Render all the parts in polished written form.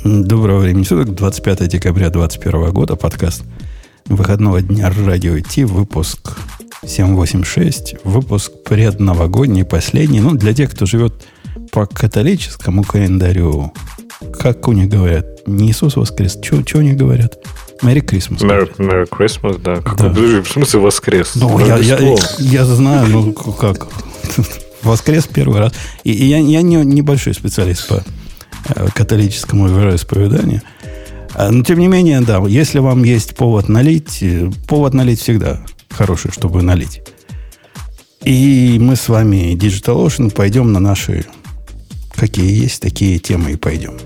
Доброго времени суток, 25 декабря 2021 года, подкаст выходного дня радио Ти, выпуск 786, выпуск предновогодний, последний. Ну, для тех, кто живет по католическому календарю, как у них говорят, не Иисус воскрес, что у них говорят? Merry Christmas. Merry Christmas, да. Да. В смысле воскрес? Ну, я знаю, ну как. Воскрес первый раз. И я небольшой специалист по католическому вероисповеданию. Но, тем не менее, да, если вам есть повод налить всегда хороший, чтобы налить. И мы с вами, DigitalOcean, пойдем на наши, какие есть, такие темы и пойдем.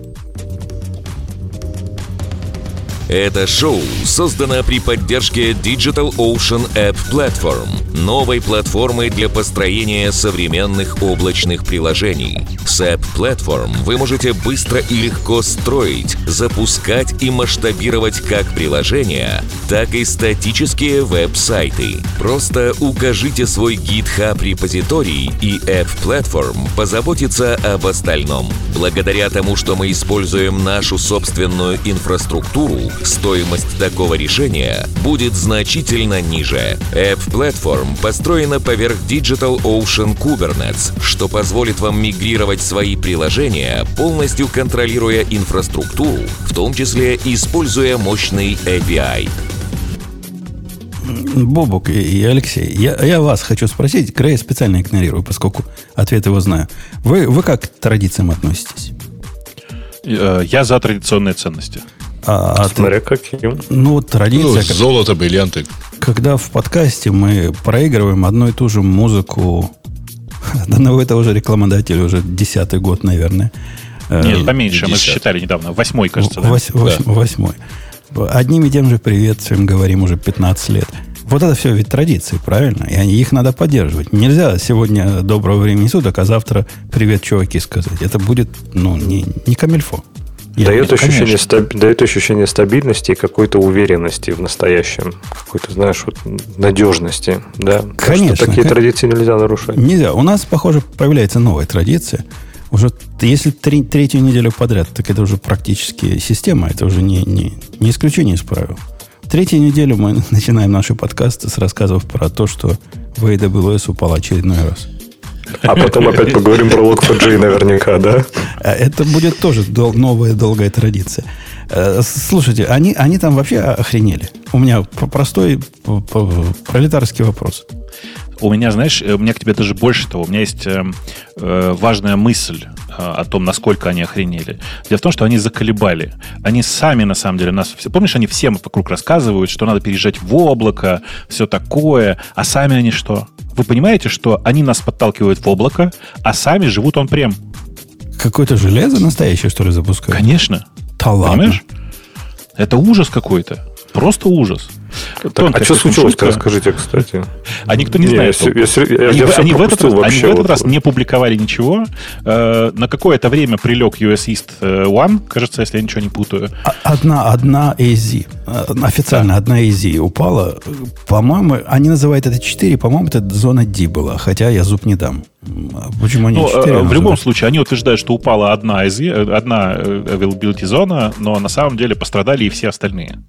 Это шоу создано при поддержке DigitalOcean App Platform, новой платформы для построения современных облачных приложений. С App Platform вы можете быстро и легко строить, запускать и масштабировать как приложения, так и статические веб-сайты. Просто укажите свой GitHub репозиторий, и App Platform позаботится об остальном. Благодаря тому, что мы используем нашу собственную инфраструктуру, стоимость такого решения будет значительно ниже. App Platform построена поверх DigitalOcean Kubernetes, что позволит вам мигрировать свои приложения, полностью контролируя инфраструктуру, в том числе используя мощный API. Бобук и Алексей, я вас хочу спросить, Грея специально игнорирую, поскольку ответ его знаю. Вы как к традициям относитесь? Я за традиционные ценности. Смотря каким. Ну, традиция... золото, бриллианты. Когда в подкасте мы проигрываем одну и ту же музыку, одного и того же рекламодателя уже 10-й год, наверное. Нет, поменьше, мы считали недавно. 8-й, кажется. Восьмой. Одним и тем же приветствием говорим уже 15 лет. Вот это все ведь традиции, правильно? И их надо поддерживать. Нельзя сегодня доброго времени суток, а завтра привет, чуваки, сказать. Это будет, не камильфо. Дает ощущение стабильности и какой-то уверенности в настоящем. Какой-то, знаешь, надежности. Да? Конечно. Такие традиции нельзя нарушать. Нельзя. У нас, похоже, появляется новая традиция. Уже если третью неделю подряд, так это уже практически система. Это уже не исключение из правил. Третью неделю мы начинаем наши подкасты с рассказов про то, что в AWS упал очередной раз. А потом опять поговорим про Log4j наверняка, да? Это будет тоже новая долгая традиция. Слушайте, они там вообще охренели. У меня простой пролетарский вопрос. У меня, знаешь, у меня к тебе даже больше того. У меня есть важная мысль о том, насколько они охренели. Дело в том, что они заколебали. Они сами, на самом деле, нас... Помнишь, они всем вокруг рассказывают, что надо переезжать в облако, все такое. А сами они что? Вы понимаете, что они нас подталкивают в облако, а сами живут он-прем? Какое-то железо настоящее, что ли, запускают? Конечно. Да ладно. Понимаешь? Это ужас какой-то. Просто ужас. Так, что случилось-то, расскажите, кстати. А никто не знает. Они в этот раз не публиковали ничего. На какое-то время прилег US East One, кажется, если я ничего не путаю. Одна AZ. Официально одна AZ упала. По-моему, они называют это 4, по-моему, это зона D была. Хотя я зуб не дам. Почему они 4? В любом случае, они утверждают, что упала одна AZ, одна availability зона, но на самом деле пострадали и все остальные.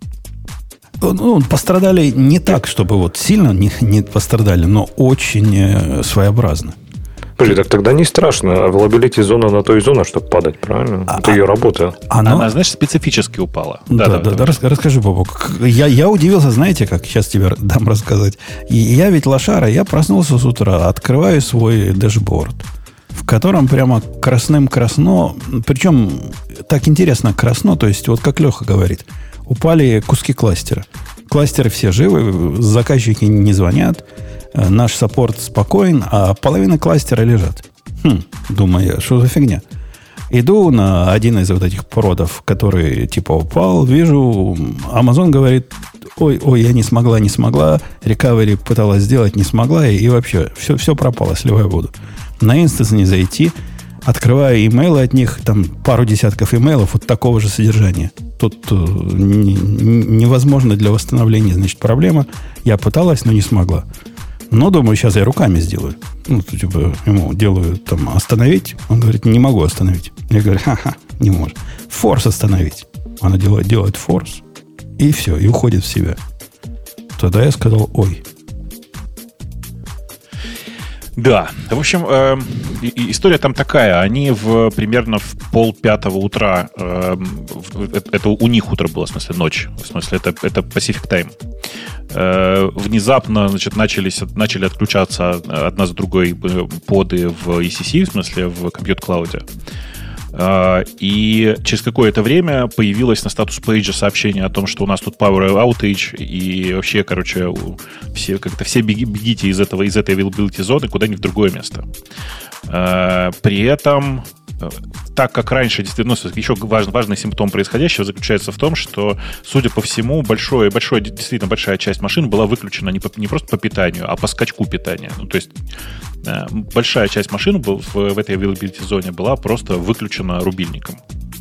Пострадали не так, чтобы вот сильно не пострадали, но очень своеобразно. Подожди, так тогда не страшно. Availability зона на то и зона, чтобы падать, правильно? Это ее работа. Она, знаешь, специфически упала. Да. Расскажи, Бобок. Я удивился, знаете, как сейчас тебе дам рассказать. Я ведь лошара, я проснулся с утра, открываю свой дэшборд, в котором прямо красным красно, причем так интересно красно, то есть вот как Леха говорит, упали куски кластера. Кластеры все живы, заказчики не звонят, наш саппорт спокоен, а половина кластера лежат. Думаю я, что за фигня? Иду на один из вот этих продов, который типа упал, вижу, Amazon говорит, ой, я не смогла, recovery пыталась сделать, не смогла, и вообще все пропало, сливаю воду. На инстанс не зайти, открываю имейлы от них, там пару десятков имейлов вот такого же содержания. Тут невозможно для восстановления, значит, проблема. Я пыталась, но не смогла. Но, думаю, сейчас я руками сделаю. Ну, типа, ему делаю там остановить. Он говорит, не могу остановить. Я говорю, ха-ха, не может. Форс остановить. Она делает форс. И все, и уходит в себя. Тогда я сказал, ой. Да, в общем, история там такая. Они примерно в 4:30 утра, это у них утро было, в смысле ночь, в смысле это Pacific Time, внезапно, значит, начали отключаться одна за другой поды в ECC, в смысле в Compute Cloud. И через какое-то время появилось на статус-пейдже сообщение о том, что у нас тут power outage, и вообще, короче, все бегите из этой availability зоны куда-нибудь в другое место. При этом, так как раньше, действительно, еще важный симптом происходящего заключается в том, что, судя по всему, действительно большая часть машин была выключена не просто по питанию, а по скачку питания. Ну, то есть большая часть машин в этой availability зоне была просто выключена рубильником.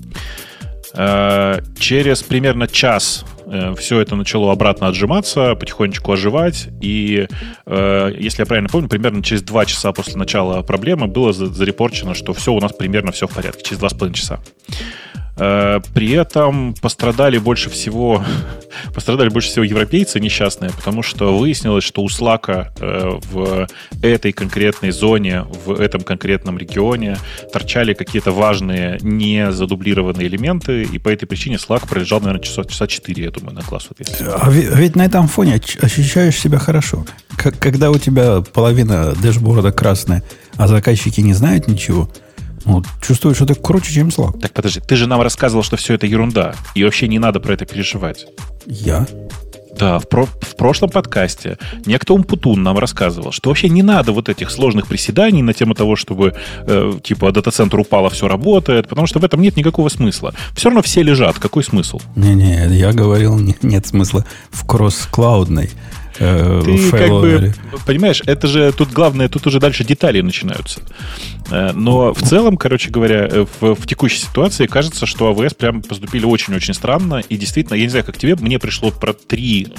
Через примерно час все это начало обратно отжиматься, потихонечку оживать, и, если я правильно помню, примерно через 2 часа после начала проблемы было зарепорчено, что все у нас примерно все в порядке, через 2,5 часа. При этом пострадали больше всего европейцы несчастные, потому что выяснилось, что у Slack в этой конкретной зоне, в этом конкретном регионе торчали какие-то важные незадублированные элементы, и по этой причине Slack пролежал, наверное, часа 4, я думаю, на класс. Вот, ведь на этом фоне ощущаешь себя хорошо. Когда у тебя половина дэшборда красная, а заказчики не знают ничего, вот, чувствую, что ты круче, чем Slack. Так, подожди, ты же нам рассказывал, что все это ерунда, и вообще не надо про это переживать. Я? Да, в прошлом подкасте некто Умпутун нам рассказывал, что вообще не надо вот этих сложных приседаний на тему того, чтобы типа дата-центр упал, а все работает, потому что в этом нет никакого смысла. Все равно все лежат, какой смысл? Не, я говорил, нет смысла в кросс-клаудной. Ты как бы, понимаешь, это же тут главное, тут уже дальше детали начинаются. Но в целом, короче говоря, в текущей ситуации кажется, что AWS прям поступили очень-очень странно. И действительно, я не знаю, как тебе, мне пришло про три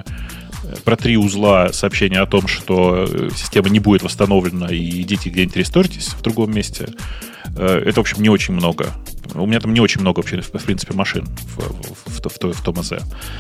узла сообщения о том, что система не будет восстановлена, и идите где-нибудь ресторитесь в другом месте. Это, в общем, не очень много. У меня там не очень много вообще, в принципе, машин в том АЗ.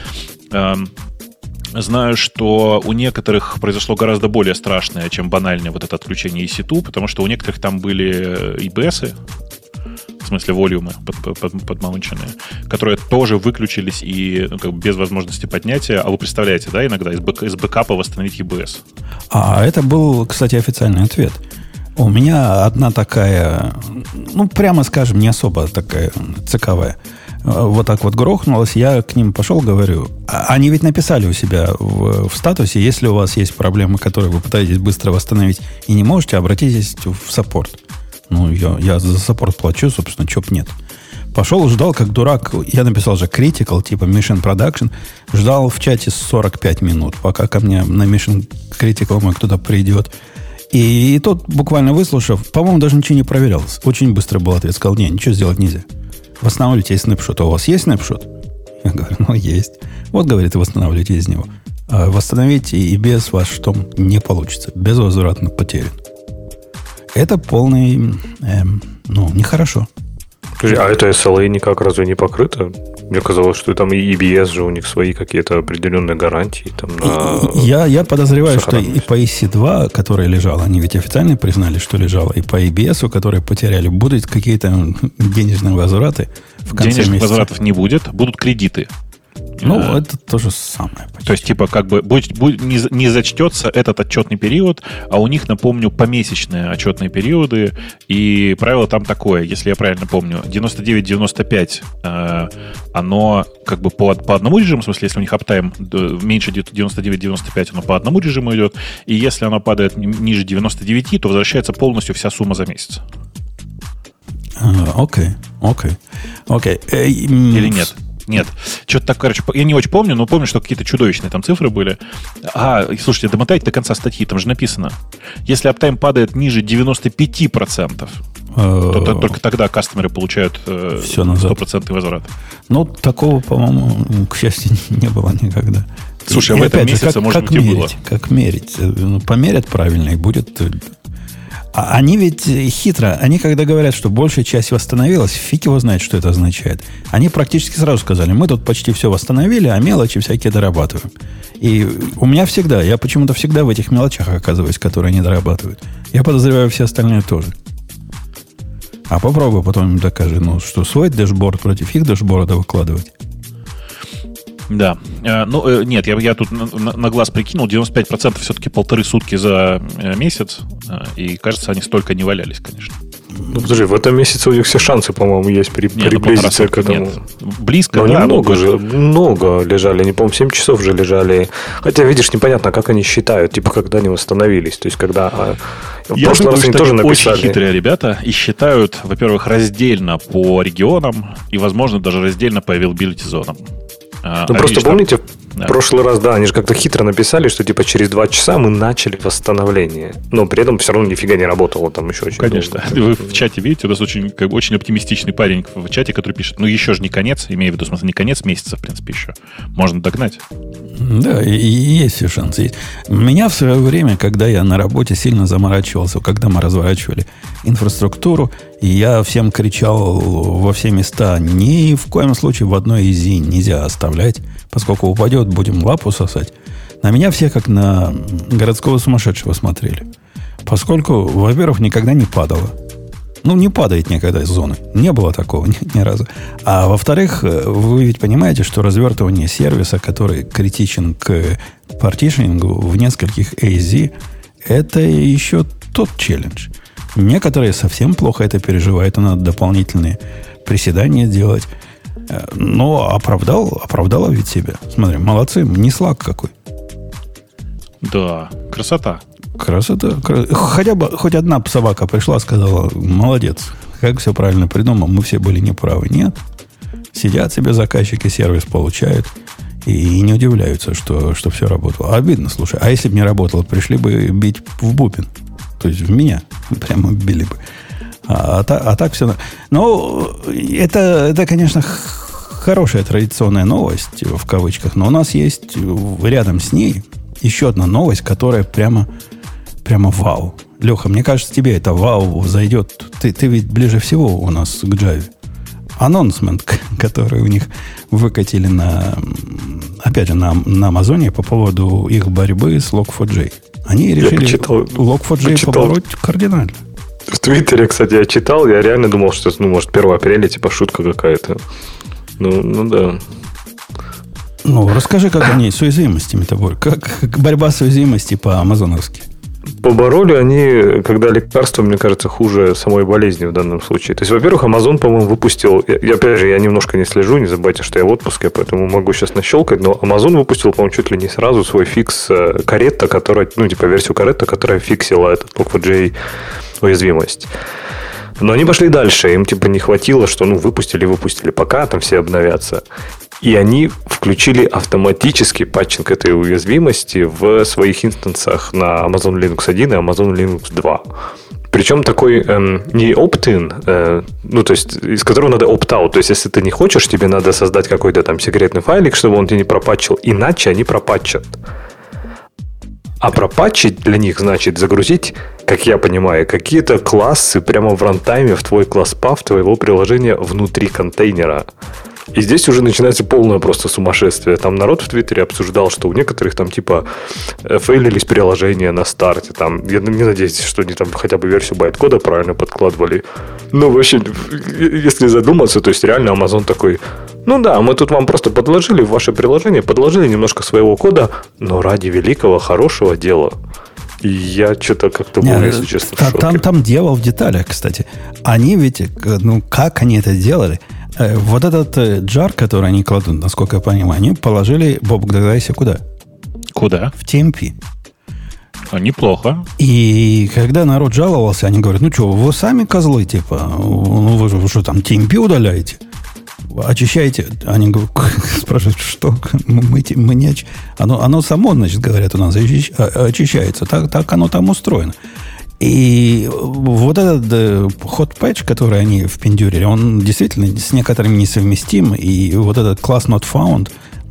Знаю, что у некоторых произошло гораздо более страшное, чем банальное вот это отключение EC2, потому что у некоторых там были IBS-ы, в смысле волюмы подмаунченные, которые тоже выключились и как бы без возможности поднятия. А вы представляете, да, иногда из бэкапа восстановить EBS? А это был, кстати, официальный ответ. У меня одна такая, ну, прямо скажем, не особо такая цековая, вот так вот грохнулась, я к ним пошел, говорю, они ведь написали у себя в статусе, если у вас есть проблемы, которые вы пытаетесь быстро восстановить и не можете, обратитесь в саппорт. Ну, я за саппорт плачу, собственно, чё б нет. Пошел, ждал, как дурак, я написал же critical, типа Mission Production, ждал в чате 45 минут, пока ко мне на Mission Critical мой кто-то придет. И тот, буквально выслушав, по-моему, даже ничего не проверялось. Очень быстро был ответ, сказал, нет, ничего сделать нельзя. Восстанавливайте снапшот. А у вас есть снапшот? Я говорю, ну, есть. Вот, говорит, восстанавливайте из него. А восстановить и без ваш штом не получится. Безвозвратно потерян. Это полный, нехорошо. А это SLA никак разве не покрыто? Мне казалось, что там и EBS же у них свои какие-то определенные гарантии. Там, я подозреваю, что и по EC2, которая лежала, они ведь официально признали, что лежала, и по EBS, которые потеряли, будут какие-то денежные возвраты в конце месяца. Денежных возвратов не будет, будут кредиты. Ну, это то же самое. Почти. То есть, типа, как бы не зачтется этот отчетный период, а у них, напомню, помесячные отчетные периоды, и правило там такое, если я правильно помню, 99-95, оно как бы по одному режиму, в смысле, если у них аптайм меньше 99-95, оно по одному режиму идет, и если оно падает ниже 99, то возвращается полностью вся сумма за месяц. Окей. Или нет? Нет. Что-то так, короче, я не очень помню, но помню, что какие-то чудовищные там цифры были. Слушайте, домотайте до конца статьи, там же написано. Если аптайм падает ниже 95%, то только тогда кастомеры получают 100% возврат. Ну, такого, по-моему, к счастью, не было никогда. Слушай, в этом месяце, может быть, и было. Как мерить? Померят правильно, и будет... Они ведь хитро, они когда говорят, что большая часть восстановилась, фиг его знает, что это означает. Они практически сразу сказали, мы тут почти все восстановили, а мелочи всякие дорабатываем. И у меня всегда, я почему-то всегда в этих мелочах оказываюсь, которые они дорабатывают. Я подозреваю, все остальные тоже. А попробуй потом им докажи, что свой дэшборд против их дэшборда выкладывать. Да. Нет, я тут на глаз прикинул, 95% все-таки 1,5 сутки за месяц, и, кажется, они столько не валялись, конечно. Ну, подожди, в этом месяце у них все шансы, по-моему, есть приблизиться к этому. Нет. Близко, но да. Много лежали, они, по-моему, 7 часов же лежали. Хотя, видишь, непонятно, как они считают, типа, когда они восстановились. То есть, когда... Я думаю, что они очень хитрые ребята и считают, во-первых, раздельно по регионам и, возможно, даже раздельно по availability зонам. Просто помните, в прошлый раз, да, они же как-то хитро написали, что типа через 2 часа мы начали восстановление. Но при этом все равно нифига не работало там еще очень Конечно. Долго. Вы в чате видите, у нас очень оптимистичный парень в чате, который пишет, еще же не конец, имею в виду, в смысле, не конец месяца, в принципе, еще. Можно догнать. Да, и есть все шансы. Меня в свое время, когда я на работе сильно заморачивался, когда мы разворачивали инфраструктуру, и я всем кричал во все места, ни в коем случае в одной ИЗИ нельзя оставлять, поскольку упадет, будем лапу сосать. На меня все как на городского сумасшедшего смотрели. Поскольку, во-первых, никогда не падало. Не падает никогда из зоны. Не было такого ни разу. А во-вторых, вы ведь понимаете, что развертывание сервиса, который критичен к партишенингу в нескольких AZ, это еще тот челлендж. Некоторые совсем плохо это переживают, и надо дополнительные приседания делать. Но оправдала ведь себя. Смотри, молодцы, не слаг какой. Да, красота. Красота. Хотя бы хоть одна собака пришла, сказала, молодец, как все правильно придумал, мы все были неправы. Нет. Сидят себе заказчики, сервис получают и не удивляются, что все работало. Обидно, слушай. А если бы не работало, пришли бы бить в бубен. То есть в меня прямо били бы. А так все... это, конечно, хорошая традиционная новость, в кавычках, но у нас есть рядом с ней еще одна новость, которая прямо вау. Леха, мне кажется, тебе это вау зайдет. Ты ведь ближе всего у нас к Java. Анонсмент, который у них выкатили опять же, на Амазоне по поводу их борьбы с Log4j. Они решили Log4j побороть кардинально. В Твиттере, кстати, я читал, я реально думал, что, может, 1 апреля, типа, шутка какая-то. Ну да. Расскажи, как они с уязвимостями-то борются. Как борьба с уязвимостью по-амазоновски? Побороли они, когда лекарство, мне кажется, хуже самой болезни в данном случае. То есть, во-первых, Amazon, по-моему, выпустил... Опять же, я немножко не слежу, не забывайте, что я в отпуске, поэтому могу сейчас нащелкать, но Amazon выпустил, по-моему, чуть ли не сразу свой фикс Coretta, которая, версию Coretta, которая фиксила этот Log4j уязвимость. Но они пошли дальше. Им не хватило, что выпустили, пока там все обновятся. И они включили автоматический патчинг этой уязвимости в своих инстансах на Amazon Linux 1 и Amazon Linux 2. Причем такой не opt-in, то есть из которого надо opt-out. То есть, если ты не хочешь, тебе надо создать какой-то там секретный файлик, чтобы он тебе не пропатчил. Иначе они пропатчат. А пропатчить для них значит загрузить, как я понимаю, какие-то классы прямо в рантайме в твой класс path твоего приложения внутри контейнера. И здесь уже начинается полное просто сумасшествие. Там народ в Твиттере обсуждал, что у некоторых там фейлились приложения на старте. Там, я не надеюсь, что они там хотя бы версию байткода правильно подкладывали. Но вообще, если задуматься, то есть реально Amazon такой: мы тут вам просто подложили в ваше приложение, подложили немножко своего кода, но ради великого, хорошего дела. И я что-то как-то был, если честно, в шоке. Там дело в деталях, кстати. Они ведь, как они это делали? Вот этот джар, который они кладут, насколько я понимаю, они положили, Боб, догадайся, куда? Куда? В TMP. Неплохо. И когда народ жаловался, они говорят, вы сами козлы, вы что там, TMP удаляете? Очищаете? Они спрашивают, что? Мы не оно само, значит, говорят, у нас очищается. Так оно там устроено. И вот этот hot patch, который они впендюрили, он действительно с некоторыми несовместим. И вот этот class not found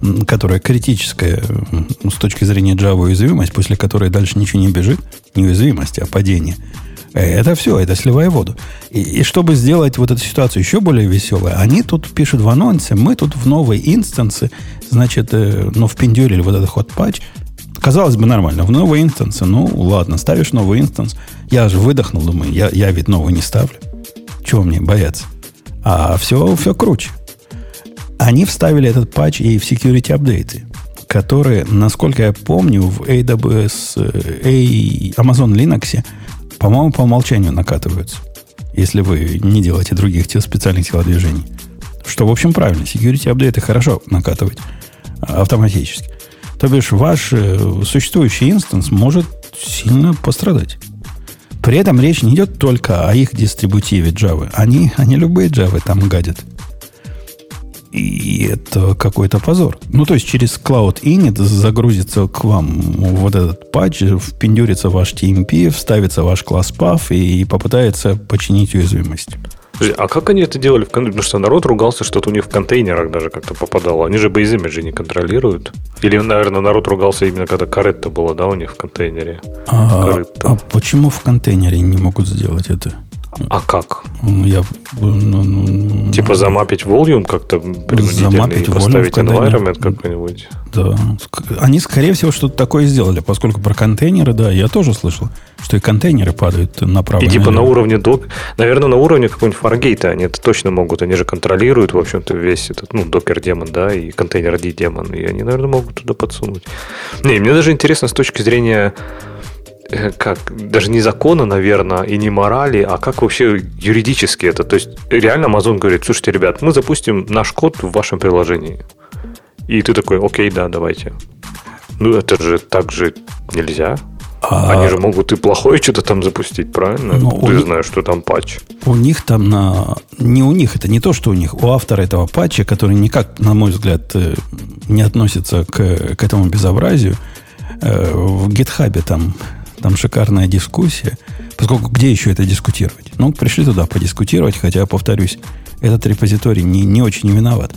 которая критическая с точки зрения Java уязвимость, после которой дальше ничего не бежит, не уязвимость, а падение, это все, это сливая воду. И чтобы сделать вот эту ситуацию еще более веселой, они тут пишут в анонсе, мы тут в новой инстансе, значит, впендюрили вот этот hot-patch. Казалось бы, нормально. В новой инстансе, ладно, ставишь новый инстанс. Я же выдохнул, думаю, я ведь новый не ставлю. Чего мне бояться? А все круче. Они вставили этот патч и в security апдейты, которые, насколько я помню, в AWS, Amazon Linux, по-моему, по умолчанию накатываются, если вы не делаете других специальных телодвижений. Что, в общем, правильно. Security апдейты хорошо накатывать автоматически. То бишь, ваш существующий инстанс может сильно пострадать. При этом речь не идет только о их дистрибутиве Java. Они любые Java там гадят. И это какой-то позор. То есть, через Cloud Init загрузится к вам вот этот патч, впендюрится ваш TMP, вставится ваш класс PAF и попытается починить уязвимость. А как они это делали? Потому что народ ругался, что-то у них в контейнерах даже как-то попадало. Они же base image не контролируют. Или, наверное, народ ругался именно когда Corretto было, да, у них в контейнере. А почему в контейнере не могут сделать это? А как? Типа замапить volume как-то принудительно и поставить environment какой-нибудь? Да. Они, скорее всего, что-то такое сделали, поскольку про контейнеры, да, я тоже слышал, что и контейнеры падают направо. И типа на уровне наверное, на уровне какого-нибудь Fargate они это точно могут. Они же контролируют, в общем-то, весь этот, Docker-демон, да, и контейнер-D-демон. И они, наверное, могут туда подсунуть. Мне даже интересно с точки зрения даже не закона, наверное, и не морали, а как вообще юридически это. То есть, реально Amazon говорит, слушайте, ребят, мы запустим наш код в вашем приложении. И ты такой, окей, да, давайте. Это же так же нельзя. Они же могут и плохое что-то там запустить, правильно? Ты знаешь, что там патч. У них там не у них, это не то, что у них. У автора этого патча, который никак, на мой взгляд, не относится к этому безобразию, в GitHub там шикарная дискуссия. Поскольку где еще это дискутировать? Пришли туда подискутировать, хотя, повторюсь, этот репозиторий не очень виноват.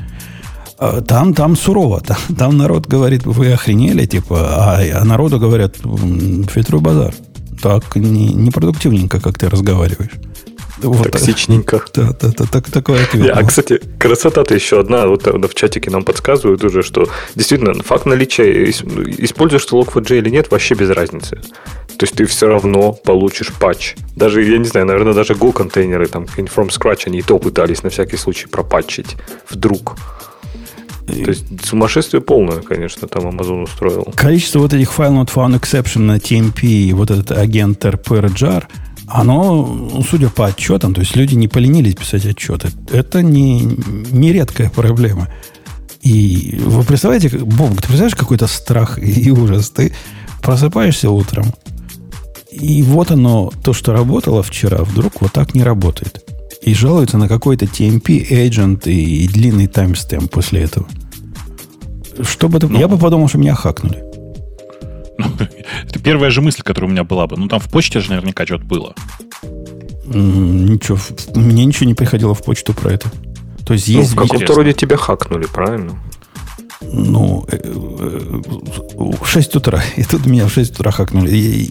Там сурово. Там народ говорит, вы охренели, типа, а народу говорят, фильтруй базар. Так непродуктивненько, как ты разговариваешь. Токсичненько. Да, такой ответ. А, кстати, красота-то еще одна. Вот в чатике нам подсказывают уже, что действительно факт наличия, используешь ты Log4j или нет, вообще без разницы. То есть ты все равно получишь патч. Даже, я не знаю, наверное, даже Go контейнеры, там, from scratch, они и то пытались на всякий случай пропатчить. Вдруг. То есть сумасшествие полное, конечно, там Amazon устроил. Количество вот этих file not found exception на TMP и вот этот агент RPR-jar, оно, судя по отчетам, то есть люди не поленились писать отчеты. Это не редкая проблема. И вы представляете, Боб, ты представляешь какой-то страх и ужас? Ты просыпаешься утром, и вот оно, то, что работало вчера, вдруг вот так не работает. И жалуются на какой-то TMP agent и длинный таймстемп после этого. Я бы подумал, что меня хакнули. Это первая же мысль, которая у меня была бы. Там в почте же наверняка что-то было. Ничего. Мне ничего не приходило в почту про это. То есть есть... в каком-то роде тебя хакнули, правильно? В 6 утра. И тут меня в 6 утра хакнули.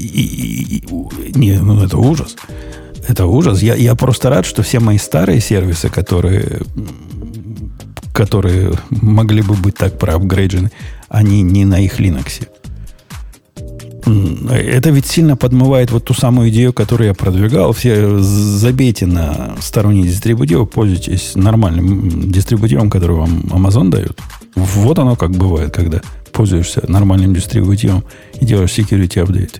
Это ужас. Это ужас. Я просто рад, что все мои старые сервисы, которые могли бы быть так проапгрейджены, они не на их Linux. Это ведь сильно подмывает вот ту самую идею, которую я продвигал. Все забейте на сторонние дистрибутивы, пользуйтесь нормальным дистрибутивом, который вам Amazon дает. Вот оно как бывает, когда пользуешься нормальным дистрибутивом и делаешь security апдейты.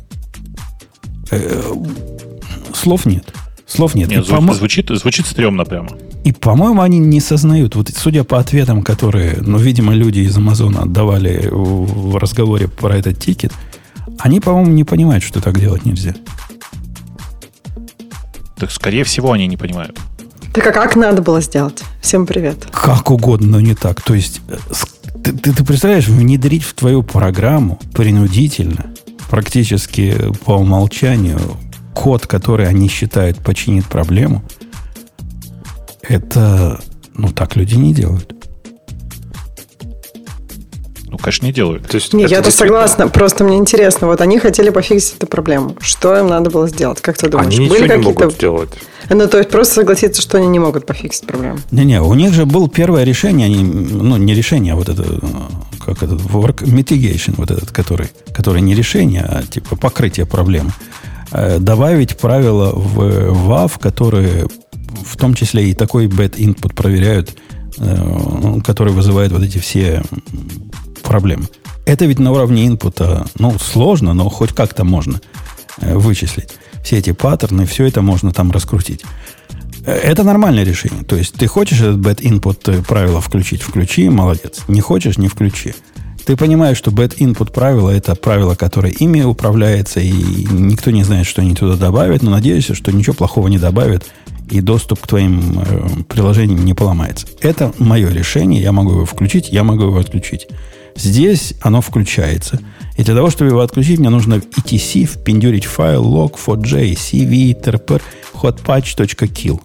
Слов нет. Звучит стрёмно прямо. И, по-моему, они не сознают. Вот судя по ответам, которые, видимо, люди из Амазона отдавали в разговоре про этот тикет, они, по-моему, не понимают, что так делать нельзя. Так, скорее всего, они не понимают. Так а как надо было сделать? Всем привет. Как угодно, но не так. То есть, ты представляешь, внедрить в твою программу принудительно, практически по умолчанию, код, который они считают починит проблему, это, так люди не делают. конечно, не делают. То есть я-то согласна, просто мне интересно, вот они хотели пофиксить эту проблему. Что им надо было сделать? Как ты думаешь? Они ничего не могут сделать. Ну, то есть просто согласиться, что они не могут пофиксить проблему. Не-не, у них же было первое решение, они, ну, не решение, а вот это, как это, work mitigation, вот этот, который не решение, а типа покрытие проблемы. Добавить правила в WAV, которые в том числе и такой bad input проверяют, который вызывает вот эти все проблемы. Это ведь на уровне инпута, ну, сложно, но хоть как-то можно вычислить. Все эти паттерны, все это можно там раскрутить. Это нормальное решение. То есть ты хочешь этот bad input правило включить? Включи, молодец. Не хочешь, не включи. Ты понимаешь, что bad input правило – это правило, которое ими управляется, и никто не знает, что они туда добавят, но надеюсь, что ничего плохого не добавят, и доступ к твоим приложениям не поломается. Это мое решение, я могу его включить, я могу его отключить. Здесь оно включается. И для того, чтобы его отключить, мне нужно в etc впендюрить файл log4j cv terper hotpatch.kill.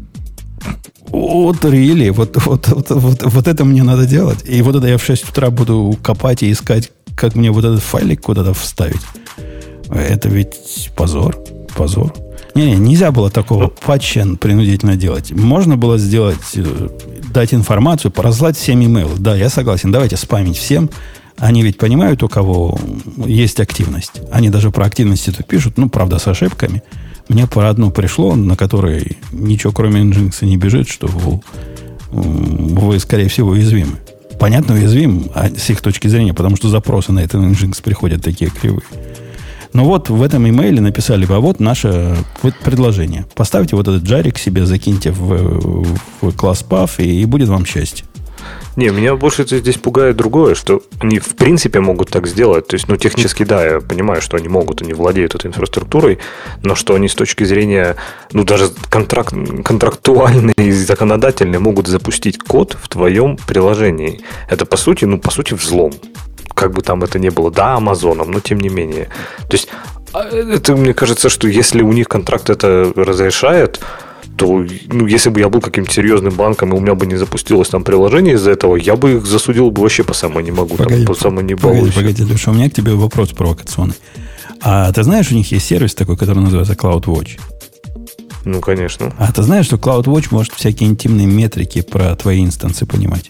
Вот really, вот это мне надо делать. И вот это я в 6 утра буду копать и искать, как мне вот этот файлик куда-то вставить. Это ведь позор. Позор. Нельзя было такого патча принудительно делать. Можно было сделать, дать информацию, разслать всем имейлы. Да, я согласен. Давайте спамить всем. Они ведь понимают, у кого есть активность. Они даже про активность это пишут, ну, правда, с ошибками. Мне по одну пришло, на которой ничего кроме Nginx не бежит, что вы, скорее всего, уязвимы. Понятно, уязвим с их точки зрения, потому что запросы на этот Nginx приходят такие кривые. Но вот в этом имейле написали, а вот наше предложение. Поставьте вот этот джарик себе, закиньте в класс path, и будет вам счастье. Не, меня больше здесь пугает другое, что они в принципе могут так сделать. То есть, ну, технически, да, я понимаю, что они могут, они владеют этой инфраструктурой, но что они с точки зрения, ну, даже контрактуальной и законодательной могут запустить код в твоем приложении. Это, по сути, взлом. Как бы там это ни было, да, Амазоном, но тем не менее. То есть, это, мне кажется, что если у них контракт это разрешает, то, ну, если бы я был каким-то серьезным банком, и у меня бы не запустилось там приложение из-за этого, я бы их засудил бы вообще по самой не могу. Погоди, по самой не балуюсь. Погоди, Леша, у меня к тебе вопрос провокационный. А ты знаешь, у них есть сервис такой, который называется CloudWatch? Ну, конечно. А ты знаешь, что CloudWatch может всякие интимные метрики про твои инстансы понимать?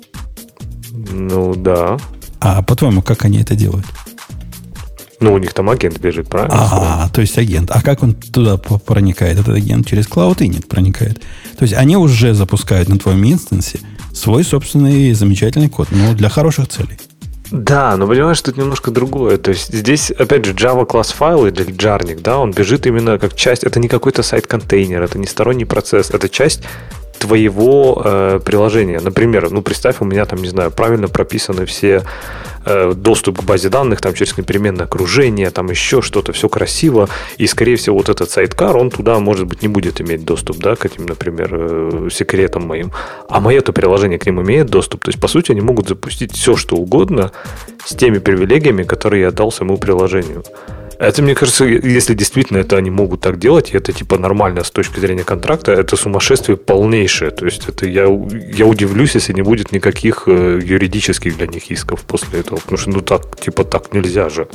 Ну, да. А по-твоему, как они это делают? Ну, у них там агент бежит, правильно? То есть агент. А как он туда проникает? Этот агент через Cloud Init проникает. То есть они уже запускают на твоем инстансе свой собственный замечательный код. Ну, для хороших целей. Да, но понимаешь, тут немножко другое. То есть здесь, опять же, Java класс файл или джарник, да, он бежит именно как часть. Это не какой-то сайт-контейнер, это не сторонний процесс, это часть твоего приложения. Например, ну, представь, у меня там, не знаю, правильно прописаны все доступ к базе данных, там через переменное окружение, там еще что-то, все красиво, и, скорее всего, вот этот сайткар, он туда, может быть, не будет иметь доступ, да, к этим, например, секретам моим. А мое-то приложение к ним имеет доступ. То есть, по сути, они могут запустить все, что угодно с теми привилегиями, которые я дал самому приложению. Это, мне кажется, если действительно это они могут так делать, и это типа нормально с точки зрения контракта, это сумасшествие полнейшее. То есть это я удивлюсь, если не будет никаких юридических для них исков после этого. Потому что, ну так, типа так нельзя же.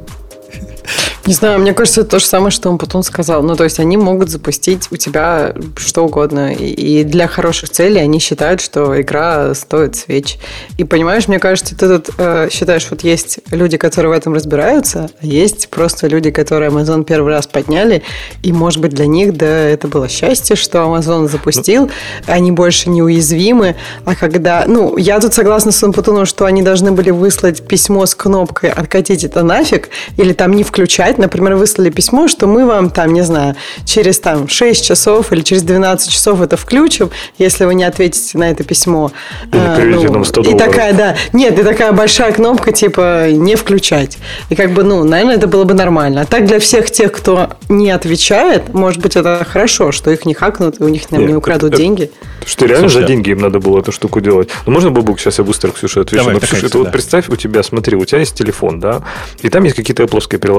Не знаю, мне кажется, это то же самое, что он потом сказал. Ну, то есть, они могут запустить у тебя что угодно. И для хороших целей они считают, что игра стоит свеч. И, понимаешь, мне кажется, ты тут считаешь, вот есть люди, которые в этом разбираются, а есть просто люди, которые Amazon первый раз подняли, и, может быть, для них, да, это было счастье, что Amazon запустил, они больше неуязвимы. А когда... Ну, я тут согласна с Умпутуном, что они должны были выслать письмо с кнопкой «Откатить это нафиг», или там не включать. Например, выслали письмо, что мы вам там, не знаю, через там 6 часов или через 12 часов это включим, если вы не ответите на это письмо. Или переведите нам $100. И такая, да, нет, и такая большая кнопка, типа, не включать. И как бы, ну, наверное, это было бы нормально. А так для всех тех, кто не отвечает, может быть, это хорошо, что их не хакнут, и у них не украдут деньги. Что реально за деньги им надо было эту штуку делать. Ну, можно, Бабук, сейчас я быстро, Ксюша, отвечу. Давай, Ксюша, это вот представь, у тебя, смотри, у тебя есть телефон, да, и там есть какие-то Apple-овские приложения.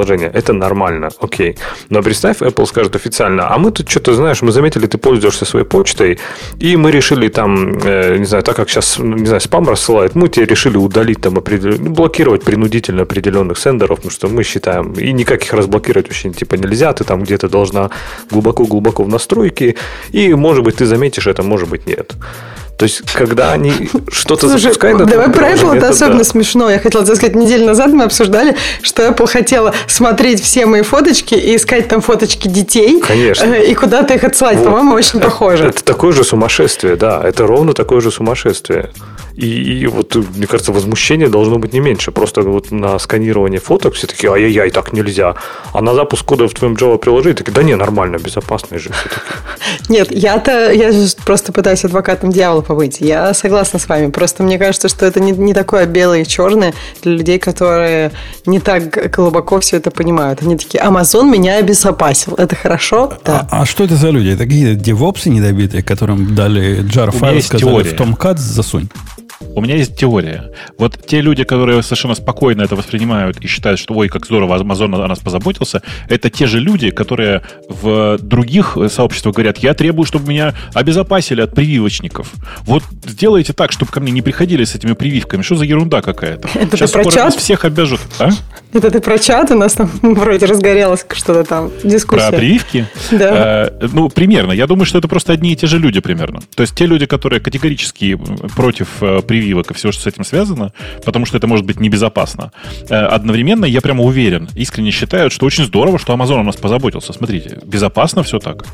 это нормально, окей. Но представь, Apple скажет официально, а мы тут что-то, знаешь, мы заметили, ты пользуешься своей почтой, и мы решили там, не знаю, так как сейчас, не знаю, спам рассылает, мы тебе решили удалить там блокировать принудительно определенных сендеров, потому что мы считаем, и никак их разблокировать вообще типа нельзя, ты там где-то должна глубоко-глубоко в настройки, и, может быть, ты заметишь это, может быть, нет. То есть, когда они что-то запускают... Давай про Apple, это особенно смешно. Я хотела тебе сказать, неделю назад мы обсуждали, что Apple хотела смотреть все мои фоточки и искать там фоточки детей. Конечно. И куда-то их отсылать. Вот. По-моему, очень похоже. Это такое же сумасшествие, да. Это ровно такое же сумасшествие. И вот, мне кажется, возмущение должно быть не меньше. Просто вот на сканирование фоток все такие, ай-яй-яй, так нельзя. А на запуск кода в твоем Java приложении такие, да не, нормально, безопасно же все-таки. Нет, я просто пытаюсь адвокатом дьявола побыть. Я согласна с вами. Просто мне кажется, что это не такое белое и черное для людей, которые не так глубоко все это понимают. Они такие, Amazon меня обезопасил. Это хорошо? Да. А что это за люди? Это какие-то девопсы недобитые, которым дали jar файл, сказали, в Tomcat засунь? У меня есть теория. Вот те люди, которые совершенно спокойно это воспринимают и считают, что ой, как здорово, Amazon о нас позаботился, это те же люди, которые в других сообществах говорят, я требую, чтобы меня обезопасили от прививочников. Вот сделайте так, чтобы ко мне не приходили с этими прививками. Что за ерунда какая-то? Это сейчас скоро нас всех обяжут. А? Это ты про чат? У нас там вроде разгорелось что-то там, дискуссия. Про прививки? Да. Ну, примерно. Я думаю, что это просто одни и те же люди примерно. То есть те люди, которые категорически против прививок и все, что с этим связано, потому что это может быть небезопасно. Одновременно, я прямо уверен, искренне считают, что очень здорово, что Amazon о нас позаботился. Смотрите, безопасно все так.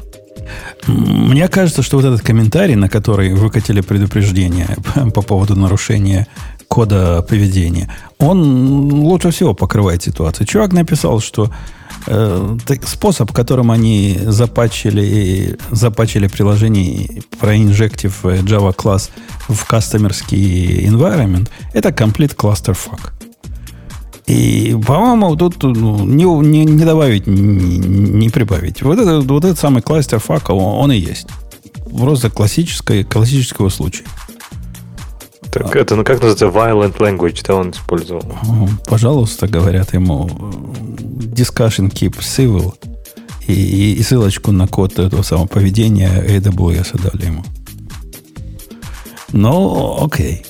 Мне кажется, что вот этот комментарий, на который выкатили предупреждение по поводу нарушения кода поведения, он лучше всего покрывает ситуацию. Чувак написал, что способ, которым они запатчили приложение проинжектив Java класс в кастомерский environment, это complete clusterfuck. И, по-моему, тут не добавить, не прибавить. Вот этот самый clusterfuck, он и есть. Просто классического случая. Так это, как называется, violent language, да, он использовал? Пожалуйста, говорят ему, discussion keep civil, и ссылочку на код этого самого поведения AWS дали ему. Ну, окей.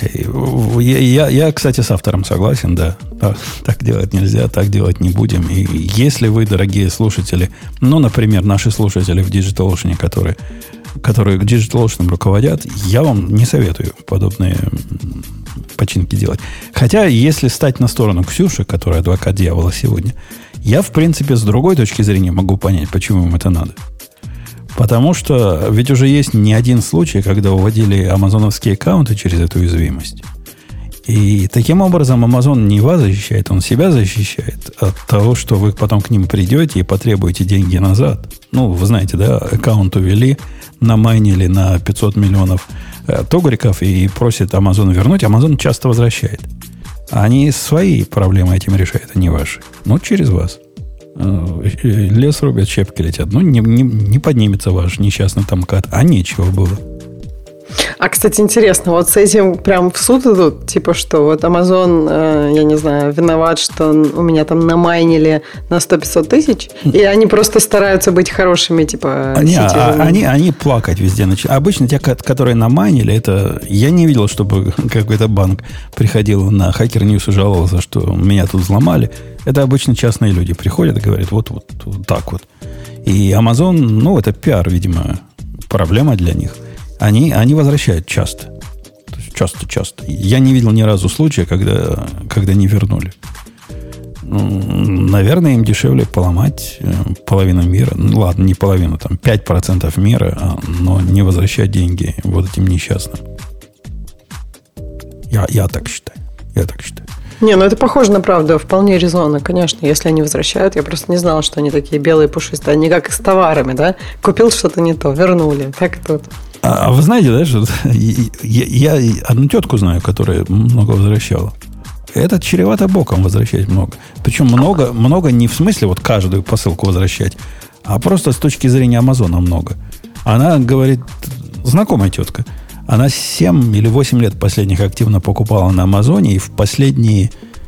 Я, кстати, с автором согласен, да. Так делать нельзя, так делать не будем. И если вы, дорогие слушатели, например, наши слушатели в DigitalOcean, которые DigitalOcean руководят, я вам не советую подобные починки делать. Хотя, если стать на сторону Ксюши, которая адвокат дьявола сегодня, я, в принципе, с другой точки зрения могу понять, почему им это надо. Потому что ведь уже есть не один случай, когда уводили амазоновские аккаунты через эту уязвимость. И таким образом Amazon не вас защищает, он себя защищает от того, что вы потом к ним придете и потребуете деньги назад. Вы знаете, да, аккаунт увели, намайнили на 500 миллионов тогриков и просит Amazon вернуть. Amazon часто возвращает. Они свои проблемы этим решают, а не ваши. Через вас. Лес рубят, щепки летят. Не поднимется ваш несчастный Tomcat, а нечего было. А, кстати, интересно, вот с этим прям в суд идут, типа, что вот Amazon, я не знаю, виноват, что у меня там намайнили на 100-500 тысяч, и они просто стараются быть хорошими, типа, сетевыми. Они плакать везде начинают. Обычно те, которые намайнили, это... Я не видел, чтобы какой-то банк приходил на Hacker News и жаловался, что меня тут взломали. Это обычно частные люди приходят и говорят, вот так вот. И Amazon, это пиар, видимо, проблема для них. Они возвращают часто. Часто. Я не видел ни разу случая, когда не вернули. Наверное, им дешевле поломать половину мира. Ладно, не половину, там 5% мира, но не возвращать деньги вот этим несчастным. Я так считаю. Не, это похоже на правду, вполне резонно, конечно, если они возвращают. Я просто не знала, что они такие белые, пушистые. Они как с товарами, да? Купил что-то не то, вернули. Так и тут. А вы знаете, да, что я одну тетку знаю, которая много возвращала. Это чревато боком возвращать много. Причем много не в смысле вот каждую посылку возвращать, а просто с точки зрения Амазона много. Она говорит, знакомая тетка, она 7 или 8 лет последних активно покупала на Амазоне, и в последние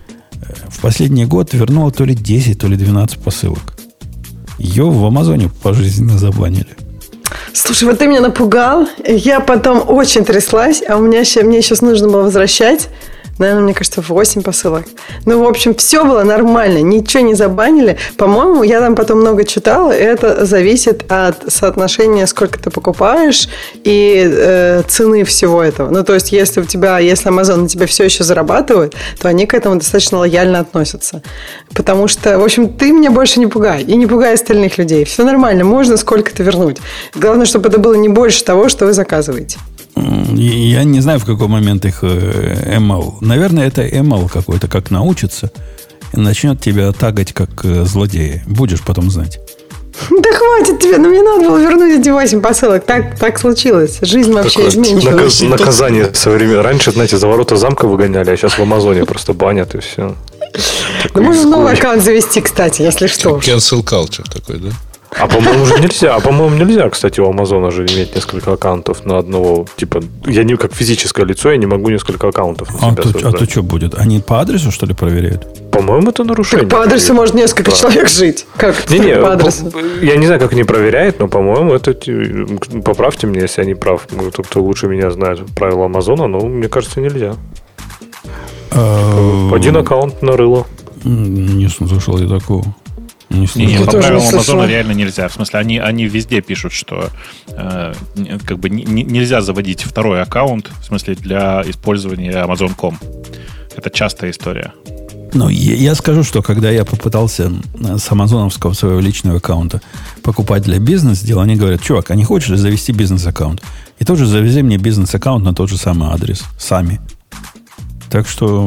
в последний год вернула то ли 10, то ли 12 посылок. Ее в Амазоне пожизненно забанили. Слушай, вот ты меня напугал. Я потом очень тряслась, а мне сейчас нужно было возвращать. Наверное, мне кажется, 8 посылок. Ну, в общем, все было нормально, ничего не забанили. По-моему, я там потом много читала, это зависит от соотношения, сколько ты покупаешь, и цены всего этого. Ну, то есть, если Amazon на тебя все еще зарабатывает, то они к этому достаточно лояльно относятся. Потому что, в общем, ты меня больше не пугай, и не пугай остальных людей. Все нормально, можно сколько-то вернуть. Главное, чтобы это было не больше того, что вы заказываете. Я не знаю, в какой момент их ML. Наверное, это ML какой-то, как научится, и начнет тебя тагать как злодея. Будешь потом знать. Да хватит тебе, мне надо было вернуть эти 8 посылок. Так случилось. Жизнь вообще изменилась. Наказание современное. Раньше, знаете, за ворота замка выгоняли, а сейчас в Амазоне просто банят и все. Да можно новый аккаунт завести, кстати, если что. Cancel culture такой, да? А по-моему уже нельзя. А по-моему нельзя, кстати, у Амазона же иметь несколько аккаунтов на одного. Типа, я не как физическое лицо, я не могу несколько аккаунтов на себя создать. А то что будет? Они по адресу, что ли, проверяют? По-моему, это нарушение. Так по адресу может несколько человек жить. Как не, по адресу? Я не знаю, как они проверяют, но, по-моему, это... Поправьте меня, если я не прав. Тот, кто лучше меня знает правила Амазона, но мне кажется, нельзя. Один аккаунт нарыло. Не слышал я такого. Не, по правилам Амазона реально нельзя. В смысле, они везде пишут, что как бы нельзя заводить второй аккаунт, в смысле, для использования Amazon.com. Это частая история. Ну, я скажу, что когда я попытался с амазоновского своего личного аккаунта покупать для бизнес-дела, они говорят: чувак, а не хочешь ли завести бизнес-аккаунт? И тоже завези мне бизнес-аккаунт на тот же самый адрес. Сами. Так что...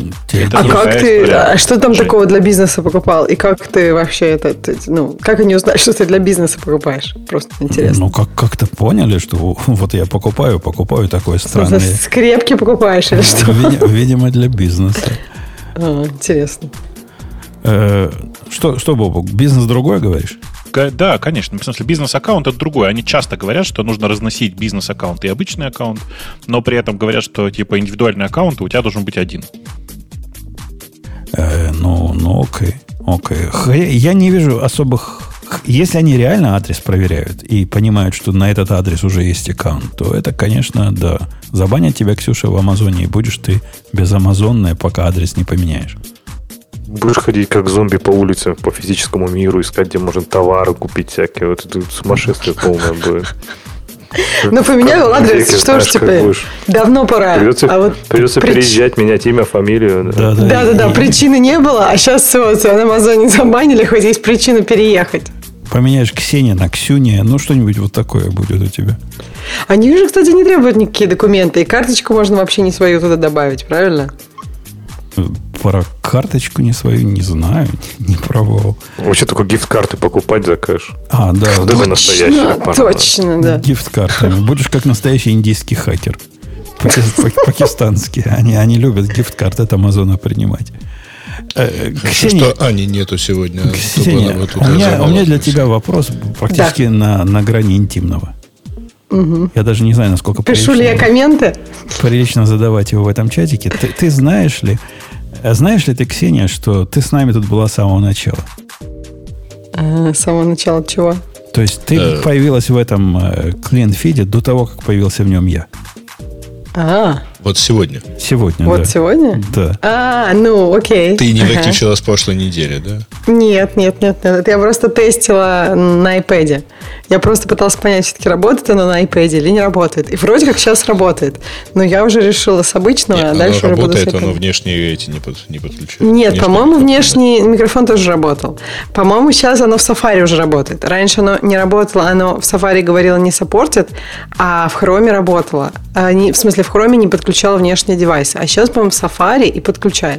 А что там такого для бизнеса покупал? И как ты вообще как они узнали, что ты для бизнеса покупаешь? Просто интересно. Ну, как-то поняли, что вот я покупаю такое странное... Скрепки покупаешь или что? Видимо, для бизнеса. Интересно. Что, Бобок, бизнес другой, говоришь? Да, конечно. В смысле, бизнес-аккаунт — это другое. Они часто говорят, что нужно разносить бизнес-аккаунт и обычный аккаунт, но при этом говорят, что типа индивидуальный аккаунт у тебя должен быть один. Окей. Я не вижу особых... Если они реально адрес проверяют и понимают, что на этот адрес уже есть аккаунт, то это, конечно, да. Забанят тебя, Ксюша, в Амазоне, и будешь ты безамазонная, пока адрес не поменяешь. Будешь ходить как зомби по улице, по физическому миру, искать, где можно товары купить всякие. Вот это сумасшествие полное будет. Ну, поменял адрес, что ж теперь? Давно пора. Придется переезжать, менять имя, фамилию. Да, причины не было, а сейчас вот на Амазоне забанили, хоть есть причина переехать. Поменяешь Ксения на Ксюния, что-нибудь вот такое будет у тебя. Они же, кстати, не требуют никакие документы, и карточку можно вообще не свою туда добавить, правильно? Про карточку не свою не знаю, не пробовал. Вообще только гифт-карты покупать за кэш. Да. Вот это настоящая пара. Точно, да. Гифт-картами. Будешь как настоящий индийский хакер. Пакистанский. Они любят гифт-карты от Амазона принимать. Ксения, что Ани нету сегодня. Ксения, у меня для тебя вопрос практически на грани интимного. Угу. Я даже не знаю, насколько Пишу ли я комменты? Прилично задавать его в этом чатике. Ты знаешь ли ты, Ксения, что ты с нами тут была с самого начала? С самого начала чего? То есть ты появилась в этом клиент-фиде до того, как появился в нем я. Вот сегодня. Сегодня, вот да. Сегодня? Да. Окей. Ты не выключила с прошлой недели, да? Нет. Я просто тестила на iPad. Я просто пыталась понять, все-таки работает оно на iPad или не работает. И вроде как сейчас работает. Но я уже решила с обычного, а дальше уже буду с iPad. Оно внешние эти не подключает? Нет, по-моему, внешний микрофон тоже работал. По-моему, сейчас оно в Safari уже работает. Раньше оно не работало, оно в Safari говорило не саппортит, а в Chrome работало. В смысле, в Chrome не подключало внешние девайсы. А сейчас, по-моему, в Safari и подключает.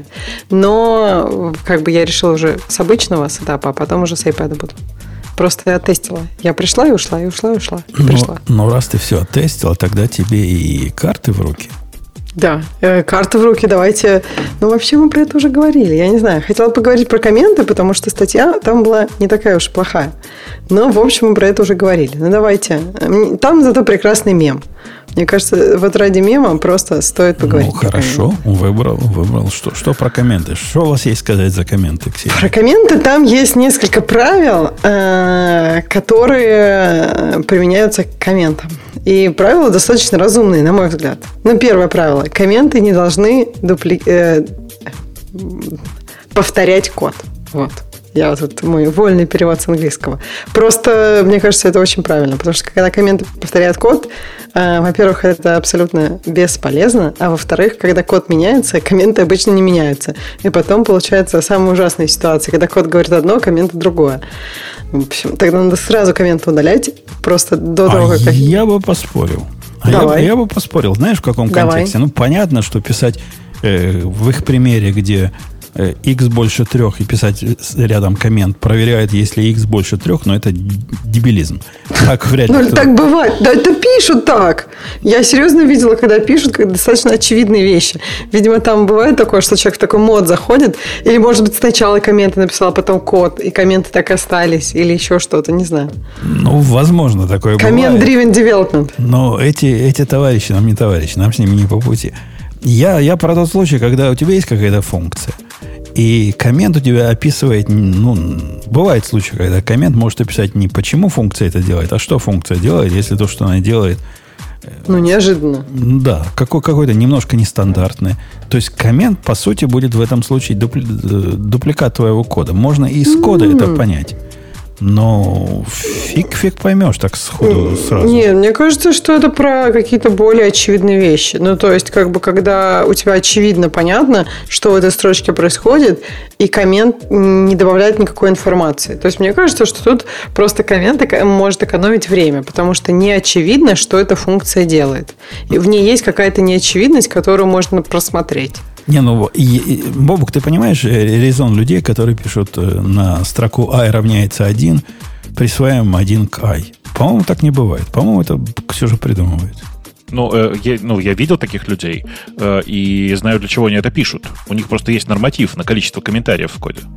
Но как бы я решила уже с обычного сетапа, а потом уже с iPad буду. Просто я тестила. Я пришла и ушла. Пришла. Но раз ты все оттестила, тогда тебе и карты в руки. Да, карта в руки, давайте. Ну, вообще мы про это уже говорили. Я не знаю, хотела поговорить про комменты, потому что статья там была не такая уж плохая. Но, в общем, мы про это уже говорили. Ну, давайте. Там зато прекрасный мем. Мне кажется, вот ради мема просто стоит поговорить. Ну, хорошо, выбрал. Что про комменты? Что у вас есть сказать за комменты, Ксения? Про комменты там есть несколько правил, которые применяются к комментам. И правила достаточно разумные, на мой взгляд. Ну, первое правило. Комменты не должны повторять код. Вот. Я вот мой вольный перевод с английского. Просто, мне кажется, это очень правильно. Потому что, когда комменты повторяют код, во-первых, это абсолютно бесполезно. А во-вторых, когда код меняется, комменты обычно не меняются. И потом получается самая ужасная ситуация. Когда код говорит одно, комменты другое. В общем, тогда надо сразу комменты удалять. Просто до того, как... Я бы поспорил. Я бы поспорил. Знаешь, в каком контексте? Ну, понятно, что писать в их примере, где x больше 3, и писать рядом коммент проверяет, если x больше 3, но это дебилизм. Так вряд ли. Ну, так бывает. Да, это пишут так. Я серьезно видела, когда пишут достаточно очевидные вещи. Видимо, там бывает такое, что человек в такой мод заходит, или, может быть, сначала комменты написал, а потом код, и комменты так остались, или еще что-то, не знаю. Ну, возможно, такое бывает. Comment-driven development. Но эти товарищи нам не товарищи, нам с ними не по пути. Я про тот случай, когда у тебя есть какая-то функция, и коммент у тебя описывает, ну, бывает случаи, когда коммент может описать не почему функция это делает, а что функция делает, если то, что она делает... Ну, неожиданно. Да, какой-то немножко нестандартный. То есть коммент, по сути, будет в этом случае дупликат твоего кода. Можно и из кода это понять. Но фиг поймешь так сходу сразу. Нет, мне кажется, что это про какие-то более очевидные вещи. Ну, то есть, как бы, когда у тебя очевидно понятно, что в этой строчке происходит, и коммент не добавляет никакой информации. То есть, мне кажется, что тут просто коммент может экономить время, потому что не очевидно, что эта функция делает. И в ней есть какая-то неочевидность, которую можно просмотреть. Не, ну, Бобук, ты понимаешь резон людей, которые пишут на строку I равняется 1, присваиваем 1 к I? По-моему, так не бывает. По-моему, это Ксюша придумывает. Я видел таких людей и знаю, для чего они это пишут. У них просто есть норматив на количество комментариев в коде.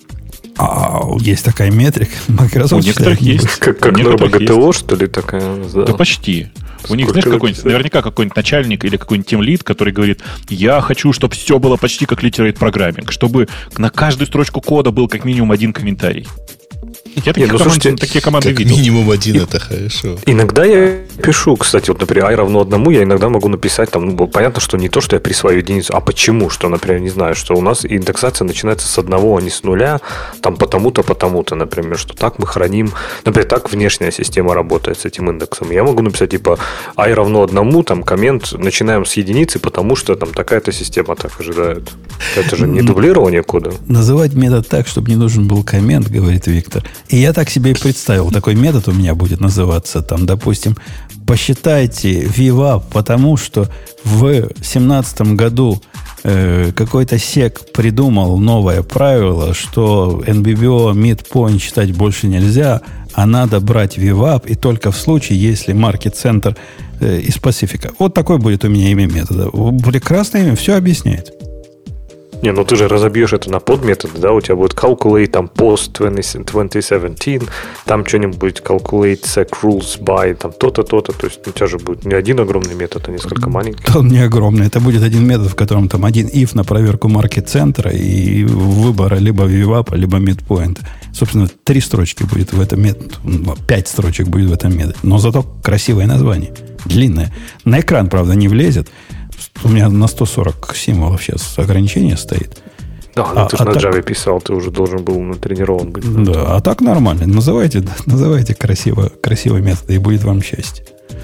Есть такая метрика. У некоторых есть. Как норма ГТО, что ли, такая? Да почти. У них, знаешь, наверняка какой-нибудь начальник или какой-нибудь тимлид, который говорит, я хочу, чтобы все было почти как literate программинг, чтобы на каждую строчку кода был как минимум 1 комментарий. Я такие команды видел. Минимум 1 это хорошо. Иногда я пишу, кстати, вот, например, I равно 1, я иногда могу написать, там, ну, понятно, что не то, что я присвою единицу, а почему, что, например, не знаю, что у нас индексация начинается с 1, а не с 0, там, потому-то, например, что так мы храним, например, так внешняя система работает с этим индексом. Я могу написать, типа, I равно 1, там, коммент, начинаем с единицы, потому что там такая-то система так ожидает. Это же не дублирование кода. Называть метод так, чтобы не нужен был коммент, говорит Виктор. И я так себе и представил. Такой метод у меня будет называться, там, допустим, посчитайте VWAP, потому что в 2017 году какой-то сек придумал новое правило, что NBBO midpoint считать больше нельзя, а надо брать VWAP, и только в случае, если маркет-центр из Пасифика. Вот такое будет у меня имя метода. Прекрасное имя, все объясняет. Не, ну ты же разобьешь это на подметоды, да, у тебя будет calculate, там, post 2017, там что-нибудь будет calculate sec rules by, там, то-то, то есть у тебя же будет не один огромный метод, а несколько маленьких. Он не огромный, это будет один метод, в котором там один if на проверку маркет-центра и выбора либо VWAP, либо midpoint. Собственно, 3 строчки будет в этом методе, 5 строчек будет в этом методе, но зато красивое название, длинное. На экран, правда, не влезет. У меня на 140 символов сейчас ограничение стоит. Да, ты же на Java писал, ты уже должен был натренирован быть. Да, а так нормально. Называйте красивый метод, и будет вам счастье.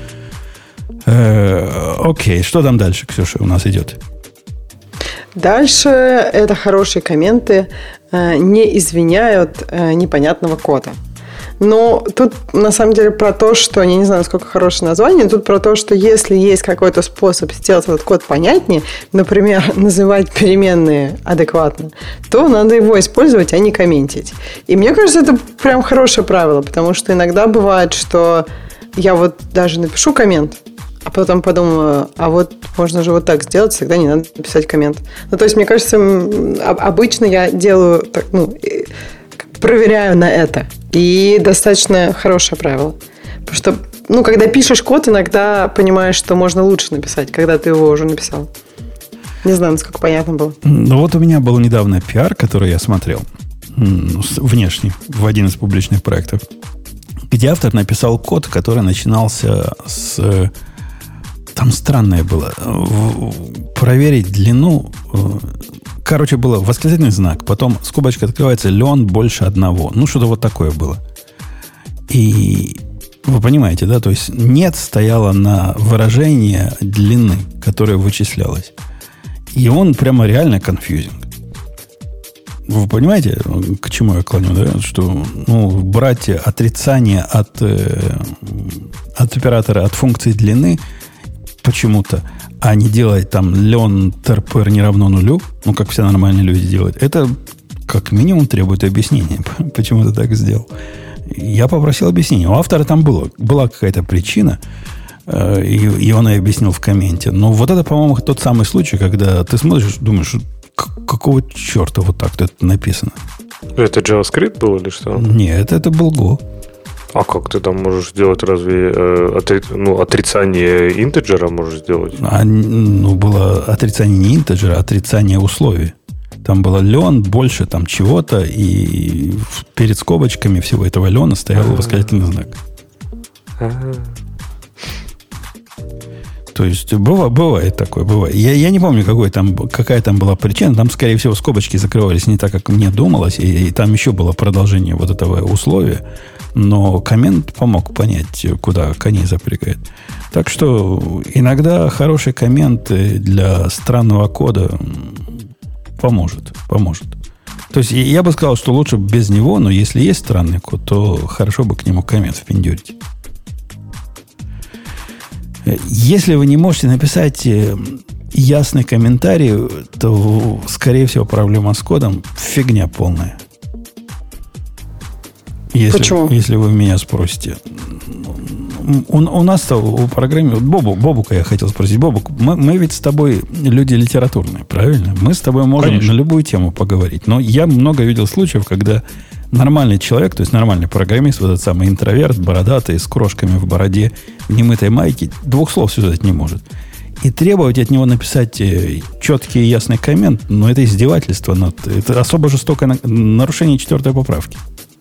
Окей, что там дальше, Ксюша, у нас идет? Дальше это хорошие комменты, не извиняют непонятного кода. Но тут на самом деле про то, что, я не знаю, насколько хорошее название, тут про то, что если есть какой-то способ сделать этот код понятнее, например, называть переменные адекватно, то надо его использовать, а не комментить. И мне кажется, это прям хорошее правило, потому что иногда бывает, что я вот даже напишу коммент, а потом подумала, а вот можно же вот так сделать, тогда не надо писать коммент. Ну, то есть, мне кажется, обычно я делаю, так, проверяю на это. И достаточно хорошее правило. Потому что, когда пишешь код, иногда понимаешь, что можно лучше написать, когда ты его уже написал. Не знаю, насколько понятно было. Ну, вот у меня был недавно пиар, который я смотрел внешний, в один из публичных проектов, где автор написал код, который начинался с... Там странное было. Проверить длину... Короче, было восклицательный знак, потом скобочка открывается, лен больше 1. Ну, что-то вот такое было. И вы понимаете, да? То есть нет стояло на выражение длины, которая вычислялась. И он прямо реально конфьюзинг. Вы понимаете, к чему я клоню, да? Что брать отрицание от оператора, от функции длины почему-то, а не делать там лен ТРПР не равно 0, как все нормальные люди делают, это как минимум требует объяснения, почему ты так сделал. Я попросил объяснения. У автора там была какая-то причина, и он и объяснил в комменте. Но вот это, по-моему, тот самый случай, когда ты смотришь, думаешь, какого черта вот так это написано? Это JavaScript был или что? Нет, это был Go. А как ты там можешь сделать? Разве отрицание интеджера можешь сделать? Было отрицание не интеджера, а отрицание условий. Там было лен больше там чего-то, и перед скобочками всего этого лена стоял восклицательный знак. То есть бывает такое, бывает. Я не помню, какая там была причина. Там, скорее всего, скобочки закрывались не так, как мне думалось, и там еще было продолжение вот этого условия. Но коммент помог понять, куда коней запрягает. Так что иногда хороший коммент для странного кода поможет. То есть я бы сказал, что лучше без него, но если есть странный код, то хорошо бы к нему коммент впендюрить. Если вы не можете написать ясный комментарий, то, скорее всего, проблема с кодом фигня полная. Если вы меня спросите. У нас-то у программы... Бобука я хотел спросить. Бобук, мы ведь с тобой люди литературные, правильно? Мы с тобой можем на любую тему поговорить. Но я много видел случаев, когда нормальный человек, то есть нормальный программист, вот этот самый интроверт, бородатый, с крошками в бороде, в немытой майке, 2 слов связать не может. И требовать от него написать четкий и ясный коммент, это издевательство. Это особо жестокое нарушение 4-й поправки.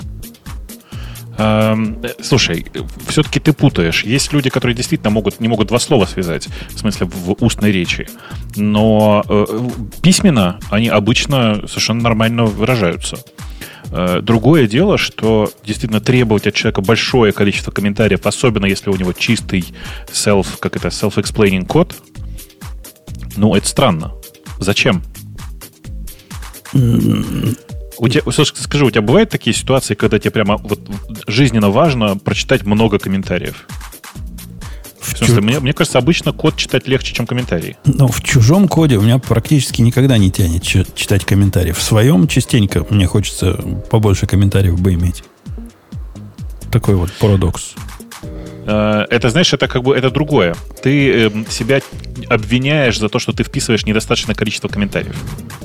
Слушай, все-таки ты путаешь. Есть люди, которые действительно не могут 2 слова связать, в смысле в устной речи. Но письменно они обычно совершенно нормально выражаются. Другое дело, что действительно требовать от человека большое количество комментариев, особенно если у него чистый self-explaining код, это странно. Зачем? Скажи, у тебя бывают такие ситуации, когда тебе прямо жизненно важно прочитать много комментариев? В смысле, мне кажется, обычно код читать легче, чем комментарии. Но в чужом коде у меня практически никогда не тянет читать комментарии. В своем частенько мне хочется побольше комментариев бы иметь. Такой вот парадокс. Это, знаешь, это другое. Ты себя обвиняешь за то, что ты вписываешь недостаточное количество комментариев.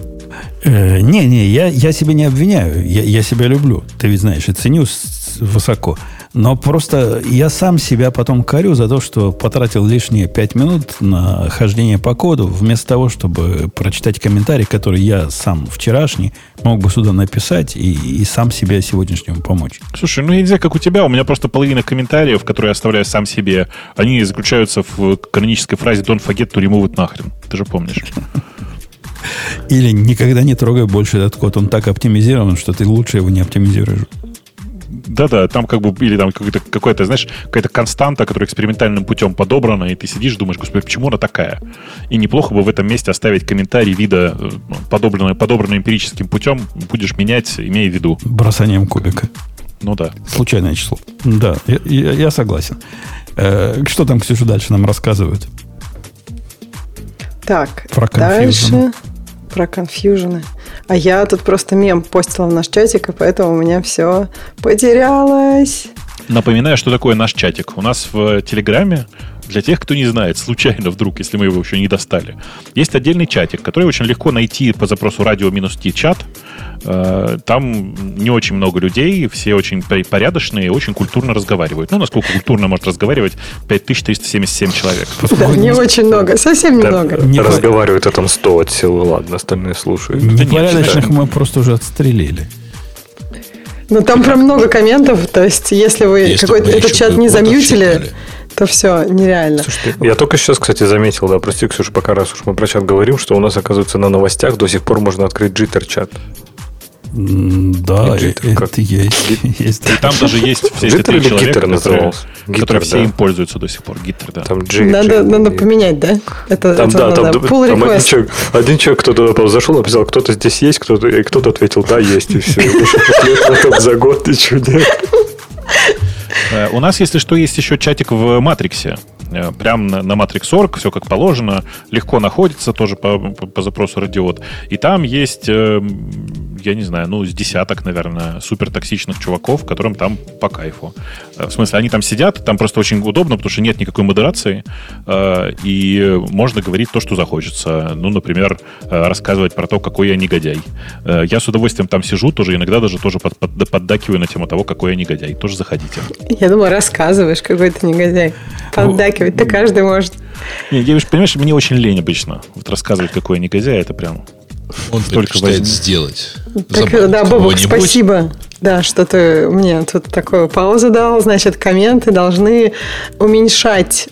Я себя не обвиняю. Я себя люблю. Ты ведь знаешь, и ценю высоко. Но просто я сам себя потом корю за то, что потратил лишние 5 минут на хождение по коду, вместо того, чтобы прочитать комментарий, который я сам вчерашний мог бы сюда написать и сам себе сегодняшнему помочь. Слушай, я не знаю, как у тебя, у меня просто половина комментариев, которые я оставляю сам себе, они заключаются в канонической фразе «Don't forget to remove it нахрен». Ты же помнишь. Или никогда не трогай больше этот код. Он так оптимизирован, что ты лучше его не оптимизируешь. Да-да, там или там какая-то, знаешь, какая-то константа, которая экспериментальным путем подобрана, и ты сидишь, думаешь, господи, почему она такая? И неплохо бы в этом месте оставить комментарий вида, подобранный эмпирическим путем, будешь менять, имея в виду. Бросанием кубика. Да. Случайное число. Да, я согласен. Что там, Ксюша, дальше нам рассказывают? Так, про дальше про конфьюжены. А я тут просто мем постила в наш чатик, и поэтому у меня все потерялось. Напоминаю, что такое наш чатик. У нас в Телеграме Для тех, кто не знает, случайно вдруг, если мы его еще не достали, есть отдельный чатик, который очень легко найти по запросу radio-t чат. Там не очень много людей, все очень порядочные, очень культурно разговаривают. Ну, насколько культурно может разговаривать 5377 человек. Да, не очень много, совсем немного. Разговаривают о том 100 от силы, ладно, остальные слушают. Непорядочных мы просто уже отстрелили. Ну, там прям много комментов, то есть, если вы какой-то этот чат не замьютили, то все, нереально. Слушайте, я только сейчас, кстати, заметил, да, прости, Ксюша, пока раз уж мы про чат говорим, что у нас, оказывается, на новостях до сих пор можно открыть Jitter-чат. Да, это есть. И там даже есть все эти 3 человека, которые все им пользуются до сих пор. Гиттер, да. Там надо поменять, да? Там один человек, кто-то зашел, написал, кто-то здесь есть, кто-то ответил, да, есть, и все. За год ничего нет. У нас, если что, есть еще чатик в Матриксе. Прям на Matrix.org, все как положено, легко находится, тоже по запросу Радиот. И там есть, я не знаю, с десяток, наверное, супертоксичных чуваков, которым там по кайфу. В смысле, они там сидят, там просто очень удобно, потому что нет никакой модерации, и можно говорить то, что захочется. Например, рассказывать про то, какой я негодяй. Я с удовольствием там сижу, тоже иногда даже тоже поддакиваю на тему того, какой я негодяй. Тоже заходите. Я думаю, рассказываешь, какой ты негодяй. Поддакивать-то каждый может. Понимаешь, мне очень лень обычно. Вот рассказывать, какой я негодяй, это прям... Он предпочитает сделать. Да, Бобок, спасибо. Да, что ты мне тут такую паузу дал. Значит, комменты должны уменьшать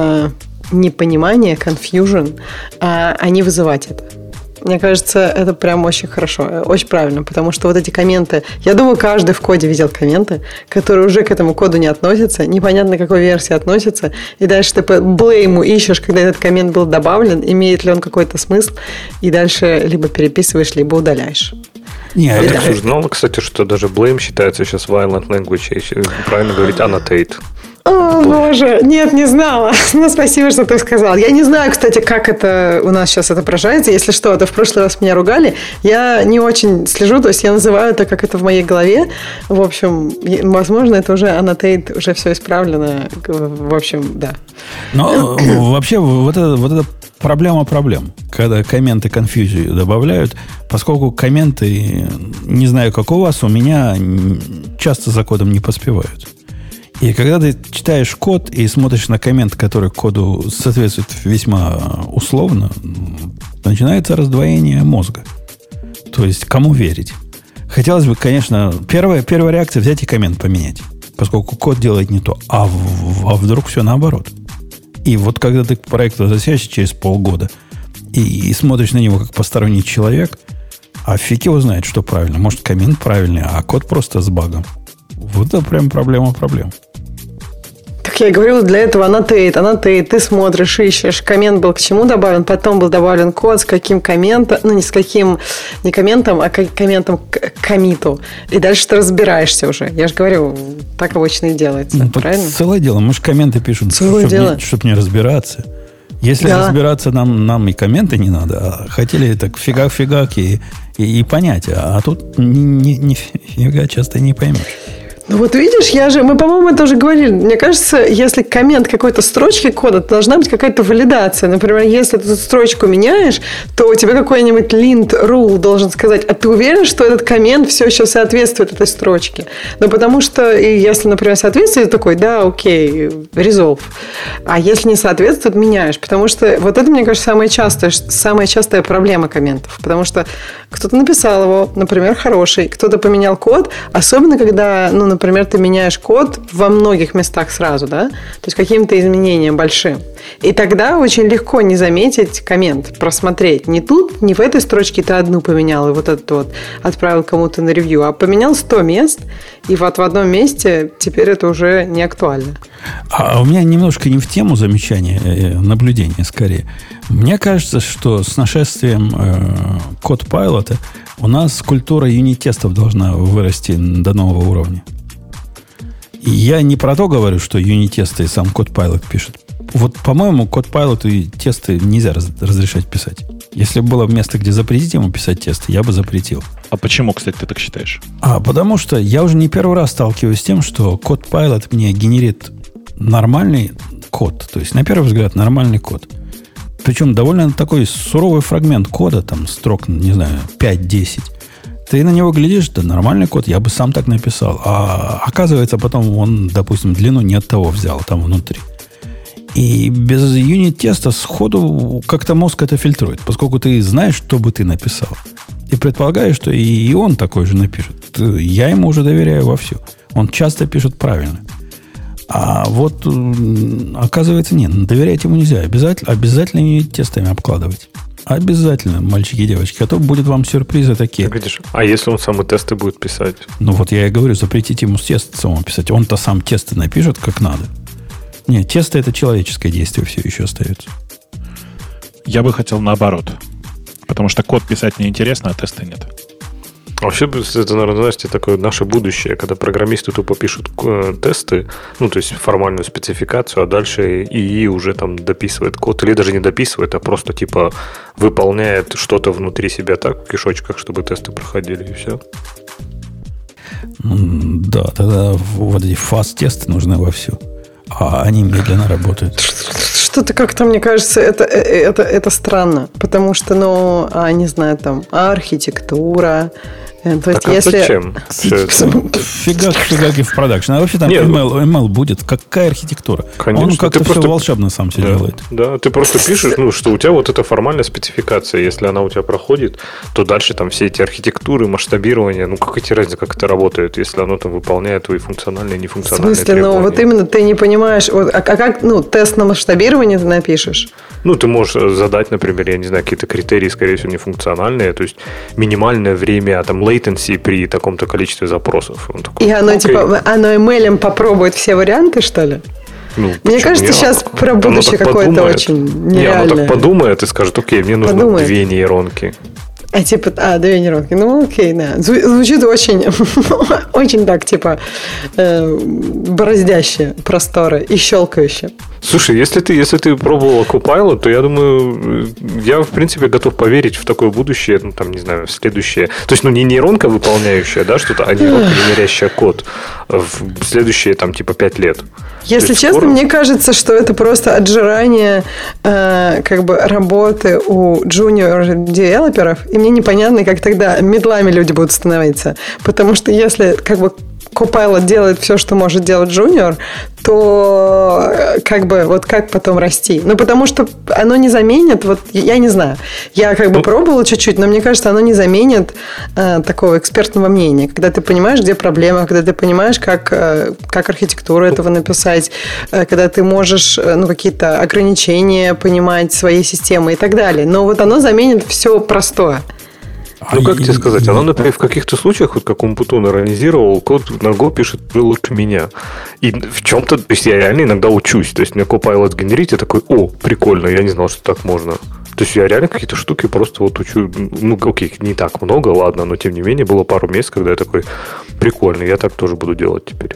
непонимание, confusion, а не вызывать это. Мне кажется, это прям очень хорошо, очень правильно, потому что вот эти комменты, я думаю, каждый в коде видел комменты, которые уже к этому коду не относятся, непонятно к какой версии относятся, и дальше ты по блейму ищешь, когда этот коммент был добавлен, имеет ли он какой-то смысл, и дальше либо переписываешь, либо удаляешь. Я знал, кстати, что даже blame считается сейчас violent language, если правильно говорить annotate. О, боже, нет, не знала. Ну, спасибо, что ты сказал. Я не знаю, кстати, как это у нас сейчас отображается. Если что, то в прошлый раз меня ругали. Я не очень слежу, то есть я называю это, как это в моей голове. В общем, возможно, это уже annotate, уже все исправлено. В общем, да. Но вообще вот это проблема проблем. Когда комменты конфьюзию добавляют, поскольку комменты, не знаю, как у вас, у меня часто за кодом не поспевают. И когда ты читаешь код и смотришь на коммент, который коду соответствует весьма условно, начинается раздвоение мозга. То есть, кому верить? Хотелось бы, конечно, первая реакция взять и коммент поменять, поскольку код делает не то, а вдруг все наоборот. И вот когда ты к проекту засядешь через полгода и смотришь на него как посторонний человек, а фиг его знает, что правильно. Может, коммент правильный, а код просто с багом. Вот это прям проблема проблем. Как я и говорила, для этого annotate, ты смотришь, ищешь, коммент был к чему добавлен, потом был добавлен код, с каким комментом, не комментом, а комментом к коммиту. И дальше ты разбираешься уже. Я же говорю, так обычно и делается, правильно? Целое дело. Мы же комменты пишем, чтобы не разбираться. Если разбираться, нам и комменты не надо. А хотели так фигак и понять. А тут нифига часто не поймешь. Ну вот видишь, мы, по-моему, это уже говорили. Мне кажется, если коммент какой-то строчки кода, то должна быть какая-то валидация. Например, если ты эту строчку меняешь, то у тебя какой-нибудь lint rule должен сказать, а ты уверен, что этот коммент все еще соответствует этой строчке? Ну, потому что, если, например, соответствует, такой, да, окей, resolve. А если не соответствует, меняешь. Потому что вот это, мне кажется, самая частая проблема комментов. Потому что кто-то написал его, например, хороший, кто-то поменял код, особенно когда, например, ты меняешь код во многих местах сразу, да? То есть каким-то изменением большим. И тогда очень легко не заметить коммент, просмотреть. Не тут, не в этой строчке ты одну поменял, и вот этот вот отправил кому-то на ревью, а поменял 100 мест, и вот в одном месте теперь это уже не актуально. А у меня немножко не в тему замечания, наблюдения скорее. Мне кажется, что с нашествием Code-Pilot у нас культура юнит-тестов должна вырасти до нового уровня. И я не про то говорю, что юнит-тесты и сам Code-Pilot пишет. Вот, по-моему, Code-Pilot и тесты нельзя разрешать писать. Если бы было место, где запретить ему писать тесты, я бы запретил. А почему, кстати, ты так считаешь? Потому что я уже не первый раз сталкиваюсь с тем, что Code-Pilot мне генерит нормальный, код. То есть, на первый взгляд, нормальный код. Причем довольно такой суровый фрагмент кода, там строк, не знаю, 5-10. Ты на него глядишь, да нормальный код, я бы сам так написал. А оказывается, потом он, допустим, длину не от того взял там внутри. И без юнит-теста сходу как-то мозг это фильтрует, поскольку ты знаешь, что бы ты написал. И предполагаешь, что и он такой же напишет. Я ему уже доверяю вовсю. Он часто пишет правильно. А вот, оказывается, нет, доверять ему нельзя. Обязательно юнит-тестами обкладывать. Обязательно, мальчики и девочки. А то будет вам сюрпризы такие. Видишь, а если он сам и тесты будет писать? Ну вот я и говорю, запретите ему тест самому писать. Он-то сам тесты напишет как надо. Нет, тесты это человеческое действие все еще остается. Я бы хотел наоборот. Потому что код писать неинтересно, а тесты нет. Вообще, это, наверное, знаете, такое наше будущее, когда программисты тупо пишут тесты, ну, то есть формальную спецификацию, а дальше ИИ уже там дописывает код, или даже не дописывает, а просто типа выполняет что-то внутри себя так в кишочках, чтобы тесты проходили, и все. Да, тогда вот эти фаст-тесты нужны вовсю. А они медленно работают. Что-то как-то, мне кажется, это странно. Потому что, не знаю, там, архитектура. То есть, зачем? Фигаки в продакшн. А вообще там ML будет. Какая архитектура? Конечно, он как-то все волшебно сам все делает. Да, ты просто пишешь, что у тебя вот эта формальная спецификация. Если она у тебя проходит, то дальше там все эти архитектуры, масштабирование, какая тебе разница, как это работает, если оно там выполняет твои функциональные и нефункциональные требования. В смысле, вот именно ты не понимаешь, а как, тест на масштабирование ты напишешь? Ты можешь задать, например, я не знаю, какие-то критерии, скорее всего, нефункциональные, то есть минимальное время, там, latency при таком-то количестве запросов. И оно, оно ML попробует все варианты, что ли? Мне кажется, сейчас про будущее какое-то очень нереальное. Оно так подумает и скажет, окей, мне нужно 2 нейронки. Две нейронки. Окей, да. Звучит очень, очень так, бороздяще, просторы и щелкающе. Слушай, если ты пробовал Copilot, то я думаю, я, в принципе, готов поверить в такое будущее, не знаю, следующее. То есть, не нейронка выполняющая, да, что-то, а нейронка, генерящая код в следующие, 5 лет. Если честно, мне кажется, что это просто отжирание работы у junior-девелоперов, и мне непонятно, как тогда медлами люди будут становиться. Потому что если Copilot делает все, что может делать junior, то как потом расти? Потому что оно не заменит, я не знаю. Я пробовала чуть-чуть, но мне кажется, оно не заменит такого экспертного мнения. Когда ты понимаешь, где проблема, когда ты понимаешь, как архитектуру этого написать, когда ты можешь какие-то ограничения понимать своей системы и так далее. Но оно заменит все простое. Как тебе сказать? Оно, например, в каких-то случаях, как Умпутун иронизировал, код на Go пишет лучше меня. И в чем-то, то есть я реально иногда учусь. То есть мне Copilot генерить, я такой, прикольно, я не знал, что так можно. То есть я реально какие-то штуки просто учу. Окей, не так много, ладно, но тем не менее было пару месяцев, когда я такой, прикольно, я так тоже буду делать теперь.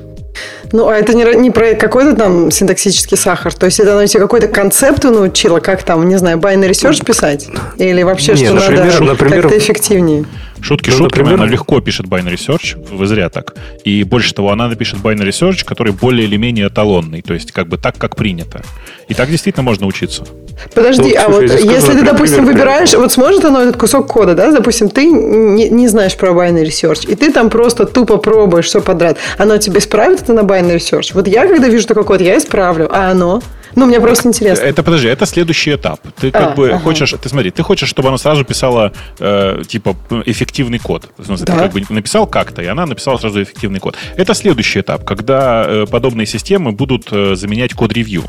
А это не про какой-то там синтаксический сахар? То есть это оно тебе какой-то концепт научило, как там, не знаю, binary search писать? Или вообще, что надо как-то эффективнее? Шутки шутками, она легко пишет binary search, вы зря так. И больше того, она напишет binary search, который более или менее эталонный, то есть так, как принято. И так действительно можно учиться. Подожди, если ты, допустим, выбираешь, сможет оно этот кусок кода, да, допустим, ты не знаешь про binary search, и ты там просто тупо пробуешь все подряд, оно тебе исправит это на binary search? Я, когда вижу такой код, я исправлю, а оно... мне просто интересно. Это следующий этап. Ты хочешь, ты хочешь, чтобы она сразу писала эффективный код. Да. Ты написал как-то, и она написала сразу эффективный код. Это следующий этап, когда подобные системы будут заменять код-ревью.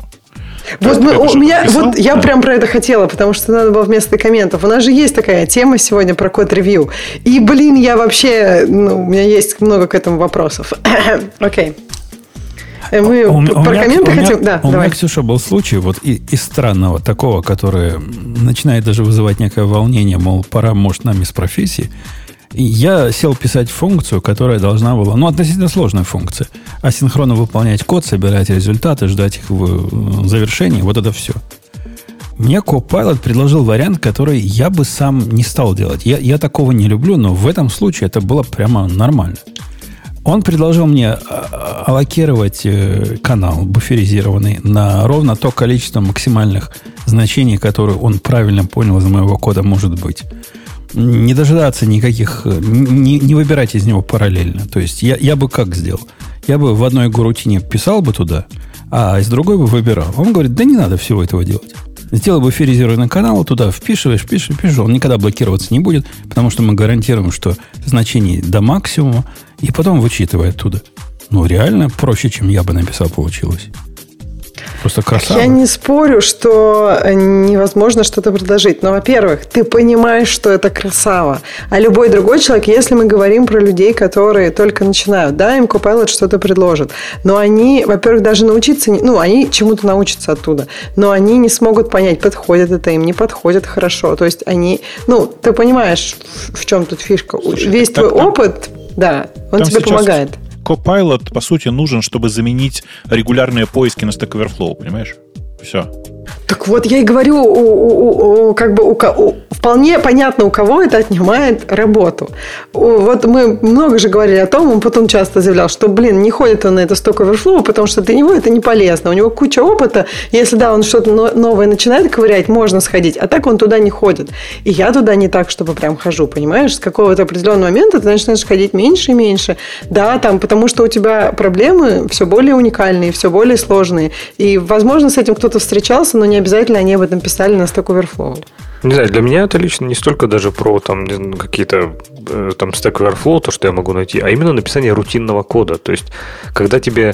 Я прям про это хотела, потому что надо было вместо комментов. У нас же есть такая тема сегодня про код-ревью. И, я вообще, у меня есть много к этому вопросов. Окей. Мы про комменты хотим... Да, у меня, Ксюша, был случай из странного такого, которое начинает даже вызывать некое волнение, мол, пора, может, нам из профессии. И я сел писать функцию, которая должна была... относительно сложная функция. Асинхронно выполнять код, собирать результаты, ждать их завершения. Вот это все. Мне Copilot предложил вариант, который я бы сам не стал делать. Я такого не люблю, но в этом случае это было прямо нормально. Он предложил мне аллокировать канал буферизированный на ровно то количество максимальных значений, которые он правильно понял из моего кода может быть. Не дожидаться никаких, не выбирать из него параллельно. То есть я бы как сделал? Я бы в одной горутине писал бы туда, а из другой бы выбирал. Он говорит, да не надо всего этого делать. Сделай буферизированный канал, туда впишешь, он никогда блокироваться не будет, потому что мы гарантируем, что значение до максимума, и потом вычитывай оттуда. Ну, реально проще, чем я бы написал, получилось. Просто красава. Я не спорю, что невозможно что-то предложить. Но, во-первых, ты понимаешь, что это красава. А любой другой человек, если мы говорим про людей, которые только начинают, да, им Copilot что-то предложит. Но они, во-первых, даже научиться, они чему-то научатся оттуда. Но они не смогут понять, подходит это им, не подходит хорошо. То есть они, ты понимаешь, в чем тут фишка. Слушай, весь твой опыт, да, он тебе помогает. Copilot, по сути, нужен, чтобы заменить регулярные поиски на Stack Overflow, понимаешь? Все. Так вот, я и говорю, вполне понятно, у кого это отнимает работу. Вот мы много же говорили о том, он потом часто заявлял, что, не ходит он на это Stack Overflow, потому что для него это не полезно. У него куча опыта, если, да, он что-то новое начинает ковырять, можно сходить, а так он туда не ходит. И я туда не так, чтобы прям хожу, понимаешь? С какого-то определенного момента ты начинаешь ходить меньше и меньше. Да, потому что у тебя проблемы все более уникальные, все более сложные. И, возможно, с этим кто-то встречался, но не обязательно они об этом писали на Stack Overflow. Не знаю, для меня это лично не столько даже про какие-то Stack Overflow, то, что я могу найти, а именно написание рутинного кода. То есть, когда тебе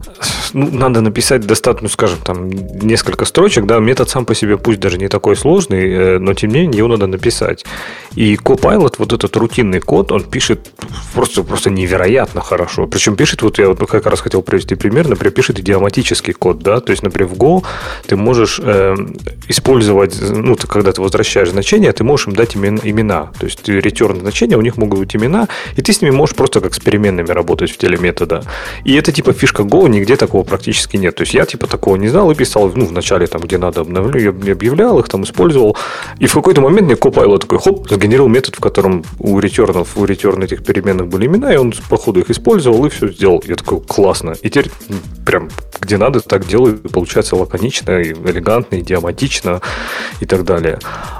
надо написать достаточно, скажем, несколько строчек, да, метод сам по себе пусть даже не такой сложный, но тем не менее его надо написать. И Copilot, вот этот рутинный код, он пишет просто невероятно хорошо. Причем пишет, я как раз хотел привести пример, например, пишет идиоматический код, да, то есть, например, в Go ты можешь использовать, когда ты возвращаешь значения, ты можешь им дать имена. То есть, return значения, у них могут быть имена, и ты с ними можешь просто как с переменными работать в теле метода. И это фишка Go, нигде такого практически нет. То есть, я такого не знал и писал, в начале, где надо, объявлял их, использовал. И в какой-то момент мне Copilot такой, сгенерил метод, в котором у return этих переменных были имена, и он по ходу их использовал и все сделал. Я такой, классно. И теперь прям где надо, так делаю, получается лаконично, элегантно, идиоматично и так далее.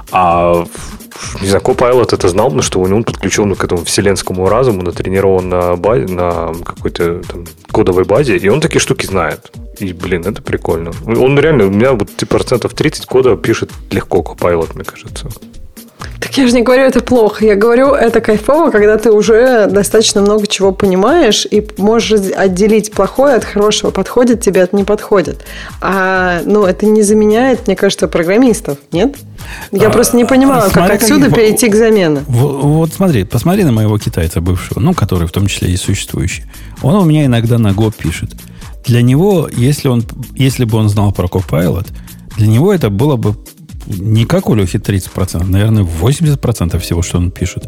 А не знаю, Copilot это знал, потому что он подключен к этому вселенскому разуму, натренирован на какой-то кодовой базе, и он такие штуки знает. И, это прикольно. Он реально, у меня 30% кода пишет легко Copilot, мне кажется. Так я же не говорю, это плохо. Я говорю, это кайфово, когда ты уже достаточно много чего понимаешь и можешь отделить плохое от хорошего. Подходит тебе, это не подходит. А это не заменяет, мне кажется, программистов, нет? Я просто не понимаю, как отсюда перейти к замене. Вот посмотри на моего китайца бывшего, который в том числе и существующий. Он у меня иногда на Go пишет. Для него, если бы он знал про Copilot, для него это было бы не как у Лехи 30%, наверное, 80% всего, что он пишет.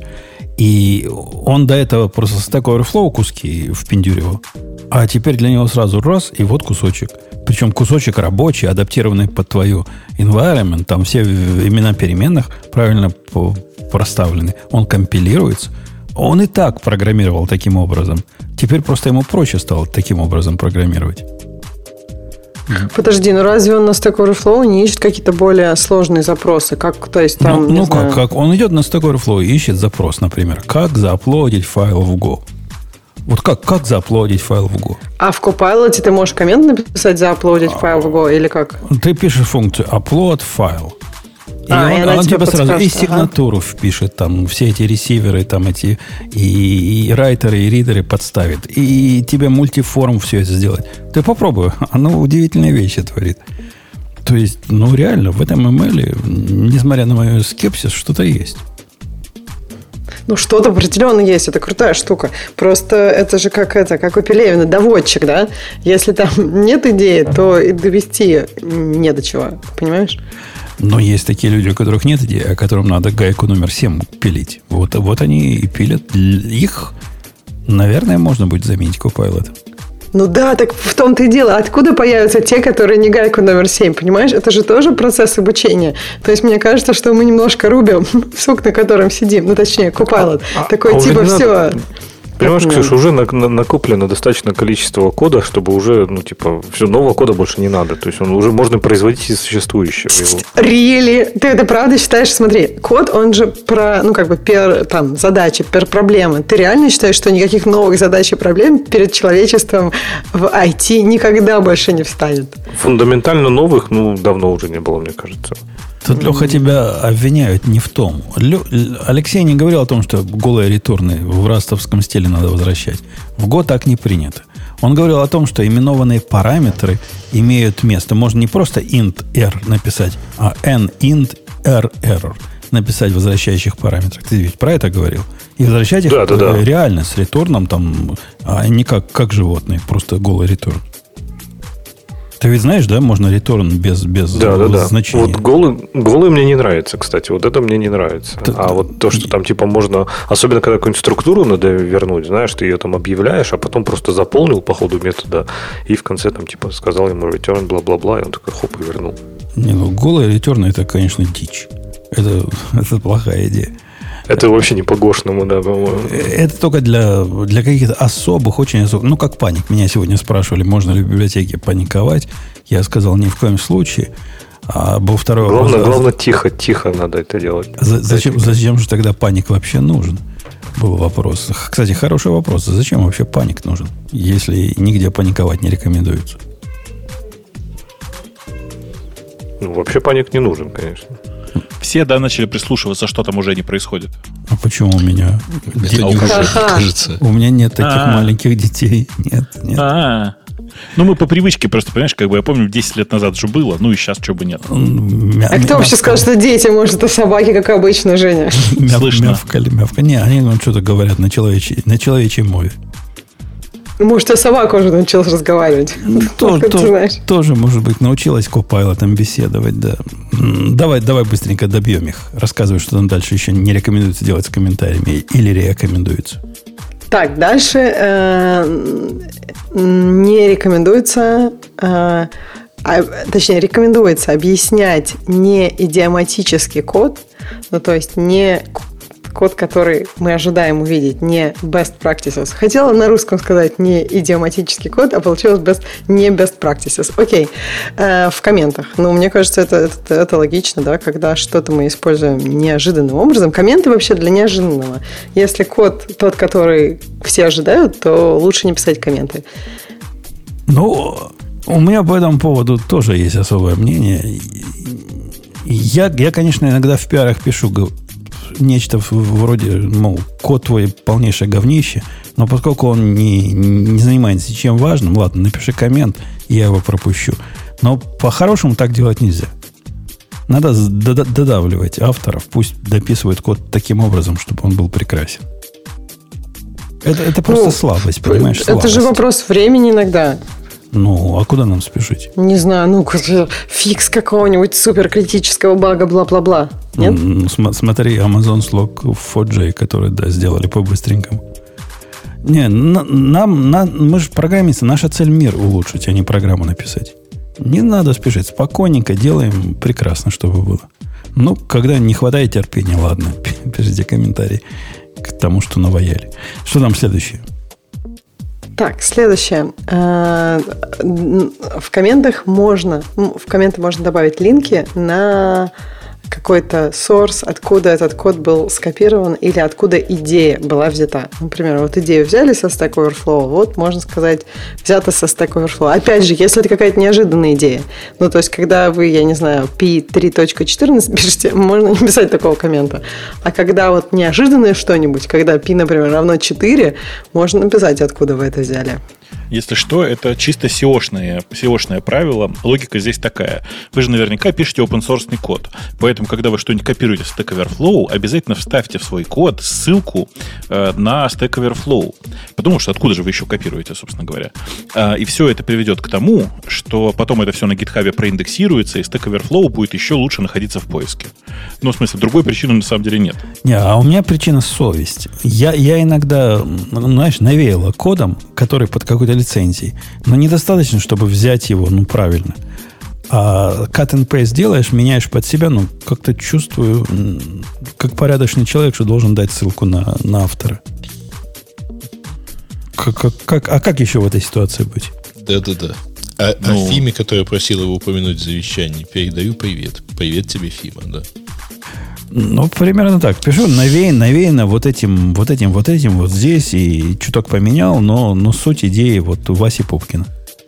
И он до этого просто Stack Overflow куски впендюривал. А теперь для него сразу раз, и вот кусочек. Причем кусочек рабочий, адаптированный под твою environment. Там все имена переменных правильно проставлены. Он компилируется. Он и так программировал таким образом. Теперь просто ему проще стало таким образом программировать. Подожди, разве он на Stack Overflow не ищет какие-то более сложные запросы? То есть там, как? Он идет на Stack Overflow и ищет запрос, например, как зааплодить файл в Go. Вот как зааплодить файл в Go? А в Copilot ты можешь коммент написать зааплодить файл в Go или как? Ты пишешь функцию upload файл. И он тебе сразу и сигнатуру впишет, все эти ресиверы, эти и райтеры, и ридеры подставит. И тебе мультиформ все это сделать. Ты попробуй, оно удивительные вещи творит. То есть, реально, в этом ML, несмотря на мой скепсис, что-то есть. Что-то определенно есть, это крутая штука. Просто это же как у Пелевина, доводчик, да? Если там нет идеи, то и довести не до чего, понимаешь? Но есть такие люди, у которых нет идеи, а которым надо гайку номер 7 пилить. Вот они и пилят. Их, наверное, можно будет заменить Copilot. Так в том-то и дело. Откуда появятся те, которые не гайку номер 7, понимаешь? Это же тоже процесс обучения. То есть, мне кажется, что мы немножко рубим сук, на котором сидим. Точнее, Copilot. Такой все... Понимаешь, Ксюша, уже накоплено достаточное количество кода, чтобы уже, все, нового кода больше не надо. То есть он уже можно производить из существующего его. Really? Ты это правда считаешь? Смотри, код, он же про, задачи, проблемы. Ты реально считаешь, что никаких новых задач и проблем перед человечеством в IT никогда больше не встанет? Фундаментально новых, давно уже не было, мне кажется. Тут, Леха, тебя обвиняют не в том. Алексей не говорил о том, что голые ретурны в растовском стиле надо возвращать. В Go так не принято. Он говорил о том, что именованные параметры имеют место. Можно не просто int r написать, а n int r error написать в возвращающих параметрах. Ты ведь про это говорил? И возвращать их реально с ретурном, а не как животные, просто голый ретурн. Ты ведь знаешь, да, можно return без значения. Вот голый мне не нравится, кстати. Вот это мне не нравится. Вот то, что там можно, особенно когда какую-нибудь структуру надо вернуть, знаешь, ты ее там объявляешь, а потом просто заполнил по ходу метода и в конце сказал ему return, бла-бла-бла, и он такой хоп и вернул. Голый return это, конечно, дичь. Это плохая идея. Это вообще не по-гошному, да, по-моему. Это только для каких-то особых, очень особых. Как паник. Меня сегодня спрашивали, можно ли в библиотеке паниковать. Я сказал, ни в коем случае. А был второй вопрос. Главное, тихо надо это делать. Зачем же тогда паник вообще нужен? Был вопрос. Кстати, хороший вопрос. Зачем вообще паник нужен, если нигде паниковать не рекомендуется? Вообще паник не нужен, конечно. Все, начали прислушиваться, что там уже не происходит. А почему у меня? Это не уже, кажется. У меня нет таких маленьких детей. Нет. Мы по привычке просто, понимаешь, я помню, 10 лет назад же было, и сейчас чего бы нет. А кто вообще сказал, что дети, может, это собаки, как обычно, Женя? Мявкали. Не, они что-то говорят на человечьей мове. Может, и собака уже научилась разговаривать. Тоже, может быть, научилась Copilot беседовать, да. Давай быстренько добьем их. Рассказывай, что там дальше еще не рекомендуется делать с комментариями или рекомендуется. Так, дальше не рекомендуется, точнее, рекомендуется объяснять не идиоматический код, то есть не код, который мы ожидаем увидеть, не best practices. Хотела на русском сказать не идиоматический код, а получилось не best practices. Окей. В комментах. Мне кажется, это логично, да, когда что-то мы используем неожиданным образом. Комменты вообще для неожиданного. Если код тот, который все ожидают, то лучше не писать комменты. У меня по этому поводу тоже есть особое мнение. Я, конечно, иногда в пиарах пишу нечто вроде, код твой полнейшее говнище, но поскольку он не занимается ничем важным, ладно, напиши коммент, и я его пропущу. Но по-хорошему так делать нельзя. Надо додавливать авторов, пусть дописывают код таким образом, чтобы он был прекрасен. Это просто слабость, понимаешь? Это же вопрос времени иногда. А куда нам спешить? Не знаю, фикс какого-нибудь суперкритического бага, бла-бла-бла. Нет? Смотри, Amazon Slog 4J, который, сделали по-быстренькому. Мы же программисты, наша цель мир улучшить, а не программу написать. Не надо спешить, спокойненько делаем прекрасно, чтобы было. Когда не хватает терпения, ладно, пишите комментарии к тому, что наваяли. Что там следующее? Так, следующее. В комменты можно добавить линки на какой-то source, откуда этот код был скопирован или откуда идея была взята. Например, идею взяли со Stack Overflow, можно сказать, взята со Stack Overflow. Опять же, если это какая-то неожиданная идея. То есть, когда вы, я не знаю, P3.14 пишете, можно не писать такого коммента. А когда неожиданное что-нибудь, когда P, например, равно 4, можно написать, откуда вы это взяли. Если что, это чисто SEO-шное правило. Логика здесь такая. Вы же наверняка пишете open-source код. Поэтому, когда вы что-нибудь копируете в Stack Overflow, обязательно вставьте в свой код ссылку на Stack Overflow. Потому что откуда же вы еще копируете, собственно говоря. И все это приведет к тому, что потом это все на GitHub проиндексируется, и Stack Overflow будет еще лучше находиться в поиске. В смысле, другой причины на самом деле нет. А у меня причина совесть. Я иногда, навеяло кодом, который под какой-то лицензией. Но недостаточно, чтобы взять его, правильно. А cut and paste делаешь, меняешь под себя, как-то чувствую, как порядочный человек, что должен дать ссылку на автора. как еще в этой ситуации быть? Да. А Фиме, которая просила его упомянуть в завещании, передаю привет. Привет тебе, Фима, да. Ну, примерно так. Пишу навеяно вот этим вот здесь, и чуток поменял, но суть идеи вот у Васи Пупкина.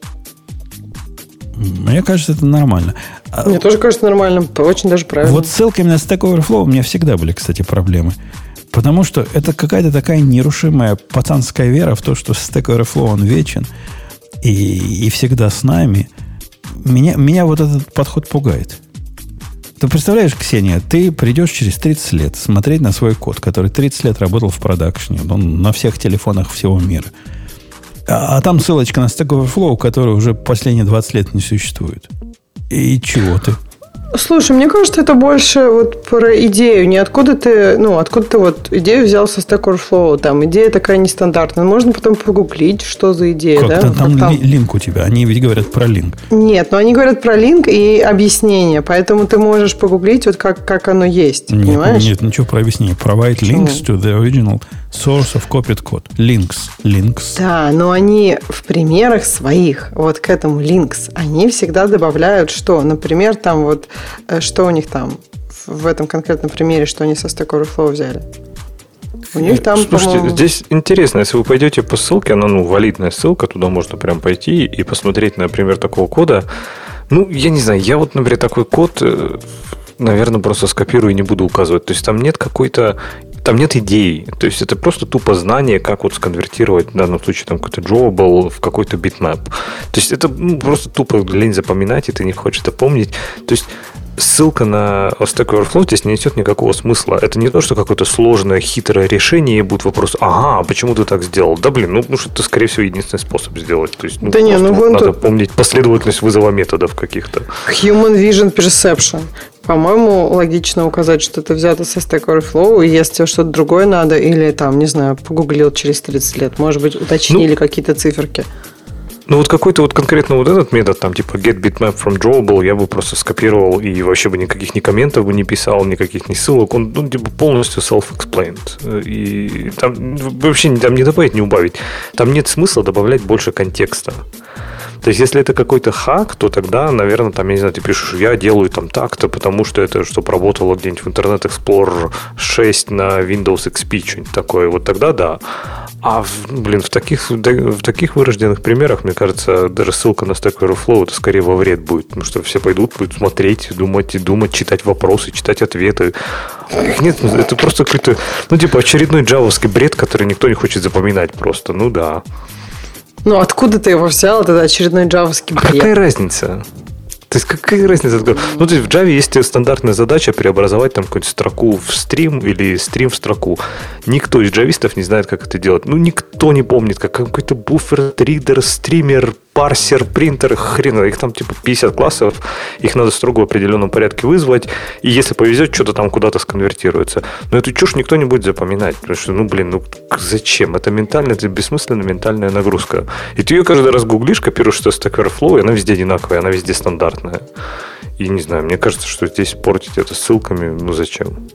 Мне кажется, это нормально. Мне тоже кажется нормально, очень даже правильно. Вот с ссылками на Stack Overflow у меня всегда были, кстати, проблемы. Потому что это какая-то такая нерушимая пацанская вера в то, что Stack Overflow, он вечен и всегда с нами. Меня вот этот подход пугает. Ты представляешь, Ксения, ты придешь через 30 лет смотреть на свой код, который 30 лет работал в продакшне, он на всех телефонах всего мира. А там ссылочка на Stack Overflow, который уже последние 20 лет не существует. И чего ты? Слушай, мне кажется, это больше вот про идею. Не откуда ты вот идею взял со Stack Overflow. Там идея такая нестандартная. Можно потом погуглить, что за идея. Как да? Там линк у тебя. Они ведь говорят про линк. Нет, но они говорят про линк и объяснение. Поэтому ты можешь погуглить, вот как оно есть. Нет, понимаешь? Нет, ничего про объяснение. Provide links to the original source of copied code. Links. Да, но они в примерах своих, вот к этому links, они всегда добавляют что? Например, там вот, что у них там в этом конкретном примере, что они со Stack Overflow взяли? У них там, слушайте, по-моему... здесь интересно, если вы пойдете по ссылке, она, валидная ссылка, туда можно прям пойти и посмотреть, например, такого кода. Я не знаю, я вот, например, такой код, наверное, просто скопирую и не буду указывать. То есть там нет идеи. То есть это просто тупо знание, как вот сконвертировать, в данном случае, там какой-то drawable в какой-то bitmap. То есть это просто тупо лень запоминать, и ты не хочешь это помнить. То есть ссылка на Stack Overflow здесь не несет никакого смысла. Это не то, что какое-то сложное, хитрое решение, и будет вопрос, а почему ты так сделал? Да, что это, скорее всего, единственный способ сделать. То есть, надо помнить последовательность вызова методов каких-то. Human Vision Perception. По-моему, логично указать, что это взято со Stack Overflow, и если тебе что-то другое надо, или там, не знаю, погуглил через 30 лет, может быть, уточнили какие-то циферки. Вот какой-то вот конкретно вот этот метод, там типа get bitmap from drawable, я бы просто скопировал и вообще бы никаких ни комментов бы не писал, никаких ни ссылок. Он типа полностью self-explained. И там вообще там не добавить, не убавить. Там нет смысла добавлять больше контекста. То есть, если это какой-то хак, то тогда, наверное, там, я не знаю, ты пишешь, я делаю там так-то, потому что это, чтобы работало где-нибудь в Internet Explorer 6 на Windows XP, что-нибудь такое. Вот тогда да. А, в таких вырожденных примерах, мне кажется, даже ссылка на Stack Overflow это скорее во вред будет. Потому что все будут смотреть, думать, читать вопросы, читать ответы. Нет, это просто какой-то, очередной джавовский бред, который никто не хочет запоминать просто. Да. Откуда ты его взял? Это очередной джавовский бред. Какая разница? То есть, какая разница? То есть, в Java есть стандартная задача преобразовать там какую-то строку в стрим или стрим в строку. Никто из джавистов не знает, как это делать. Никто не помнит, как какой-то буфер, ридер, стример, парсер, принтер, хрен, их там 50 классов, их надо строго в определенном порядке вызвать, и если повезет, что-то там куда-то сконвертируется. Но эту чушь никто не будет запоминать, потому что, зачем? Это бессмысленная ментальная нагрузка. И ты ее каждый раз гуглишь, копируешь что Stack Overflow, и она везде одинаковая, она везде стандартная. И не знаю, мне кажется, что здесь портить это ссылками, зачем?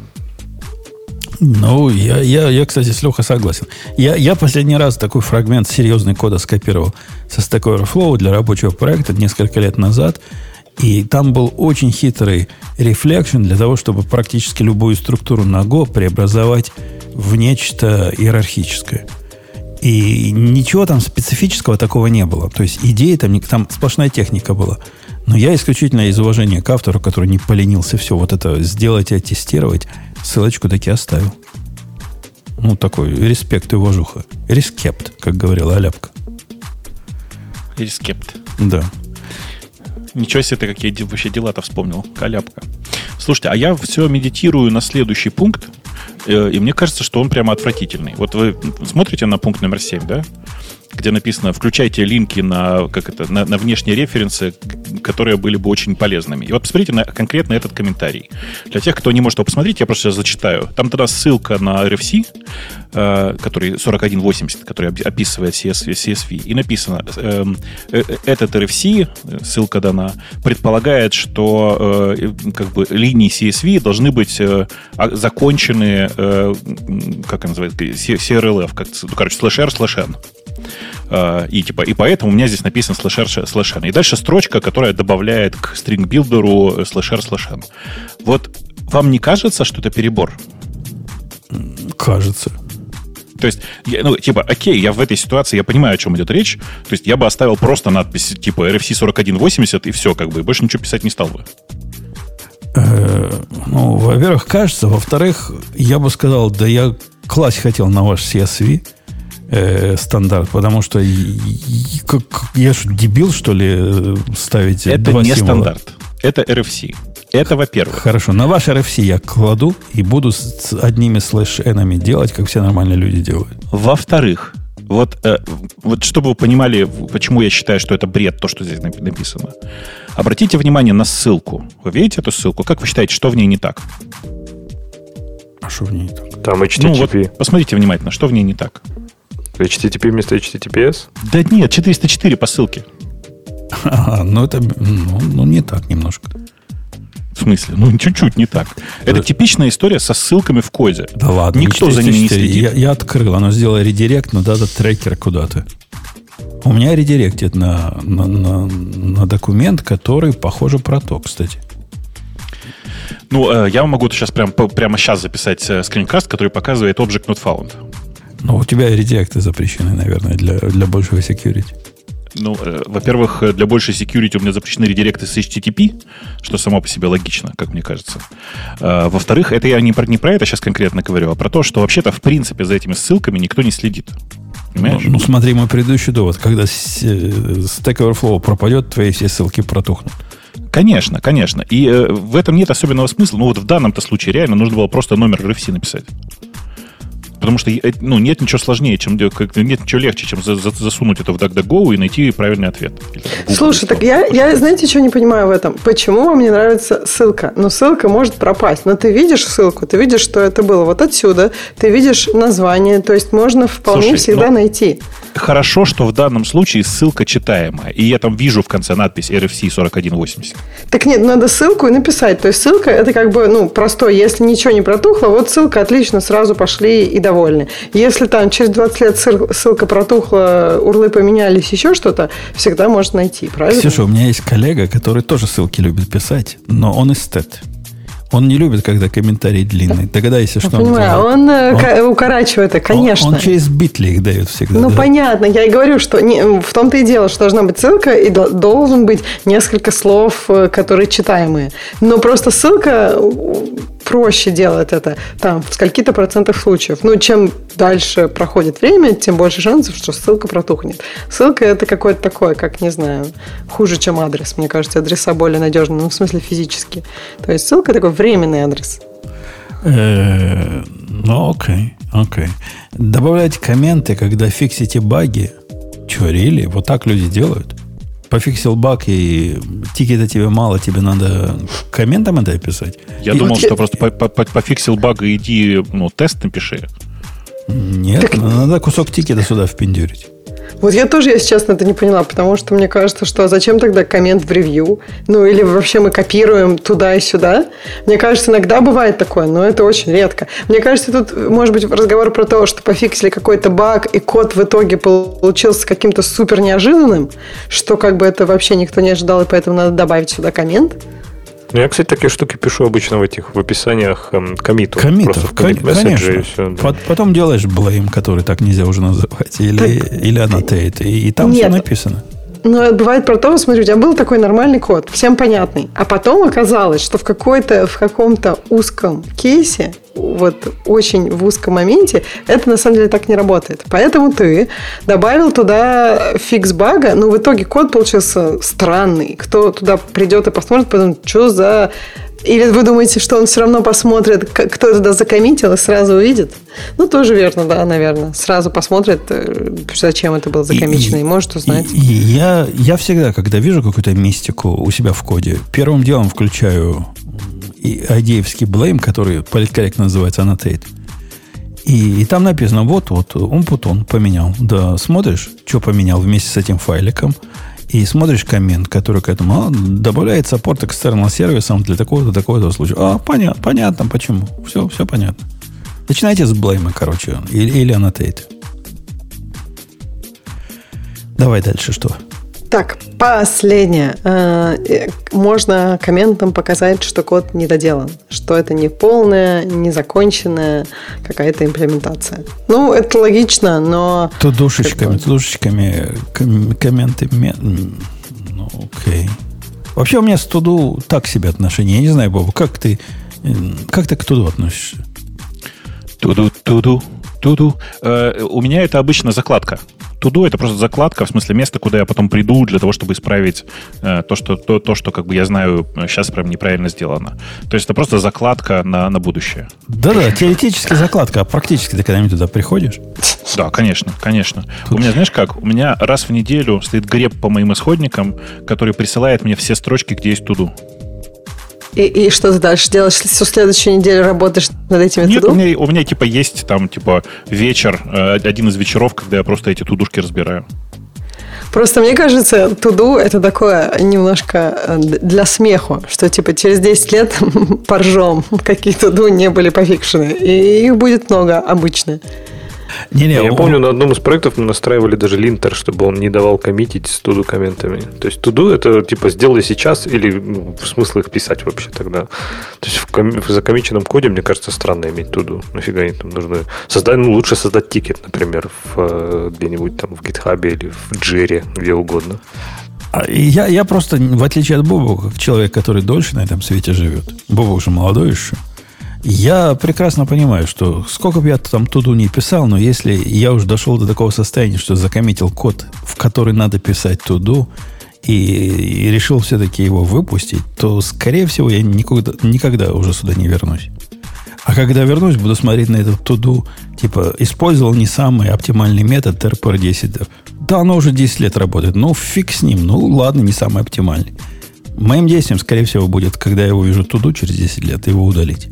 Я, кстати, с Лехой согласен. Я последний раз такой фрагмент серьезный кода скопировал со Stack Overflow для рабочего проекта несколько лет назад. И там был очень хитрый рефлекшн для того, чтобы практически любую структуру на Go преобразовать в нечто иерархическое. И ничего там специфического такого не было. То есть идеи там сплошная техника была. Но я исключительно из уважения к автору, который не поленился все вот это сделать и оттестировать, ссылочку таки оставил. Такой респект и уважуха. Рескепт, как говорила Аляпка. Рескепт. Да. Ничего себе, ты какие вообще дела-то вспомнил, Аляпка. Слушайте, а я все медитирую на следующий пункт, и мне кажется, что он прямо отвратительный. Вот вы смотрите на пункт номер 7, да? Где написано, включайте линки на внешние референсы, которые были бы очень полезными. И вот посмотрите конкретно этот комментарий. Для тех, кто не может его посмотреть, я просто сейчас зачитаю. Там тогда ссылка на RFC, который 4180, который описывает CSV, и написано, этот RFC, ссылка дана, предполагает, что как бы линии CSV должны быть закончены, как это называется, CRLF, /r/n. И поэтому у меня здесь написано /r/n. И дальше строчка, которая добавляет к string-билдеру /r/n. Вот вам не кажется, что это перебор? Кажется. То есть, окей, я в этой ситуации, я понимаю, о чем идет речь. То есть, я бы оставил просто надпись типа RFC 4180 и все, как бы, и больше ничего писать не стал бы. Во-первых, кажется. Во-вторых, я бы сказал, да я класть хотел на ваш CSV стандарт, потому что я что, дебил, что ли, ставить это два не символа? Стандарт, это RFC. Это во-первых. Хорошо, на ваш RFC я кладу и буду с одними /n делать, как все нормальные люди делают. Во-вторых, вот чтобы вы понимали, почему я считаю, что это бред, то, что здесь написано. Обратите внимание на ссылку. Вы видите эту ссылку? Как вы считаете, что в ней не так? А что в ней не так? Там HTTP. Посмотрите внимательно, что в ней не так. HTTP вместо HTTPS? Да нет, 404 по ссылке. Это не так немножко. В смысле? Чуть-чуть не так. Это типичная история со ссылками в коде. Да ладно. Никто за ними не следит. Я открыл, оно сделало редирект на дата-трекер куда-то. У меня редиректит на документ, который, похоже, про то, кстати. Я могу сейчас прямо сейчас записать скринкаст, который показывает Object Not Found. У тебя редиректы запрещены, наверное, для большего security. Во-первых, для большей security у меня запрещены редиректы с HTTP, что само по себе логично, как мне кажется. Во-вторых, это я не про это сейчас конкретно говорю, а про то, что вообще-то, в принципе, за этими ссылками никто не следит. Понимаешь? Смотри мой предыдущий довод. Когда Stack Overflow пропадет, твои все ссылки протухнут. Конечно, конечно. И в этом нет особенного смысла. В данном-то случае реально нужно было просто номер RFC написать. Потому что нет ничего сложнее, нет ничего легче, чем засунуть это в DuckDuckGo и найти правильный ответ. Слушай, так я знаете, что не понимаю в этом? Почему вам не нравится ссылка? Ссылка может пропасть. Но ты видишь ссылку, ты видишь, что это было вот отсюда, ты видишь название, то есть можно вполне всегда найти. Хорошо, что в данном случае ссылка читаемая. И я там вижу в конце надпись RFC 4180. Так нет, надо ссылку и написать. То есть ссылка это как бы простой. Если ничего не протухло, вот ссылка, отлично, сразу пошли и довольны. Если там через 20 лет ссылка протухла, урлы поменялись, еще что-то, всегда можно найти, правильно? Ксюша, у меня есть коллега, который тоже ссылки любит писать, но он эстет. Он не любит, когда комментарий длинный. Тогда, если что, понимаю, он укорачивает это, конечно. Он через битли их дает всегда. Понятно. Я и говорю, что в том-то и дело, что должна быть ссылка и должен быть несколько слов, которые читаемые. Но просто ссылка проще делать это там в скольки-то процентах случаев. Чем дальше проходит время, тем больше шансов, что ссылка протухнет. Ссылка это какое-то такое, как, не знаю, хуже, чем адрес. Мне кажется, адреса более надежные, в смысле физически. То есть ссылка такой временный адрес. Окей. Добавляйте комменты, когда фиксите баги. Че, вот так люди делают? Пофиксил баг, и тикета тебе мало, тебе надо комментом это описать? Я думал, что просто пофиксил баг и иди, тест напиши. Нет, надо кусок тикета сюда впендюрить. Вот я тоже, если честно, это не поняла, потому что мне кажется, что зачем тогда коммент в ревью? Или вообще мы копируем туда и сюда? Мне кажется, иногда бывает такое, но это очень редко. Мне кажется, тут может быть разговор про то, что пофиксили какой-то баг, и код в итоге получился каким-то супер неожиданным, что как бы это вообще никто не ожидал, и поэтому надо добавить сюда коммент. Я, кстати, такие штуки пишу обычно в описаниях коммитов. Коммитов, конечно. Потом делаешь blame, который так нельзя уже называть, или annotate, и там все написано. Но бывает про то, смотри, у тебя был такой нормальный код, всем понятный. А потом оказалось, что в каком-то узком кейсе, очень в узком моменте, это на самом деле так не работает. Поэтому ты добавил туда фикс бага, но в итоге код получился странный. Кто туда придет и посмотрит, подумает, что за... Или вы думаете, что он все равно посмотрит, кто туда закоммитил, и сразу увидит? Тоже верно, да, наверное. Сразу посмотрит, зачем это было закоммичено, и может узнать. Я всегда, когда вижу какую-то мистику у себя в коде, первым делом включаю IDE-евский blame, который политкорректно называется annotate. И там написано, вот, Умпутун поменял. Да, смотришь, что поменял вместе с этим файликом, и смотришь коммент, который к этому добавляет саппорт external сервисом для такого-то случая. Понятно, почему. Все понятно. Начинайте с блейма, короче, или annotate. Давай дальше, что? Так, последнее. Можно комментом показать, что код недоделан, что это не полная, незаконченная какая-то имплементация. Ну, это логично, но... Тудушечками, комменты... Ну, окей. Вообще у меня с туду так себе отношения. Я не знаю, Бобу, как ты к туду относишься? Туду. У меня это обычно закладка. Туду это просто закладка, в смысле место, куда я потом приду для того, чтобы исправить то, что как бы я знаю, сейчас прям неправильно сделано. То есть это просто закладка на будущее. Да, теоретически закладка, а практически ты когда-нибудь туда приходишь? Да, конечно. У меня, знаешь как, у меня раз в неделю стоит греб по моим исходникам, который присылает мне все строчки, где есть туду. И что ты дальше делаешь? Всю следующую неделю работаешь над этими туду? Нет, у меня типа есть там типа вечер, один из вечеров, когда я просто эти тудушки разбираю. Просто мне кажется, туду это такое немножко для смеху, что типа через 10 лет поржем, какие туду не были пофикшены. И их будет много обычно. Я помню, на одном из проектов мы настраивали даже линтер, чтобы он не давал коммитить с туду комментами. То есть туду это типа сделай сейчас или смысл их писать вообще тогда. То есть в закоммиченном коде, мне кажется, странно иметь туду. Нафига они там нужны? Лучше создать тикет, например, где-нибудь там в GitHub или в Jira, где угодно. Я просто, в отличие от Боба, как человек, который дольше на этом свете живет, Боба уже молодой еще, я прекрасно понимаю, что сколько бы я там туду не писал, но если я уже дошел до такого состояния, что закоммитил код, в который надо писать туду, и решил все-таки его выпустить, то, скорее всего, я никогда уже сюда не вернусь. А когда вернусь, буду смотреть на этот туду, типа, использовал не самый оптимальный метод TRPR10. Да, оно уже 10 лет работает, ну, фиг с ним, ну, ладно, не самый оптимальный. Моим действием, скорее всего, будет, когда я увижу туду через 10 лет, его удалить.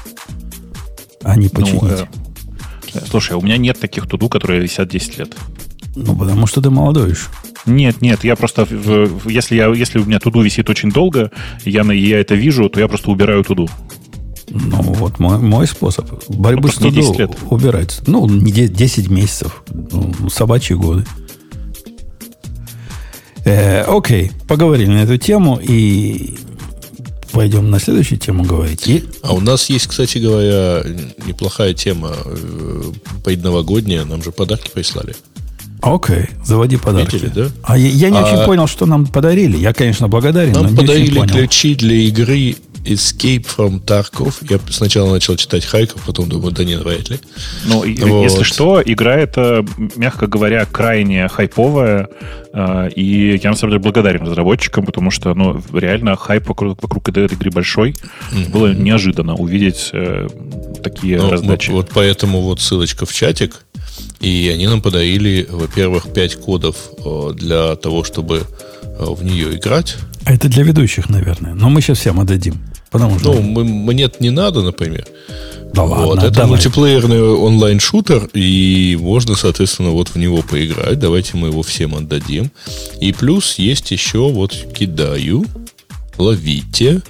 А не починить. Слушай, у меня нет таких туду, которые висят 10 лет. Ну, потому что ты молодой еще. Нет, я просто... Если у меня туду висит очень долго, я это вижу, то я просто убираю туду. Ну, вот мой способ борьбы с туду убирать. Ну, не 10 месяцев. Собачьи годы. Окей, поговорили на эту тему и... Пойдем на следующую тему говорить. А у нас есть, кстати говоря, неплохая тема предновогодняя. Нам же подарки прислали. Окей, заводи подарки. Видели, да? А я не очень понял, что нам подарили. Я, конечно, благодарен, но не очень понял. Нам подарили ключи для игры Escape from Tarkov. Я сначала начал читать Харьков, потом думаю, да нет, вряд ли. Ну, если что, игра эта, мягко говоря, крайне хайповая. И я, на самом деле, благодарен разработчикам, потому что, реально хайп вокруг этой игры большой. Было неожиданно увидеть такие раздачи. Вот поэтому вот ссылочка в чатик. И они нам подарили, во-первых, 5 кодов для того, чтобы в нее играть. А это для ведущих, наверное. Но мы сейчас всем отдадим. Потому что... мне не надо, например. Да ладно, это мультиплеерный онлайн-шутер, и можно, соответственно, вот в него поиграть. Давайте мы его всем отдадим. И плюс есть еще, вот кидаю, ловите.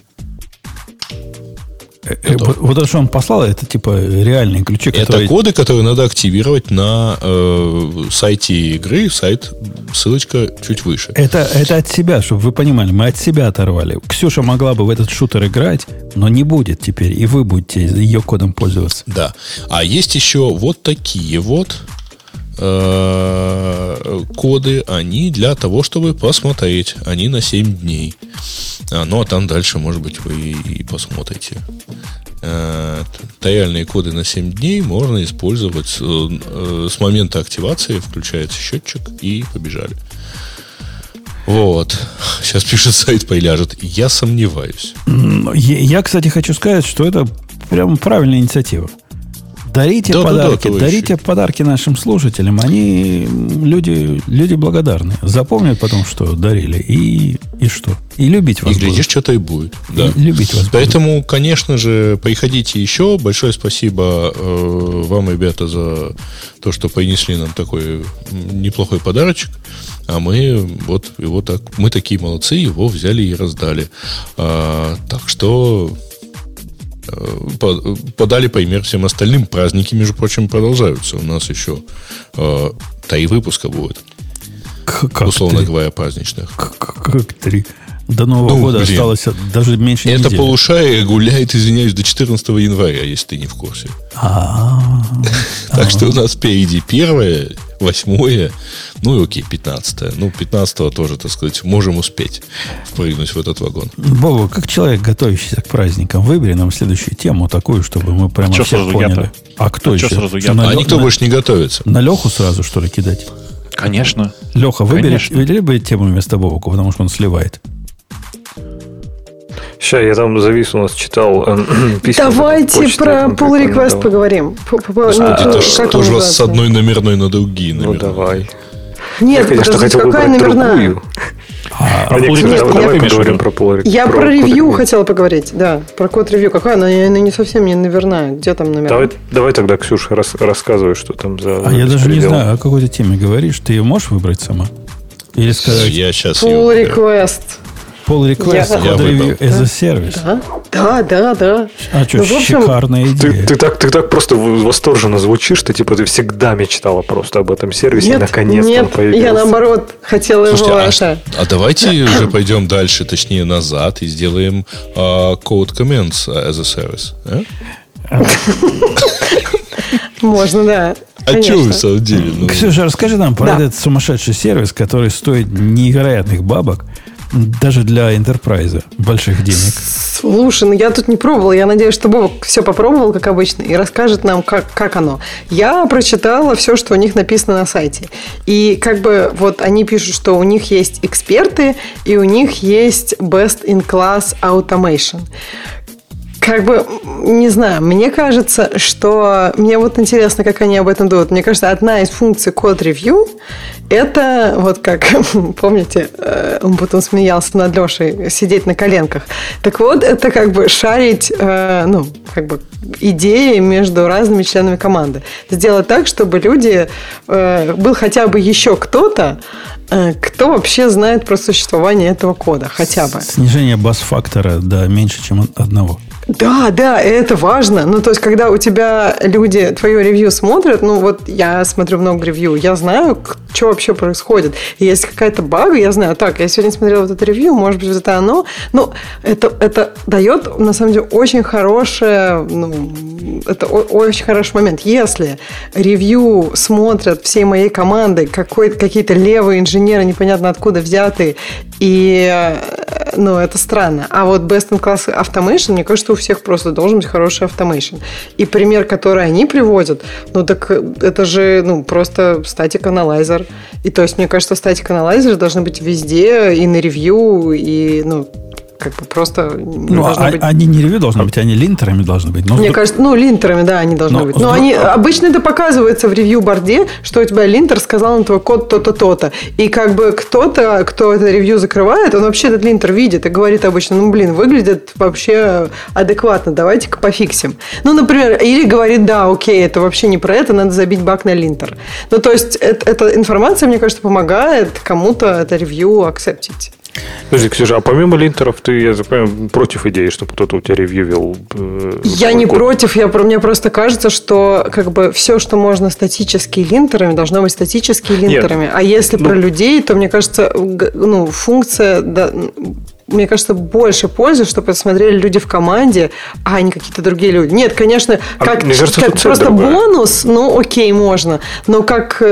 Вот то, что он послал, это типа реальные ключи, которые... Это коды, которые надо активировать на сайте игры. Сайт, ссылочка чуть выше. Это от себя, чтобы вы понимали. Мы от себя оторвали. Ксюша могла бы в этот шутер играть, но не будет теперь. И вы будете ее кодом пользоваться. Да. А есть еще вот такие вот коды. Они для того, чтобы посмотреть. Они на 7 дней. Ну, а там дальше, может быть, вы и посмотрите. Реальные коды на 7 дней можно использовать с момента активации. Включается счетчик и побежали. Вот. Сейчас пишет, сайт приляжет. Я сомневаюсь. Я, кстати, хочу сказать, что это прям правильная инициатива. Дарите подарки, дарите подарки нашим слушателям. Они люди благодарны. Запомнят потом, что дарили. И что? И любить вас будут. И глядишь, что-то и будет. Да. И любить вас Поэтому, будут. конечно же, приходите еще. Большое спасибо вам, ребята, за то, что принесли нам такой неплохой подарочек. А мы вот его так, мы такие молодцы, его взяли и раздали. Так что подали пример всем остальным. Праздники, между прочим, продолжаются. У нас еще 3 выпуска будет. Условно говоря, праздничных. Как 3? До Нового года осталось даже меньше недели. Это полушарие гуляет, извиняюсь, до 14 января, если ты не в курсе. Так что у нас впереди 1, 8, ну и окей, 15. Ну, 15 тоже, так сказать, можем успеть впрыгнуть в этот вагон. Бобу, как человек, готовящийся к праздникам, выбери нам следующую тему такую, чтобы мы прямо все поняли. А кто еще? А никто больше не готовится. На Леху сразу, что ли, кидать? Конечно. Леха, выбери бы тему вместо Бобука, потому что он сливает. Сейчас я там завис, у нас читал письма. Давайте про pull request поговорим. Это что же вас с одной номерной на другие номерные? Ну, давай. Нет, подождите, какая номерная? Давай поговорим про pull request. Я про ревью хотела поговорить, да. Про код ревью. Какая она? Она не совсем не номерная. Где там номерная? Давай тогда, Ксюша, рассказывай, что там за... А я даже не знаю, о какой-то теме говоришь. Ты ее можешь выбрать сама? Или сказать... Я сейчас pull request. Pull request, код ревью as a service. Да. А что, шикарная идея. Ты так просто восторженно звучишь, ты всегда мечтала просто об этом сервисе, и наконец-то он появился. Я наоборот хотела его... Слушайте, а давайте уже пойдем дальше, точнее назад, и сделаем code comments as a service. Можно, да. А что вы, в самом деле? Ксюша, расскажи нам про этот сумасшедший сервис, который стоит невероятных бабок, даже для энтерпрайза больших денег. Слушай, я тут не пробовала. Я надеюсь, что Бобок все попробовал, как обычно, и расскажет нам, как оно. Я прочитала все, что у них написано на сайте. И вот они пишут, что у них есть эксперты, и у них есть best in class automation. Не знаю, мне кажется, что... Мне интересно, как они об этом думают. Мне кажется, одна из функций Code Review это, как, помните, он потом смеялся над Лешей, сидеть на коленках. Так вот, это шарить, идеи между разными членами команды. Сделать так, чтобы люди... был хотя бы еще кто-то, кто вообще знает про существование этого кода. Хотя бы. Снижение бас-фактора до меньше, чем одного. Да, это важно. То есть, когда у тебя люди твое ревью смотрят, я смотрю много ревью, я знаю, что вообще происходит. И если какая-то бага, я знаю, я сегодня смотрела вот это ревью, может быть, это оно. Это дает, на самом деле, очень хорошее, это очень хороший момент. Если ревью смотрят всей моей командой, какие-то левые инженеры, непонятно откуда взятые, и это странно. А вот Best in Class Automation, мне кажется, у всех просто должен быть хороший automation. И пример, который они приводят, так это же просто Static Analyzer. И то есть, мне кажется, Static Analyzer должны быть везде, и на ревью, и просто... Они не ревью должны быть, они линтерами должны быть. Мне кажется, линтерами, да, они должны быть. Но обычно это показывается в ревью-борде, что у тебя линтер сказал на твой код то-то, то-то. И кто-то, кто это ревью закрывает, он вообще этот линтер видит и говорит обычно, выглядит вообще адекватно, давайте-ка пофиксим. Например, или говорит, да, окей, это вообще не про это, надо забить баг на линтер. То есть, эта информация, мне кажется, помогает кому-то это ревью акцептить. Подожди, Ксюша, а помимо линтеров ты, я понимаю, против идеи, чтобы кто-то у тебя ревью вел? Я не против, мне просто кажется, что все, что можно статически линтерами, должно быть статически линтерами. Нет. А если про людей, то, мне кажется, функция... Мне кажется, больше пользы, чтобы посмотрели люди в команде, а не какие-то другие люди. Нет, конечно, как просто бонус, окей, можно. Но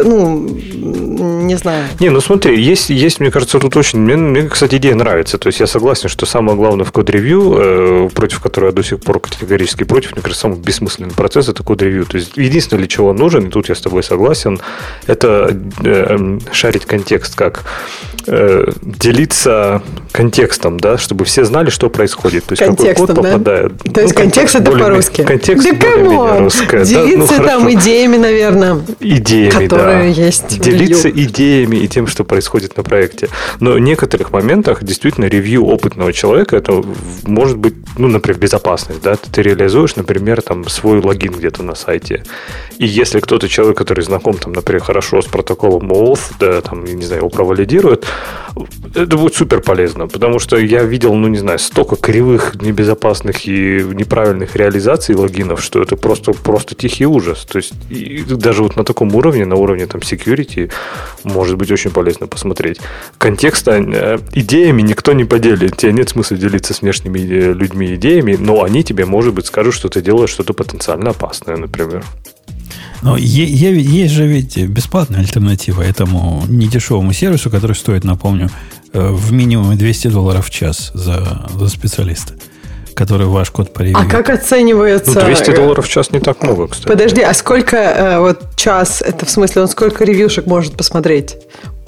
не знаю. Смотри, есть, мне кажется, тут очень... Мне, кстати, идея нравится. То есть, я согласен, что самое главное в код-ревью, против которого я до сих пор категорически против, мне кажется, самый бессмысленный процесс – это код-ревью. То есть, единственное, для чего он нужен, и тут я с тобой согласен, это шарить контекст, как делиться контекстом контекстом, да, чтобы все знали, что происходит. То есть контекстом, какой код попадает. То есть контекст это по-русски. Контекст да более-менее русское. Делиться там идеями, наверное. Идеями, которые да. есть. Делиться идеями и тем, что происходит на проекте. Но в некоторых моментах действительно ревью опытного человека, это может быть, например, безопасность, да, ты реализуешь, например, там свой логин где-то на сайте. И если кто-то человек, который знаком, там, например, хорошо с протоколом OAuth, да, там, не знаю, его провалидирует, это будет супер полезно, потому что я видел, столько кривых, небезопасных и неправильных реализаций логинов, что это просто тихий ужас. То есть и даже вот на таком уровне, на уровне там security, может быть очень полезно посмотреть. Контекста идеями никто не поделит. Тебе нет смысла делиться с внешними людьми идеями, но они тебе, может быть, скажут, что ты делаешь что-то потенциально опасное, например. Но есть же ведь бесплатная альтернатива этому недешевому сервису, который стоит, напомню, в минимуме $200 в час за специалиста, который ваш код поревьюет. А как оценивается... $200 в час не так много, кстати. Подожди, а сколько час, это в смысле, он сколько ревьюшек может посмотреть?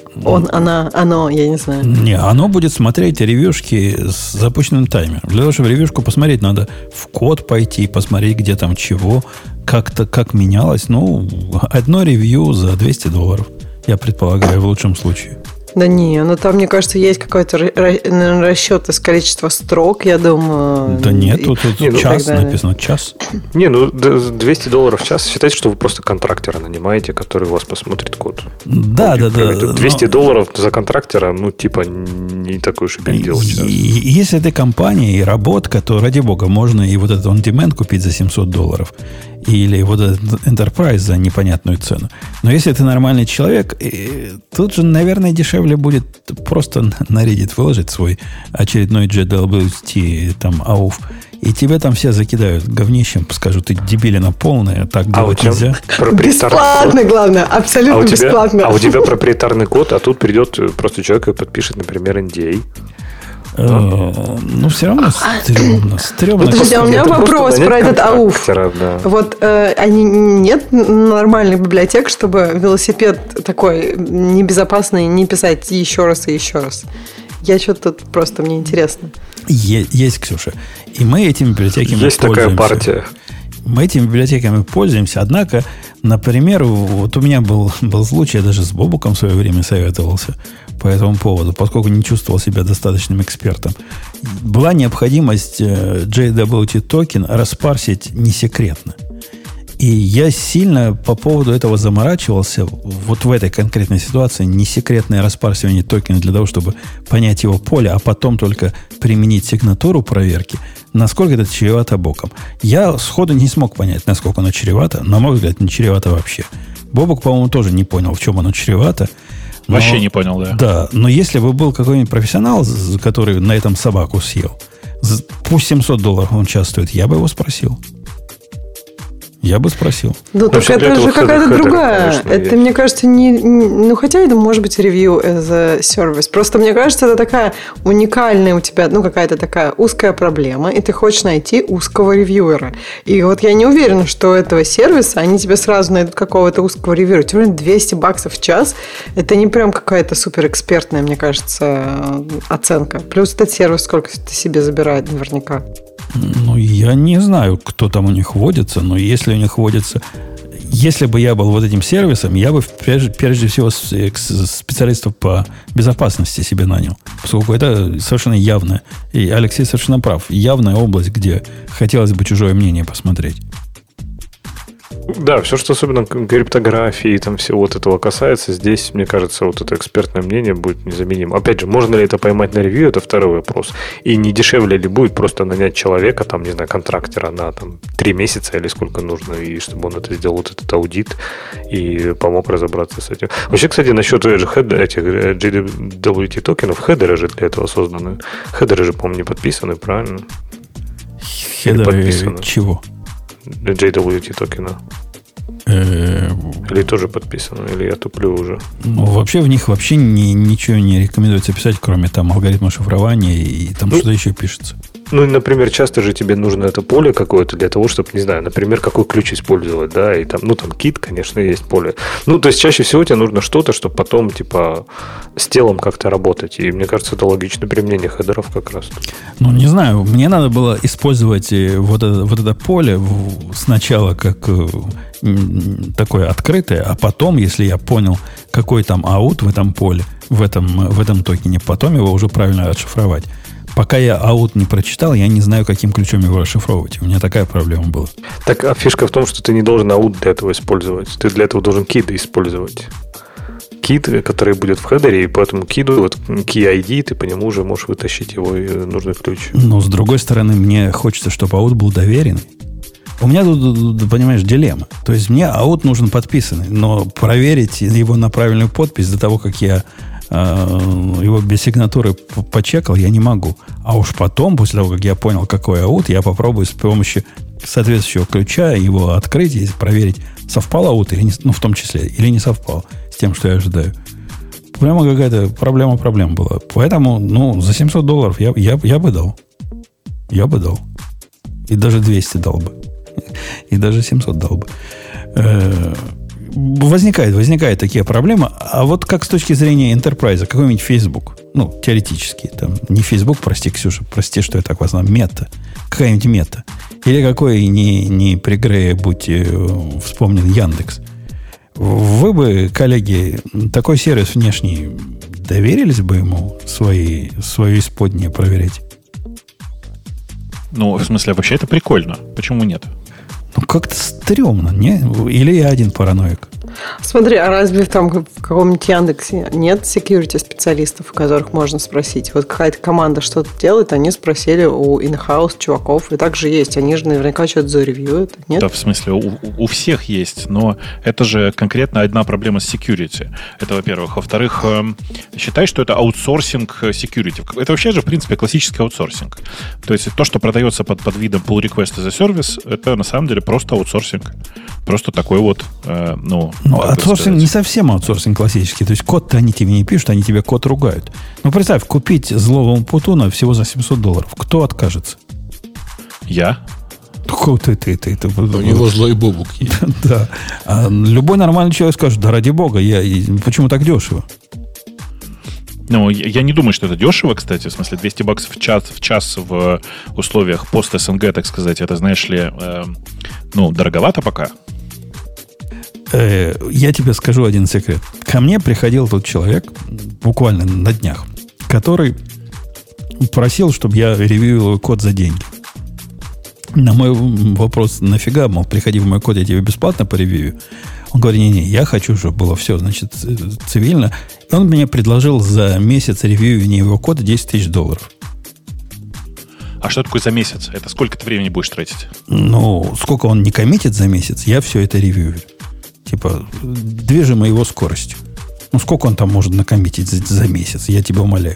Оно, я не знаю. Не, оно будет смотреть ревьюшки с запущенным таймером. Для того, чтобы ревьюшку посмотреть, надо в код пойти, посмотреть, где там чего, как менялось. Одно ревью за $200, я предполагаю, в лучшем случае. Да не, там, мне кажется, есть какой-то расчет из количества строк, я думаю. Да нет, тут час написано, час. Не, $200 в час. Считайте, что вы просто контрактора нанимаете, который у вас посмотрит код. Да. $200 за контрактора, не такой уж и биг дел сейчас. Если ты компания и работка, то, ради бога, можно и вот этот on-demand купить за $700. Или вот этот Enterprise за непонятную цену. Но если ты нормальный человек, тут же, наверное, дешевле будет просто на Reddit выложить свой очередной JWT там AUF. И тебя там все закидают говнищем, скажут, ты дебилина полная, так делать нельзя. Бесплатно, главное, абсолютно бесплатно. А у тебя проприетарный код, а тут придет просто человек и подпишет, например, NDA. Все равно стрёмно. Подожди, у меня вопрос про этот АУФ. Да. Вот нет нормальных библиотек, чтобы велосипед такой небезопасный не писать еще раз и еще раз. Я что-то тут просто, мне интересно. Есть, Ксюша. И мы этими библиотеками есть пользуемся. Такая партия. Мы этими библиотеками пользуемся. Однако, например, вот у меня был случай, я даже с Бобуком в свое время советовался по этому поводу, поскольку не чувствовал себя достаточным экспертом. Была необходимость JWT токен распарсить несекретно. И я сильно по поводу этого заморачивался вот в этой конкретной ситуации. Несекретное распарсивание токена для того, чтобы понять его поле, а потом только применить сигнатуру проверки, насколько это чревато боком. Я сходу не смог понять, насколько оно чревато. На мой взгляд, не чревато вообще. Бобок, по-моему, тоже не понял, в чем оно чревато. Вообще не понял, да. Да, но если бы был какой-нибудь профессионал, который на этом собаку съел, пусть $700 он час стоит, я бы его спросил. Я бы спросил. Ну, так это же какая-то другая. Конечно, это, мне кажется, хотя это может быть ревью as a service. Просто, мне кажется, это такая уникальная у тебя, какая-то такая узкая проблема, и ты хочешь найти узкого ревьюера. И вот я не уверена, что у этого сервиса они тебе сразу найдут какого-то узкого ревьюера. Тем более $200 в час – это не прям какая-то суперэкспертная, мне кажется, оценка. Плюс этот сервис сколько себе забирает наверняка. Я не знаю, кто там у них водится, но если у них водится... Если бы я был вот этим сервисом, я бы прежде всего специалистов по безопасности себе нанял. Поскольку это совершенно явно, и Алексей совершенно прав, явная область, где хотелось бы чужое мнение посмотреть. Да, все, что особенно криптографии и там всего вот этого касается, здесь, мне кажется, вот это экспертное мнение будет незаменимо. Опять же, можно ли это поймать на ревью, это второй вопрос. И не дешевле ли будет просто нанять человека, там, не знаю, контрактора на 3 месяца или сколько нужно, и чтобы он это сделал, вот этот аудит, и помог разобраться с этим. Вообще, кстати, насчет этих JWT токенов, хедеры же для этого созданы. Хедеры же, по-моему, не подписаны, правильно? Хедеры чего? JWT токена. Или тоже подписано, или я туплю уже. Вообще в них ничего не рекомендуется писать, кроме там алгоритма шифрования и там что-то еще пишется. Ну, например, часто же тебе нужно это поле какое-то для того, чтобы, не знаю, например, какой ключ использовать, да, и там, там кит, конечно, есть поле. То есть чаще всего тебе нужно что-то, чтобы потом, с телом как-то работать. И мне кажется, это логичное применение хедеров как раз. Не знаю, мне надо было использовать вот это поле сначала как такое открытое, а потом, если я понял, какой там аут в этом поле, в этом токене, потом его уже правильно отшифровать. Пока я аут не прочитал, я не знаю, каким ключом его расшифровывать. У меня такая проблема была. Так, а фишка в том, что ты не должен аут для этого использовать. Ты для этого должен кид использовать. Кид, который будет в хедере, и по этому киду, key ID, ты по нему уже можешь вытащить его нужный ключ. Но, с другой стороны, мне хочется, чтобы аут был доверенный. У меня тут, понимаешь, дилемма. То есть мне аут нужен подписанный, но проверить его на правильную подпись до того, как я его без сигнатуры почекал, я не могу. А уж потом, после того, как я понял, какой аут, я попробую с помощью соответствующего ключа его открыть и проверить, совпал аут или не, в том числе, или не совпал с тем, что я ожидаю. Прямо какая-то проблема была. Поэтому, за $700 я бы дал. Я бы дал. И даже 200 дал бы. И даже 700 дал бы. Возникают такие проблемы. А вот как с точки зрения enterprise, какой-нибудь Facebook, теоретически, там, не Facebook, прости, Ксюша, прости, что я так вас знаю, мета, какая-нибудь мета, или какой не при Грее, будьте вспомнен, Яндекс. Вы бы, коллеги, такой сервис внешний доверились бы ему свое исподнее проверять? В смысле, вообще это прикольно. Почему нет? Как-то стрёмно, не? Или я один параноик? Смотри, а разве там в каком-нибудь Яндексе нет security-специалистов, у которых можно спросить? Вот какая-то команда что-то делает, они спросили у in-house чуваков, и так же есть. Они же наверняка что-то заревьюют, нет? Да, в смысле, у всех есть, но это же конкретно одна проблема с security. Это, во-первых. Во-вторых, считай, что это аутсорсинг security. Это вообще же, в принципе, классический аутсорсинг. То есть то, что продается под видом pull request as a service, это на самом деле просто аутсорсинг. Просто такой вот, аутсорсинг не совсем аутсорсинг классический. То есть код-то они тебе не пишут, они тебе код ругают. Представь, купить злого Умпутуна всего за $700. Кто откажется? Я. Ты. У него злой бобук есть. Да. А любой нормальный человек скажет, да ради бога, почему так дешево? Я не думаю, что это дешево, кстати. В смысле, $200 в час в условиях пост-СНГ, так сказать, это, знаешь ли, дороговато пока. Я тебе скажу один секрет. Ко мне приходил тот человек, буквально на днях, который просил, чтобы я ревьюил его код за деньги. На мой вопрос, нафига, мол, приходи в мой код, я тебе бесплатно поревью. Он говорит, не, я хочу, чтобы было все, значит, цивильно. И он мне предложил за месяц ревьюирования его кода $10 000. А что такое за месяц? Это сколько ты времени будешь тратить? Сколько он не коммитит за месяц, я все это ревьюю. Движимо его скоростью. Сколько он там может накоммитить за месяц, я тебя умоляю.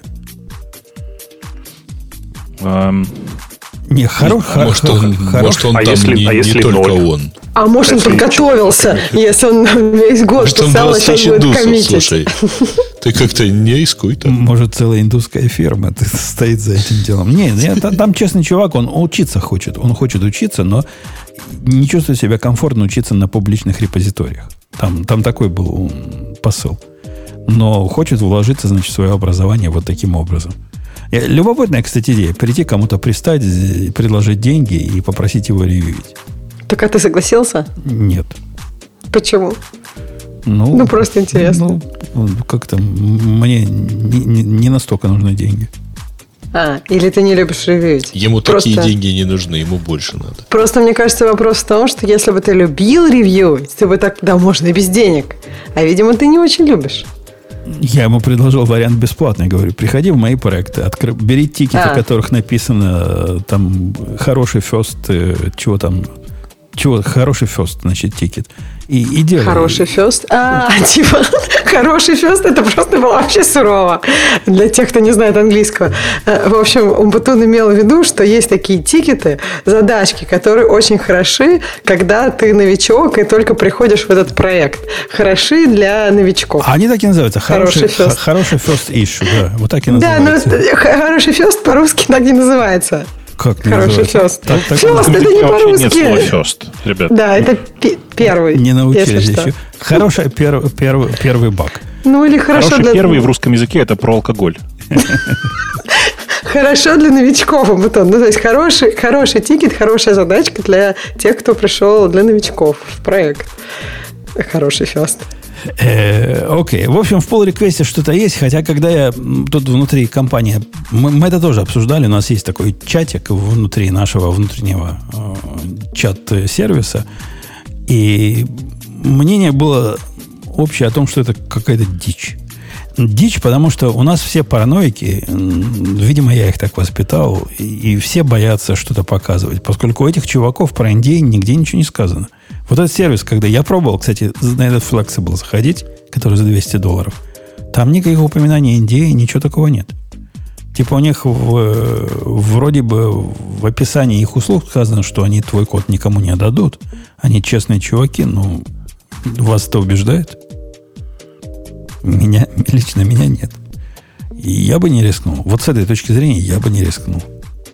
Не, может, он там не только он. А может, он подготовился, если он весь год писал, сейчас будет коммитить. Слушай, ты как-то не рискуй там. Может, целая индусская фирма стоит за этим делом. Нет, там честный чувак, он учиться хочет. Он хочет учиться, но не чувствует себя комфортно учиться на публичных репозиториях. Там такой был посыл. Но хочет вложиться, значит, в свое образование вот таким образом. Любопытная, кстати, идея. Прийти кому-то пристать, предложить деньги и попросить его ревьюить. Так а ты согласился? Нет. Почему? Просто интересно. Как-то мне не настолько нужны деньги. Или ты не любишь ревьюить? Ему такие деньги не нужны, ему больше надо. Просто, мне кажется, вопрос в том, что если бы ты любил ревьюить, ты бы так, да, можно и без денег. А, видимо, ты не очень любишь. Я ему предложил вариант бесплатный. Говорю, приходи в мои проекты, бери тикеты, в которых написано там хороший фест, хороший фест, значит, тикет. И делай. Хороший фест? Хороший фест, это просто было вообще сурово. Для тех, кто не знает английского. В общем, Умпутун имел в виду, что есть такие тикеты, задачки, которые очень хороши, когда ты новичок и только приходишь в этот проект. Хороши для новичков. Они так и называются. Хороший фест. Хороший фест issue, да. Вот так и называется. Да, но хороший фест по-русски так не называется. Как Хороший фест. Так, Фест, это не Вообще нет слова по-русски. first, ребят. Да, это первый. Не научились если что. еще. Хороший первый баг. Ну или хорошо Хороший для... первый в русском языке это про алкоголь. Хорошо для новичков, Антон. Ну, то есть хороший тикет, хорошая задачка для тех, кто пришел для новичков в проект. Хороший фест. Окей. В общем, в pull-реквесте что-то есть, хотя когда я тут внутри компании, мы это тоже обсуждали, у нас есть такой чатик внутри нашего внутреннего чат-сервиса, и мнение было общее о том, что это какая-то дичь. Дичь, потому что у нас все параноики, видимо, я их так воспитал, и все боятся что-то показывать, поскольку у этих чуваков про NDA нигде ничего не сказано. Вот этот сервис, когда я пробовал, кстати, на этот Flexible заходить, который за $200, там никаких упоминаний NDA, ничего такого нет. Типа у них вроде бы в описании их услуг сказано, что они твой код никому не отдадут. Они честные чуваки, но вас это убеждает? Лично меня нет. И я бы не рискнул. Вот с этой точки зрения я бы не рискнул.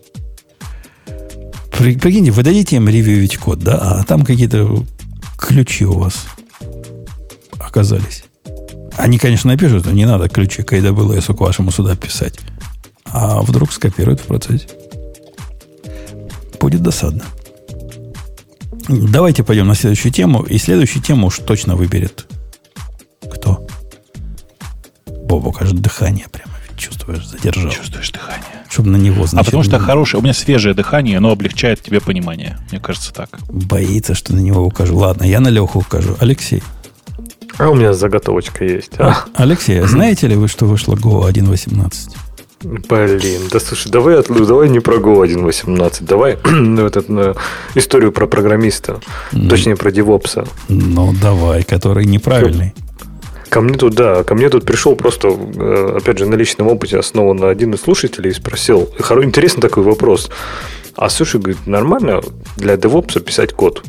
Прикиньте, вы дадите им ревьюить код, да, а там какие-то ключи у вас оказались. Они, конечно, напишут, что не надо ключи к AWS к вашему сюда писать. А вдруг скопируют в процессе. Будет досадно. Давайте пойдем на следующую тему. И следующую тему уж точно выберет кто? Бобок, аж дыхание прямо чувствуешь, задержал. Чувствуешь дыхание. Чтобы на него, значит... А потому что хорошее, у меня свежее дыхание, оно облегчает тебе понимание. Мне кажется, так. Боится, что на него укажу. Ладно, я на Леху укажу. Алексей. А у меня заготовочка есть. Алексей, знаете ли вы, что вышло Go 1.18? Блин, да слушай, давай не про Go 1.18, давай историю про программиста, точнее про девопса. Ну, давай, который неправильный. Ко мне тут пришел просто, опять же, на личном опыте основан один из слушателей и спросил, интересный такой вопрос. А слушай, говорит, нормально для DevOps писать код?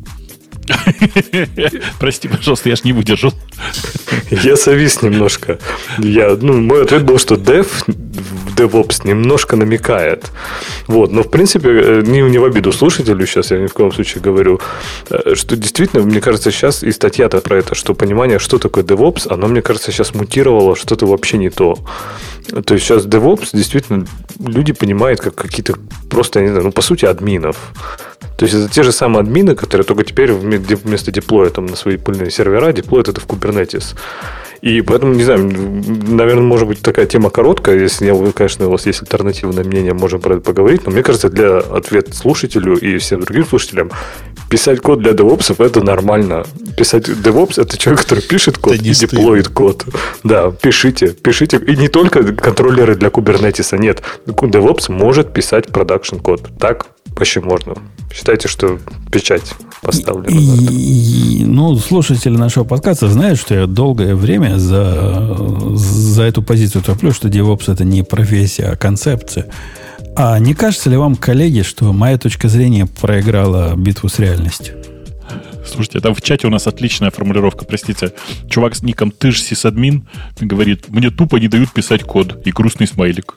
Прости, пожалуйста, я ж не выдержал. Я завис немножко. Мой ответ был, что dev в DevOps немножко намекает. Вот. Но, в принципе, не в обиду слушателю сейчас, я ни в коем случае говорю, что действительно, мне кажется, сейчас и статья-то про это, что понимание, что такое DevOps, оно, мне кажется, сейчас мутировало что-то вообще не то. То есть сейчас DevOps действительно люди понимают как какие-то просто, я не знаю, по сути, админов. То есть это те же самые админы, которые только теперь вместо деплоя там, на свои пыльные сервера деплоят это в Kubernetes. И поэтому, не знаю, наверное, может быть такая тема короткая. Если, конечно, у вас есть альтернативное мнение, можем про это поговорить. Но мне кажется, для ответа слушателю и всем другим слушателям писать код для DevOps это нормально. Писать DevOps это человек, который пишет код и деплоит код. Да, пишите. И не только контроллеры для Kubernetes. Нет, DevOps может писать продакшн код. Так вообще можно. Считайте, что печать поставлена. Слушатели нашего подкаста знают, что я долгое время за эту позицию топлю, что DevOps это не профессия, а концепция. А не кажется ли вам, коллеги, что моя точка зрения проиграла битву с реальностью? Слушайте, там в чате у нас отличная формулировка, простите. Чувак с ником «Ты ж сисадмин» говорит, мне тупо не дают писать код. И грустный смайлик.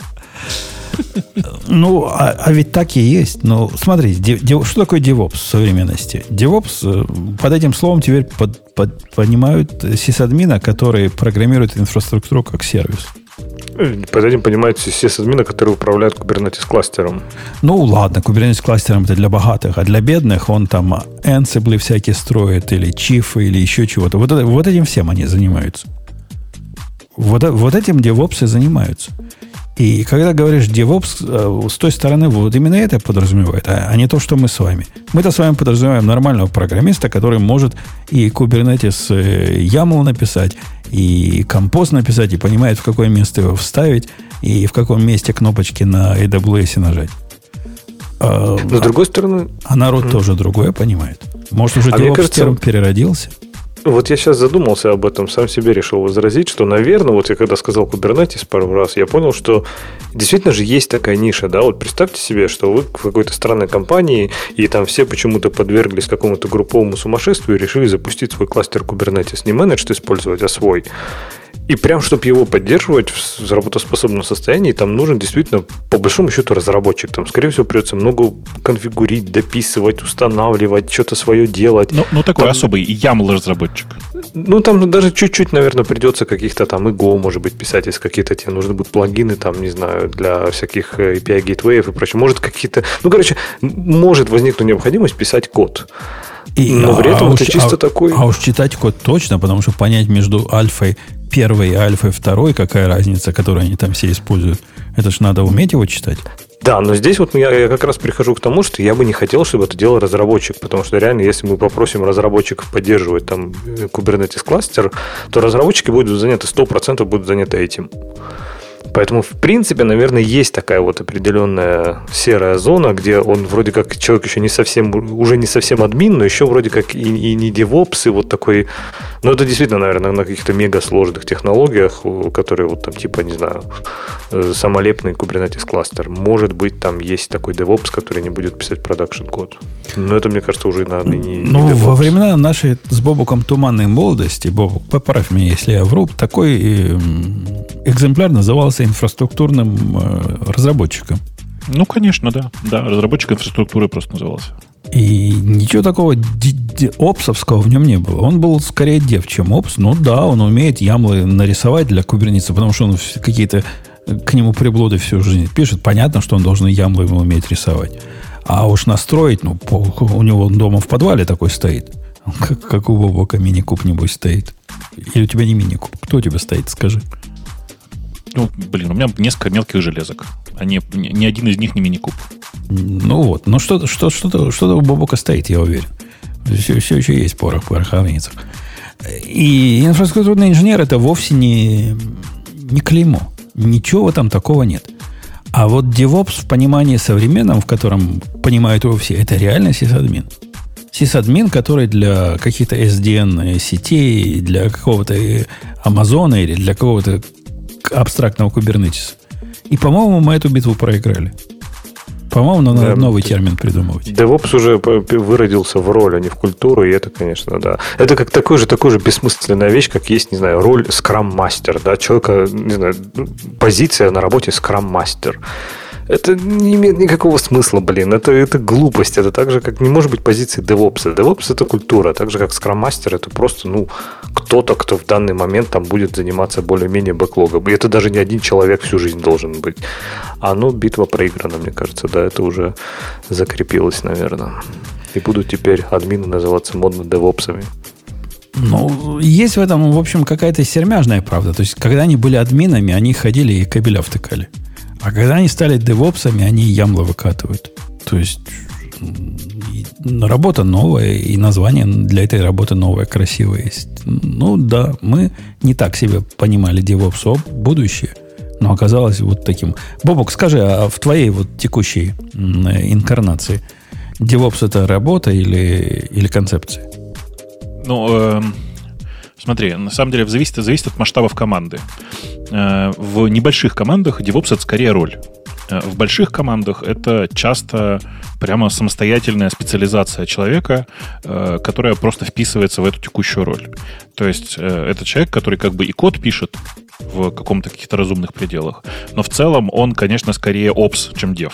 А ведь так и есть. Смотрите, что такое DevOps в современности? DevOps, под этим словом теперь понимают сисадмина, который программирует инфраструктуру как сервис. Под этим понимают сисадмина, который управляет Kubernetes кластером. Ладно, Kubernetes кластером это для богатых, а для бедных он там Ansible всякие строит, или чифы, или еще чего-то. Вот этим всем они занимаются. Вот этим DevOps и занимаются. И когда говоришь DevOps, с той стороны вот именно это подразумевает, а не то, что мы с вами. Мы-то с вами подразумеваем нормального программиста, который может и Kubernetes YAML написать, и композ написать, и понимает, в какое место его вставить, и в каком месте кнопочки на AWS нажать. Но с другой стороны... А народ тоже другое понимает. Может, уже DevOps термин переродился? Вот я сейчас задумался об этом, сам себе решил возразить, что, наверное, вот я когда сказал Kubernetes пару раз, я понял, что действительно же есть такая ниша, да, вот представьте себе, что вы в какой-то странной компании, и там все почему-то подверглись какому-то групповому сумасшествию и решили запустить свой кластер Kubernetes, не менеджд использовать, а свой. И прям, чтобы его поддерживать в работоспособном состоянии, там нужен действительно, по большому счету, разработчик. Там, скорее всего, придется много конфигурить, дописывать, устанавливать, что-то свое делать. Ну такой там, особый YAML-разработчик. Ну, там даже чуть-чуть, наверное, придется каких-то там Go, может быть, писать, если какие-то тебе нужны будут плагины, там, не знаю, для всяких API гейтвеев и прочее. Может, какие-то... Ну, короче, может возникнуть необходимость писать код. Но при этом это чисто такой... А уж читать код точно, потому что понять между альфой 1 и альфой 2, какая разница, которую они там все используют, это ж надо уметь его читать. Да, но здесь вот я как раз прихожу к тому, что я бы не хотел, чтобы это делал разработчик, потому что реально, если мы попросим разработчиков поддерживать там Kubernetes кластер, то разработчики будут заняты, 100% будут заняты этим. Поэтому, в принципе, наверное, есть такая вот определенная серая зона, где он вроде как человек еще не совсем, уже не совсем админ, но еще вроде как и не DevOps, и вот такой... Ну, это действительно, наверное, на каких-то мега сложных технологиях, которые вот там типа, не знаю, самолепный Kubernetes кластер. Может быть, там есть такой DevOps, который не будет писать продакшн-код. Но это, мне кажется, уже, наверное, не DevOps. Во времена нашей с Бобуком туманной молодости, Бобук, поправь меня, если я вру, такой экземпляр назывался инфраструктурным разработчиком. Ну, конечно, да. Да, разработчик инфраструктуры просто назывался. И ничего такого опсовского в нем не было. Он был скорее дев, чем опс. Ну да, он умеет ямлы нарисовать для Kubernetes, потому что он какие-то к нему приблуды всю жизнь пишет. Понятно, что он должен ямлы уметь рисовать. А уж настроить, ну, у него дома в подвале такой стоит. Как у Бобока мини-куб, небось, стоит. Или у тебя не мини-куб? Кто у тебя стоит, скажи. Ну, блин, у меня несколько мелких железок. Ни один из них не мини-куб. Ну вот. Но что-то у Бобока стоит, я уверен. Все еще есть порох в пороховницах. И инфраструктурный инженер это вовсе не клеймо. Ничего там такого нет. А вот DevOps в понимании современном, в котором понимают его все, это реально сисадмин. Сисадмин, который для каких-то SDN сетей, для какого-то Амазона или для какого-то абстрактного Kubernetes. И, по-моему, мы эту битву проиграли. По-моему, надо новый термин придумывать. DevOps уже выродился в роль, а не в культуру, и это, конечно, да. Это как такой же бессмысленная вещь, как есть, не знаю, роль скрам-мастер, да, человека, не знаю, позиция на работе скрам-мастер. Это не имеет никакого смысла, блин. Это глупость. Это так же, как не может быть позиции DevOps. DevOps – это культура. Так же, как Scrum Master – это просто, кто-то, кто в данный момент там будет заниматься более-менее бэклогом. И это даже не один человек всю жизнь должен быть. Битва проиграна, мне кажется. Да, это уже закрепилось, наверное. И будут теперь админы называться модно DevOps'ами. Ну, есть в этом, в общем, какая-то сермяжная правда. То есть, когда они были админами, они ходили и кабеля втыкали. А когда они стали девопсами, они ямлы выкатывают. То есть работа новая, и название для этой работы новое, красивое есть. Ну да, мы не так себе понимали DevOps будущее, но оказалось вот таким. Бобок, скажи, а в твоей вот текущей инкарнации DevOps это работа или концепция? Ну, смотри, на самом деле зависит от масштабов команды. В небольших командах DevOps это скорее роль. В больших командах это часто прямо самостоятельная специализация человека, которая просто вписывается в эту текущую роль. То есть это человек, который как бы и код пишет в каком-то каких-то разумных пределах, но в целом он, конечно, скорее Ops, чем Dev.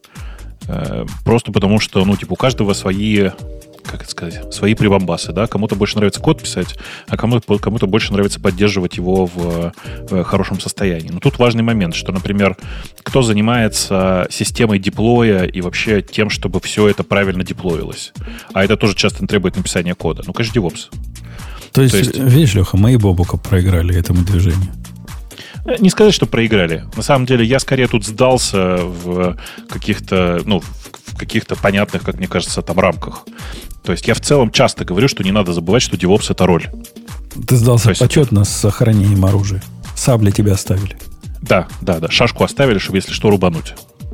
Просто потому что, у каждого свои... как это сказать, свои прибамбасы, да, кому-то больше нравится код писать, а кому-то больше нравится поддерживать его в хорошем состоянии. Но тут важный момент, что, например, кто занимается системой деплоя и вообще тем, чтобы все это правильно деплоилось. А это тоже часто требует написания кода. Конечно, DevOps. То есть, видишь, Леха, мы и Бобука проиграли этому движению. Не сказать, что проиграли. На самом деле, я скорее тут сдался в каких-то, в каких-то понятных, как мне кажется, там рамках. То есть я в целом часто говорю, что не надо забывать, что DevOps — это роль. Ты сдался почетно с сохранением оружия. Сабли тебя оставили. Да. Шашку оставили, чтобы, если что, рубануть.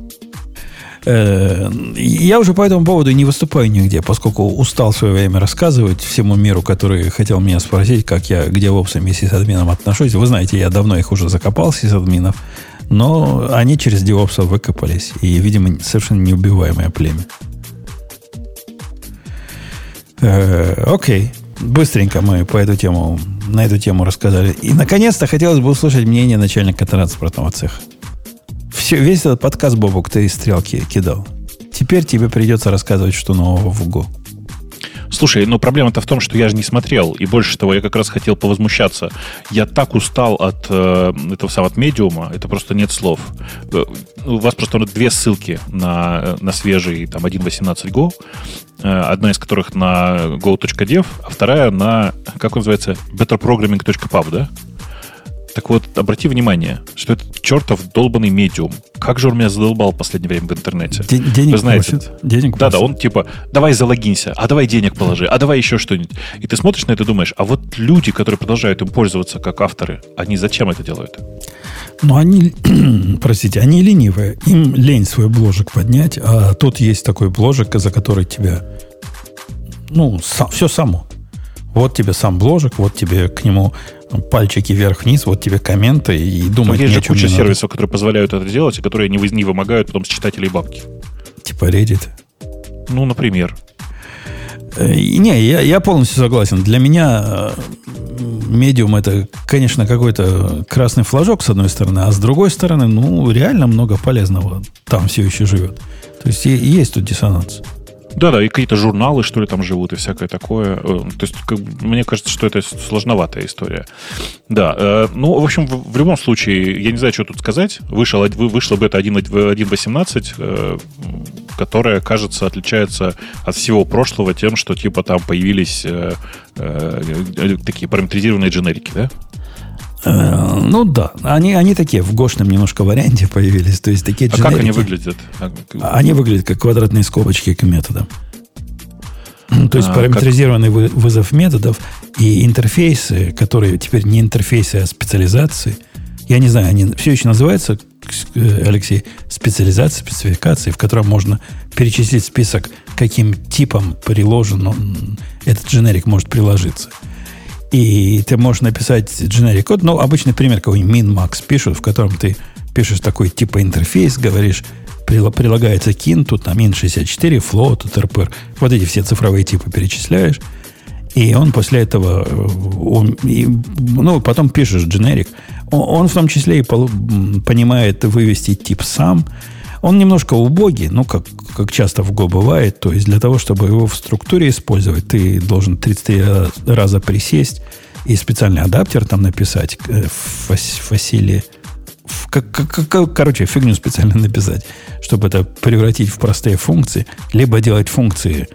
Я уже по этому поводу не выступаю нигде, поскольку устал в свое время рассказывать всему миру, который хотел меня спросить, как я к DevOps'ам и сисадминам отношусь. Вы знаете, я давно их уже закопал, сисадминов, но они через DevOps'ов выкопались. И, видимо, совершенно неубиваемое племя. Окей. Быстренько мы по эту тему на эту тему рассказали. И, наконец-то, хотелось бы услышать мнение начальника транспортного цеха. Весь этот подкаст, Бобук, ты из стрелки кидал. Теперь тебе придется рассказывать, что нового в Go. Слушай, но проблема-то в том, что я же не смотрел. И больше того, я как раз хотел повозмущаться. Я так устал от этого самого от медиума, это просто нет слов. У вас просто две ссылки на свежий там 1.18 Go. Одна из которых на go.dev, а вторая на, как он называется, betterprogramming.pub, да? Так вот, обрати внимание, что это чертов долбанный медиум. Как же он меня задолбал в последнее время в интернете. Денег вы знаете, просит? Денег да, просит. он типа, давай залогинься, а давай денег положи, а давай еще что-нибудь. И ты смотришь на это и думаешь, а вот люди, которые продолжают им пользоваться как авторы, они зачем это делают? Ну, они, простите, они ленивые. Им лень свой бложек поднять, а тут есть такой бложек, за который тебя, все само. Вот тебе сам бложек, вот тебе к нему пальчики вверх-вниз, вот тебе комменты, и думать есть ни же о чем куча не сервисов, которые позволяют это делать, и которые не вымогают потом с читателей бабки. Типа Reddit. Ну, например. Я полностью согласен. Для меня медиум это, конечно, какой-то красный флажок с одной стороны, а с другой стороны, реально много полезного там все еще живет. То есть есть тут диссонанс. Да, и какие-то журналы, что ли, там живут, и всякое такое. То есть, мне кажется, что это сложноватая история. Да, в общем, в любом случае, я не знаю, что тут сказать. Вышла бета 1.18, которая, кажется, отличается от всего прошлого тем, что, типа, там появились такие параметризированные дженерики, да? Да, они такие в гошном немножко варианте появились. То есть такие дженерики. Как они выглядят? Они выглядят как квадратные скобочки к методам. То есть параметризированный вызов методов и интерфейсы, которые теперь не интерфейсы, а специализации. Я не знаю, они все еще называются, Алексей, спецификации, в котором можно перечислить список, каким типом приложен этот дженерик может приложиться. И ты можешь написать generic код, обычный пример, какой-нибудь min-max пишут, в котором ты пишешь такой типа интерфейс, говоришь, прилагается kin, тут там min64, float, тут rpr. Вот эти все цифровые типы перечисляешь. И он после этого, потом пишешь generic. Он в том числе и понимает вывести тип сам. Он немножко убогий, как часто в Go бывает. То есть для того, чтобы его в структуре использовать, ты должен 33 раза присесть и специальный адаптер там написать, фасили. Фигню специально написать, чтобы это превратить в простые функции. Либо делать функции,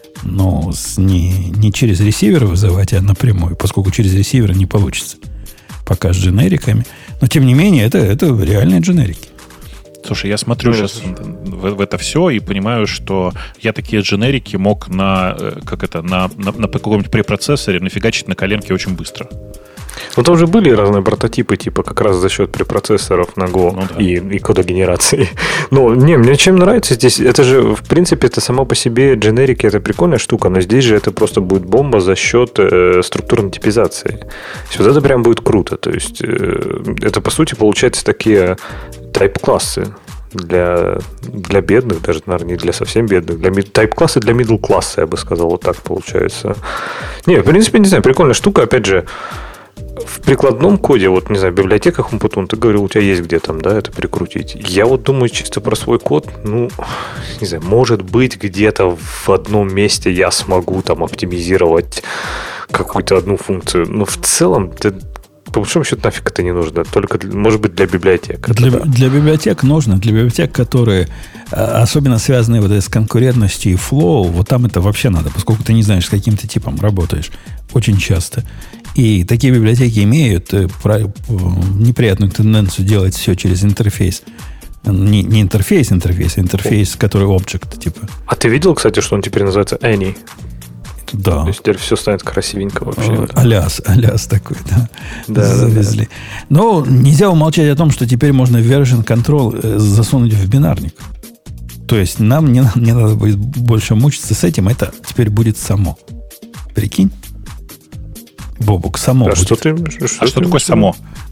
не через ресивер вызывать, а напрямую, поскольку через ресивер не получится. Пока с дженериками. Но, тем не менее, это реальные дженерики. Слушай, я смотрю сейчас в это все и понимаю, что я такие дженерики мог на каком-нибудь препроцессоре нафигачить на коленке очень быстро. Там уже были разные прототипы, типа как раз за счет препроцессоров на Go и кодогенерации. Мне чем нравится здесь, это же, в принципе, это само по себе дженерики, это прикольная штука, но здесь же это просто будет бомба за счет структурной типизации. То есть вот это прям будет круто. То есть это, по сути, получается такие тайп-классы для бедных, даже, наверное, не для совсем бедных, тайп-классы для middle класса, я бы сказал, вот так получается. В принципе, не знаю, прикольная штука, опять же, в прикладном коде, в библиотеках Умпутун, ты говорил, у тебя есть где там, это прикрутить. Я думаю чисто про свой код, не знаю, может быть, где-то в одном месте я смогу там оптимизировать какую-то одну функцию, но в целом, по большому счету, нафиг это не нужно, только, может быть, для библиотек. Для библиотек нужно, для библиотек, которые особенно связаны с конкурентностью и флоу, вот там это вообще надо, поскольку ты не знаешь, с каким ты типом работаешь очень часто. И такие библиотеки имеют неприятную тенденцию делать все через интерфейс. Не интерфейс, а интерфейс, который object, типа. А ты видел, кстати, что он теперь называется Any? Да. То есть теперь все станет красивенько вообще. Аляс такой, да. Да, завезли. Да. Но нельзя умолчать о том, что теперь можно version control засунуть в бинарник. То есть нам не надо будет больше мучиться с этим, это теперь будет само. Прикинь? Бобук, само будет. Что такое само?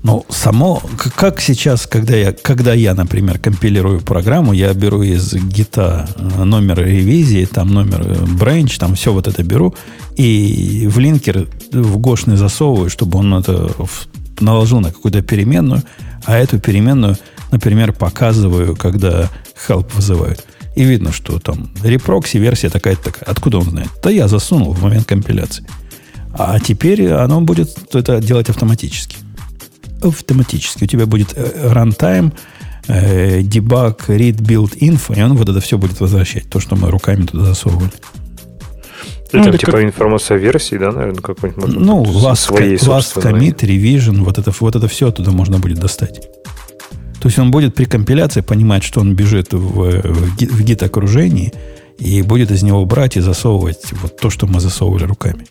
Ну, само, как сейчас, когда я, например, компилирую программу, я беру из гита номер ревизии, там номер branch, там все вот это беру, и в линкер в гошный засовываю, чтобы он это наложил на какую-то переменную, а эту переменную, например, показываю, когда help вызывают. И видно, что там репрокси версия такая-то такая. Откуда он знает? Да я засунул в момент компиляции. А теперь оно будет это делать автоматически. Автоматически. У тебя будет runtime, debug, read, build, info, и он вот это все будет возвращать. То, что мы руками туда засовывали. Там типа информация версии, да, наверное, какой-нибудь можно. Ну, last commit, revision, вот это все оттуда можно будет достать. То есть он будет при компиляции понимать, что он бежит в гит-окружении, и будет из него брать и засовывать вот то, что мы засовывали руками.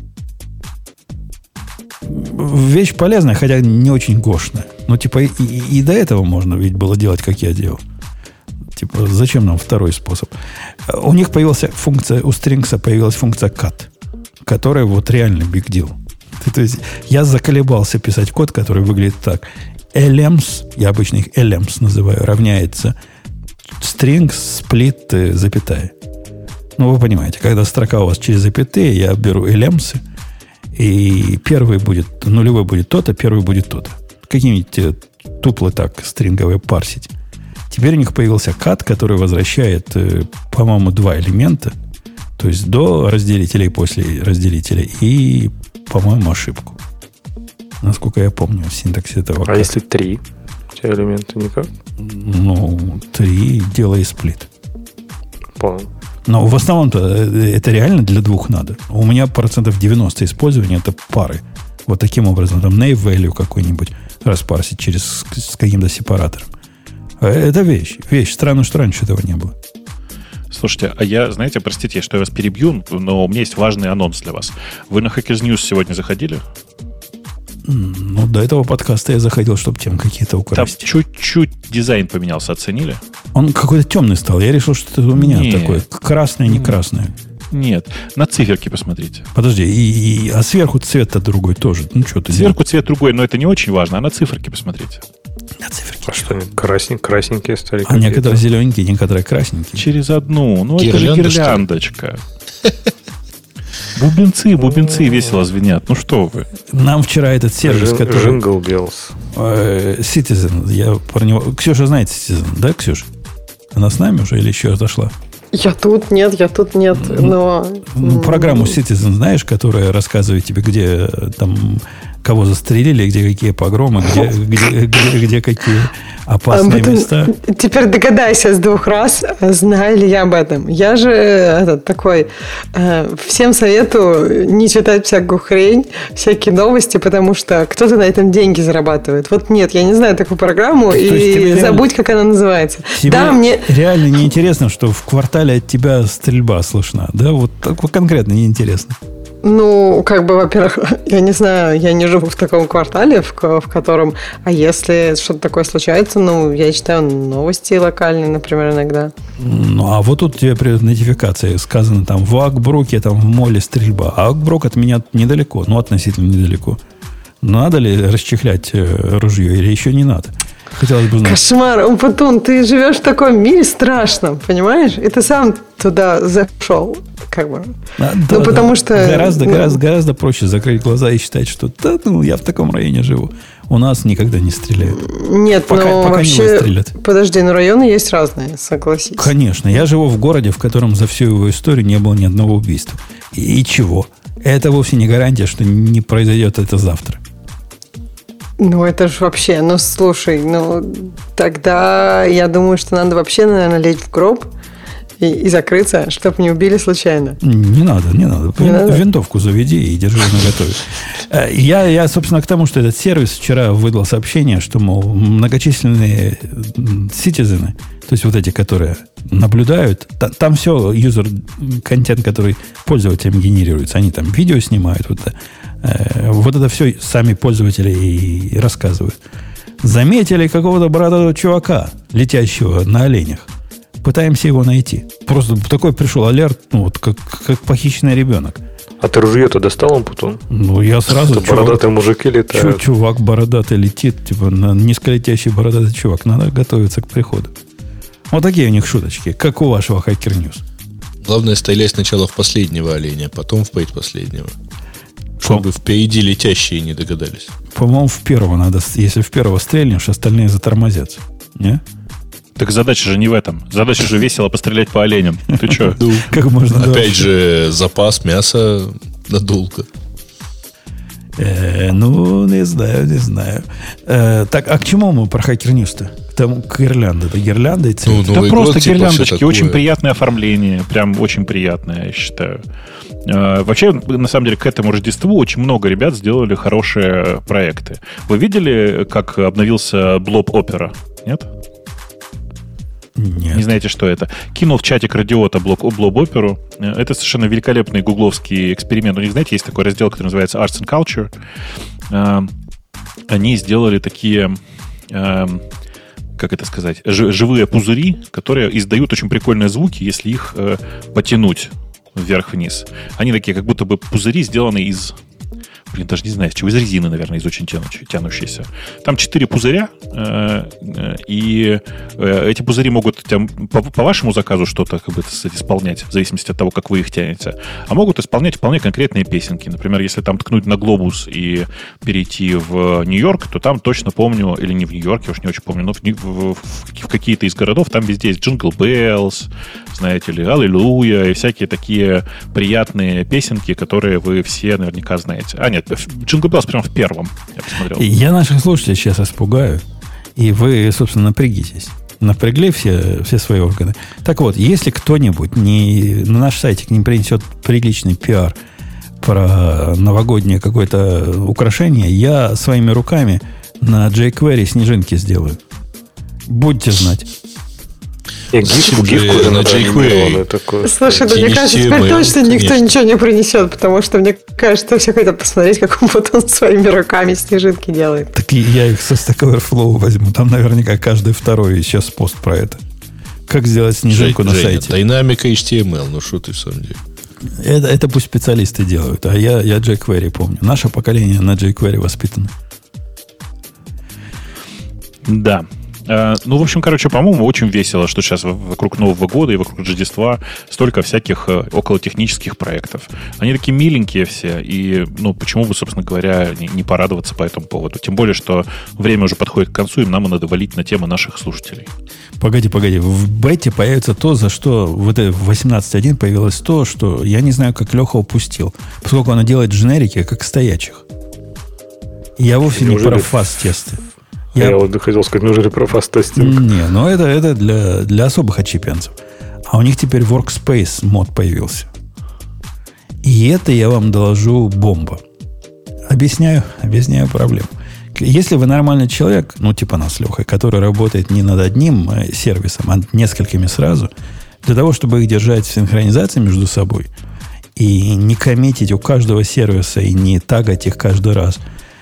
Вещь полезная, хотя не очень гошная. Но типа и до этого можно ведь было делать, как я делал. Типа, зачем нам второй способ? У них появилась функция, у String's появилась функция cut, которая вот реально big deal. То есть я заколебался писать код, который выглядит так. LMs, я обычно их LMs называю, равняется string, split, запятая. Ну, вы понимаете, когда строка у вас через запятые, я беру LMs, и первый будет, нулевой будет то-то, первый будет то-то. Какие-нибудь туплы так стринговые парсить. Теперь у них появился cut, который возвращает, по-моему, два элемента, то есть до разделителя и после разделителя, и, по-моему, ошибку. Насколько я помню, синтаксис этого. А если 3 у тебя элемента никак? Ну, 3 делай сплит. Понял. Но в основном-то это реально для двух надо. У меня 90% использования это пары. Вот таким образом, там naive value какой-нибудь распарсить с каким-то сепаратором. Это вещь. Странно, что раньше этого не было. Слушайте, а я, знаете, простите, что я вас перебью, но у меня есть важный анонс для вас. Вы на Hackers News сегодня заходили? Ну, до этого подкаста я заходил, чтобы тем какие-то украсть. Там чуть-чуть дизайн поменялся, оценили? Он какой-то темный стал. Я решил, что это у меня такое. Красное, не красное. Нет, на циферки посмотрите. Подожди, а сверху цвет-то другой тоже. Ну, что ты сверху цвет другой, но это не очень важно. А на циферки посмотрите. На циферки. А что, красненькие стали? А некоторые зелененькие, некоторые красненькие. Через одну. Ну, это же гирляндочка. Бубенцы весело звенят. Ну что вы? Нам вчера этот сервис, который... Jingle Bells. Citizen. Я про него... Ксюша знает Citizen, да, Ксюша? Она с нами уже или еще отошла? Я тут нет, но... Программу Citizen знаешь, которая рассказывает тебе, где там кого застрелили, где какие погромы, где какие опасные места. Теперь догадайся с 2 раз, знаю ли я об этом. Я же такой... всем советую не читать всякую хрень, всякие новости, потому что кто-то на этом деньги зарабатывает. Вот нет, я не знаю такую программу, и забудь, как она называется. Да, мне реально неинтересно, что в квартале от тебя стрельба слышна. Да, вот так вот конкретно неинтересно. Ну, во-первых, я не знаю, я не живу в таком квартале, в котором, а если что-то такое случается, ну, я читаю новости локальные, например, иногда. Ну, а вот тут тебе придет нотификация, сказано там, в Акбруке, там, в моле стрельба. А Акбрук от меня недалеко, ну, относительно недалеко. Надо ли расчехлять ружье или еще не надо? Хотелось бы знать. Кошмар, Умпутун, ты живешь в таком мире страшном, понимаешь? И ты сам туда зашел, потому что... Гораздо проще закрыть глаза и считать, что я в таком районе живу. У нас никогда не стреляют. Нет, пока вообще... не выстрелят. Подожди, но районы есть разные, согласись. Конечно. Я живу в городе, в котором за всю его историю не было ни одного убийства. И чего? Это вовсе не гарантия, что не произойдет это завтра. Ну, это же вообще, слушай, тогда я думаю, что надо вообще, наверное, лечь в гроб и закрыться, чтобы не убили случайно. Не надо. Винтовку заведи и держи наготове. Я, собственно, к тому, что этот сервис вчера выдал сообщение, что, мол, многочисленные citizen, то есть вот эти, которые наблюдают, там все юзер-контент, который пользователям генерируется, они там видео снимают, вот это все сами пользователи и рассказывают. Заметили какого-то бородатого чувака, летящего на оленях. Пытаемся его найти. Просто такой пришел алерт, как похищенный ребенок. А ты ружье-то достал, Умпутун? Ну, я сразу... Бородатые мужики летают. Чувак бородатый летит, типа низколетящий бородатый чувак. Надо готовиться к приходу. Вот такие у них шуточки, как у вашего Hacker News. Главное, стрелять сначала в последнего оленя, потом в предпоследнего. Чтобы впереди летящие не догадались. По-моему, в первого надо... Если в первого стрельнешь, остальные затормозятся. Не? Так задача же не в этом. Задача же весело пострелять по оленям. Ты что? Как можно Опять же, запас мяса надолго. Ну, не знаю. Так, а к чему мы про Hacker News-то? К гирлянде. Это гирлянда и цвет. Да просто гирляндочки, очень приятное оформление. Прям очень приятное, я считаю. Вообще, на самом деле, к этому Рождеству очень много ребят сделали хорошие проекты. Вы видели, как обновился Blob Opera? Нет? Нет. Не знаете, что это? Кинул в чатик Радиота Blob Opera. Это совершенно великолепный гугловский эксперимент. У них, знаете, есть такой раздел, который называется Arts and Culture. Они сделали такие... как это сказать, живые пузыри, которые издают очень прикольные звуки, если их потянуть вверх-вниз. Они такие, как будто бы пузыри, сделаны из... даже не знаю, из чего. Из резины, наверное, из очень тянущейся. Там 4 пузыря, и эти пузыри могут по вашему заказу что-то как бы исполнять, в зависимости от того, как вы их тянете. А могут исполнять вполне конкретные песенки. Например, если там ткнуть на глобус и перейти в Нью-Йорк, то там точно помню, или не в Нью-Йорке, я уж не очень помню, но в какие-то из городов там везде есть Jingle Bells, знаете ли, Аллилуйя и всякие такие приятные песенки, которые вы все наверняка знаете. А, нет, Jingle Bells прямо в первом, я посмотрел. Я наших слушателей сейчас испугаю, и вы, собственно, напрягитесь. Напрягли все свои органы. Так вот, если кто-нибудь на наш сайтик не принесет приличный пиар про новогоднее какое-то украшение, я своими руками на jQuery снежинки сделаю. Будете знать. Гифку на jQuery. Слушай, мне кажется, теперь точно никто ничего не принесет, потому что мне кажется, все хотят посмотреть, как он потом своими руками снежинки делает. Так и я их со Stack Overflow возьму. Там наверняка каждый второй сейчас пост про это. Как сделать снежинку на сайте. Динамика HTML, ну что ты в самом деле. Это пусть специалисты делают, а я jQuery помню. Наше поколение на jQuery воспитано. Да. Ну, в общем, по-моему, очень весело, что сейчас вокруг Нового года и вокруг Рождества столько всяких околотехнических проектов. Они такие миленькие все, и, почему бы, собственно говоря, не порадоваться по этому поводу? Тем более, что время уже подходит к концу, и нам надо валить на темы наших слушателей. Погоди. В бете появится то, за что в 18.1 появилось то, что я не знаю, как Леха упустил, поскольку она делает дженерики, как стоячих. Я вовсе не про фаст-тесты. Я вот хотел сказать, неужели про фаст-тестинг? Не, но это для особых отщепенцев. А у них теперь Workspace мод появился. И это, я вам доложу, бомба. Объясняю проблему. Если вы нормальный человек, типа нас, Леха, который работает не над одним сервисом, а несколькими сразу, для того, чтобы их держать в синхронизации между собой и не коммитить у каждого сервиса и не тагать их каждый раз,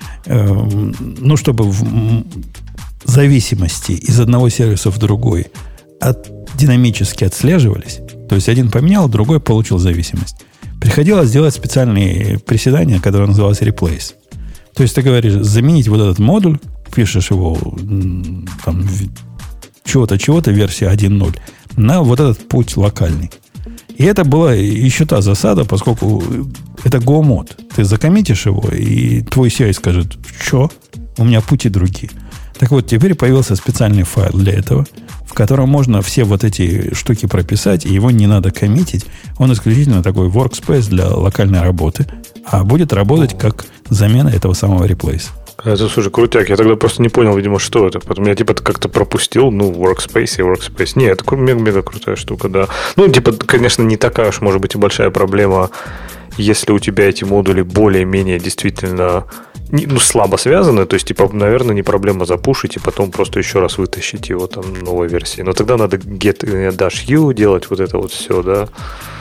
чтобы в зависимости из одного сервиса в другой динамически отслеживались, то есть один поменял, другой получил зависимость, приходилось делать специальные приседания, которые назывались replace. То есть ты говоришь, заменить вот этот модуль, пишешь его там, чего-то, версия 1.0, на вот этот путь локальный. И это была еще та засада, поскольку это Go-мод. Ты закоммитишь его, и твой CI скажет, что? У меня пути другие. Так вот, теперь появился специальный файл для этого, в котором можно все вот эти штуки прописать, и его не надо коммитить. Он исключительно такой workspace для локальной работы, а будет работать как замена этого самого реплейса. Это, слушай, крутяк. Я тогда просто не понял, видимо, что это. Потом я, как-то пропустил, workspace и workspace. Не, это мега крутая штука, да. Конечно, не такая уж, может быть, и большая проблема, если у тебя эти модули более-менее действительно слабо связаны. То есть, наверное, не проблема запушить и потом просто еще раз вытащить его там новой версии. Но тогда надо get-u делать вот это вот все, да.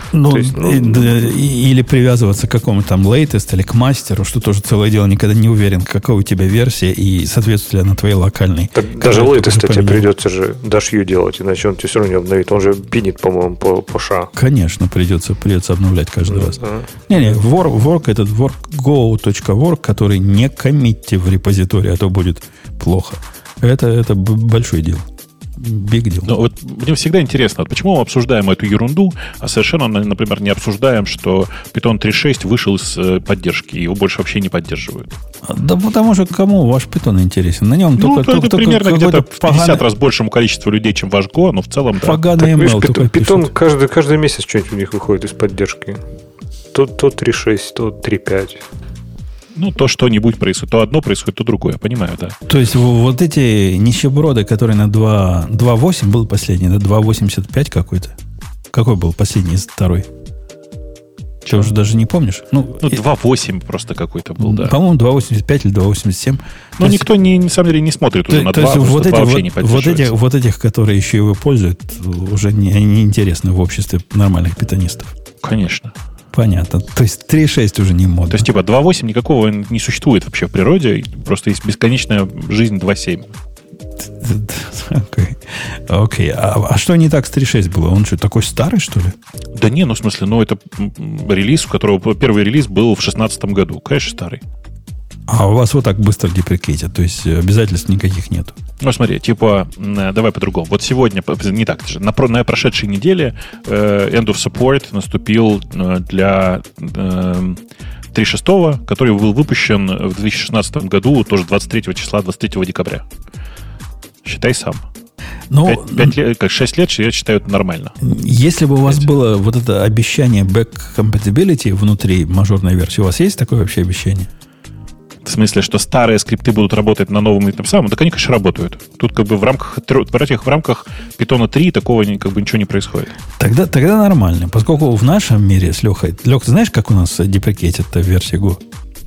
Ну, или привязываться к какому-то там latest или к мастеру, что тоже целое дело, никогда не уверен, какая у тебя версия и соответствует ли она твоей локальной. Так даже latest тебе придется же дашью делать, иначе он тебе все равно не обновит. Он же пинит, по-моему, по ша. Конечно, придется обновлять каждый раз. Не-не, work этот workgo.work, который не коммитте в репозитории, а то будет плохо. Это большой дел. Big deal. Но вот мне всегда интересно, вот почему мы обсуждаем эту ерунду, а совершенно, например, не обсуждаем, что Python 3.6 вышел из поддержки, его больше вообще не поддерживают. Да потому что кому ваш Python интересен? На нем только примерно где-то в 50 раз большему количеству людей, чем ваш Go, но в целом, да. Поганый email только Python каждый месяц что-нибудь у них выходит из поддержки. То 3.6, то 3.5. Ну, то что-нибудь происходит. То одно происходит, то другое. Понимаю, да. То есть вот эти нищеброды, которые на 2.8 был последний, да, 2.85 какой-то. Какой был последний, второй? Ты уже даже не помнишь? Ну 2.8 просто какой-то был, да. По-моему, 2.85 или 2.87. Но никто, на самом деле, не смотрит уже на 2, потому что 2 вообще не поддерживается. Вот этих, которые еще его пользуют, уже не интересны в обществе нормальных питонистов. Конечно. Понятно. То есть 3.6 уже не модно. То есть, 2.8 никакого не существует вообще в природе. Просто есть бесконечная жизнь 2.7. Окей. А что не так с 3.6 было? Он что, такой старый, что ли? Да не, в смысле, это релиз, у которого первый релиз был в 2016 году. Конечно, старый. А у вас вот так быстро деприкейтят, то есть обязательств никаких нету. Ну, смотри, давай по-другому. Вот сегодня, не так же, на прошедшей неделе End of Support наступил для 3.6, который был выпущен в 2016 году, тоже 23 числа, 23 декабря. Считай сам. 6 лет, я считаю, это нормально. Если бы у вас было вот это обещание back compatibility внутри мажорной версии, у вас есть такое вообще обещание? В смысле, что старые скрипты будут работать на новом этом самом? Так они, конечно, работают. Тут в рамках Python 3 такого ничего не происходит. Тогда нормально. Поскольку в нашем мире с Лехой... Лех, ты знаешь, как у нас деприкейтит-то в версии Go?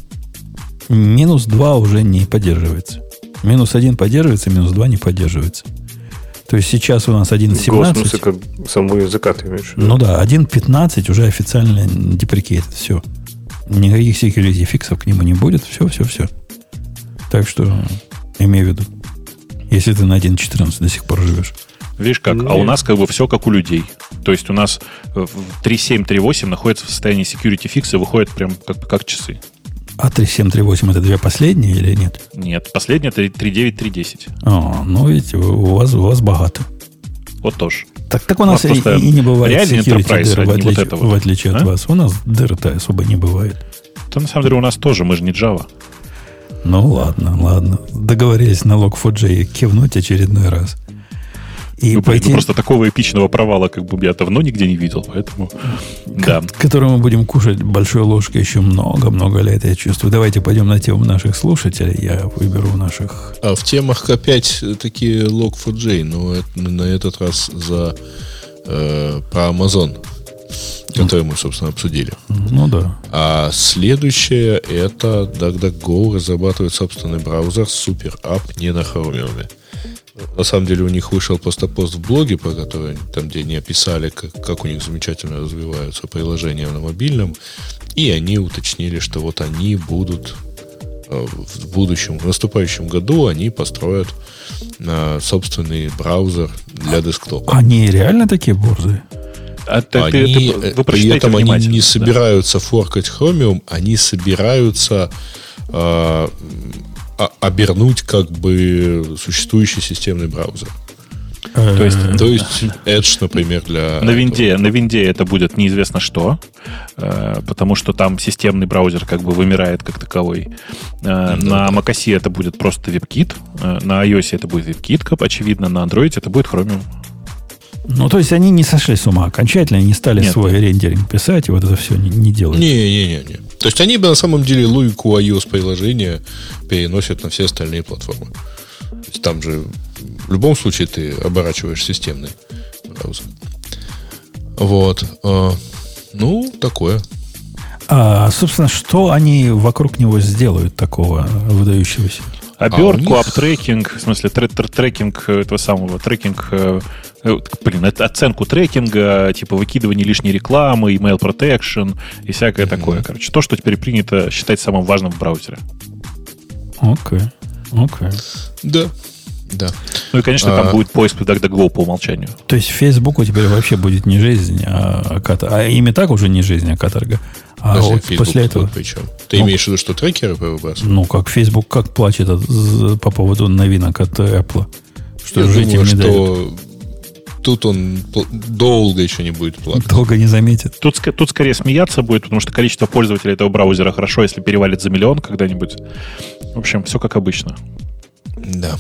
-2 уже не поддерживается. -1 поддерживается, -2 не поддерживается. То есть сейчас у нас 1.17... Go, в смысле, как самого языка ты имеешь? Ну да, 1.15 уже официально деприкейтит. Все. Никаких security фиксов к нему не будет. Все. Так что имей в виду. Если ты на 1.14 до сих пор живешь. Видишь как? А у нас все как у людей. То есть у нас 3.7, 3.8 находится в состоянии security фикса и выходит прям как часы. А 3.7, 3.8 это две последние или нет? Нет, последняя 3.9, 3.10. Ну видите, у вас богато. Вот тоже. Так у нас и не бывает security дыр, в отличие от вас. У нас дыр-то особо не бывает. То на самом деле у нас тоже, мы же не Java. Ну ладно. Договорились на Log4j кивнуть очередной раз. И пойти... Просто такого эпичного провала, как бы я давно нигде не видел, поэтому да. Который мы будем кушать большой ложкой еще много-много лет, я чувствую. Давайте пойдем на тему наших слушателей. Я выберу наших... А в темах опять такие Log4j, но на этот раз про Amazon, который мы, собственно, обсудили. Ну да. А следующее это DuckDuckGo разрабатывает собственный браузер Super App не на Chromium. На самом деле у них вышел пост в блоге, по которому там, где они описали, как у них замечательно развиваются приложения на мобильном, и они уточнили, что вот они будут в наступающем году они построят собственный браузер для десктопа. Они реально такие борзые? При этом они не собираются форкать Chromium, они собираются обернуть как бы существующий системный браузер. То есть Edge, например, для... На винде это будет неизвестно что, потому что там системный браузер как бы вымирает как таковой. На macOS это будет просто WebKit, на iOS это будет WebKit, очевидно, на Android это будет Chromium. Ну, то есть они не сошли с ума окончательно, не стали свой рендеринг писать, и вот это все не делают. Не. То есть они на самом деле логику iOS-приложения переносят на все остальные платформы. То есть там же в любом случае ты оборачиваешь системный браузер. Вот. Ну, такое. Собственно, что они вокруг него сделают такого выдающегося? Обертку, аптрекинг, в смысле трекинг этого самого, трекинг Блин, это оценку трекинга, типа выкидывание лишней рекламы, email protection и всякое такое. Короче, то, что теперь принято считать самым важным в браузере. Окей. Да. Ну и, конечно, там будет поиск DuckDuckGo по умолчанию. То есть Фейсбуку теперь вообще будет не жизнь, а каторга. А им и так уже не жизнь, а каторга. А вот после этого... Причем? Ты имеешь в виду, что трекеры выбрасывают? Ну, как Facebook как плачет по поводу новинок от Apple. Что Я уже думаю, этим не что дает. тут он долго еще не будет плакать. Долго не заметит. Тут скорее смеяться будет, потому что количество пользователей этого браузера хорошо, если перевалит за 1 миллион когда-нибудь. В общем, все как обычно. Да.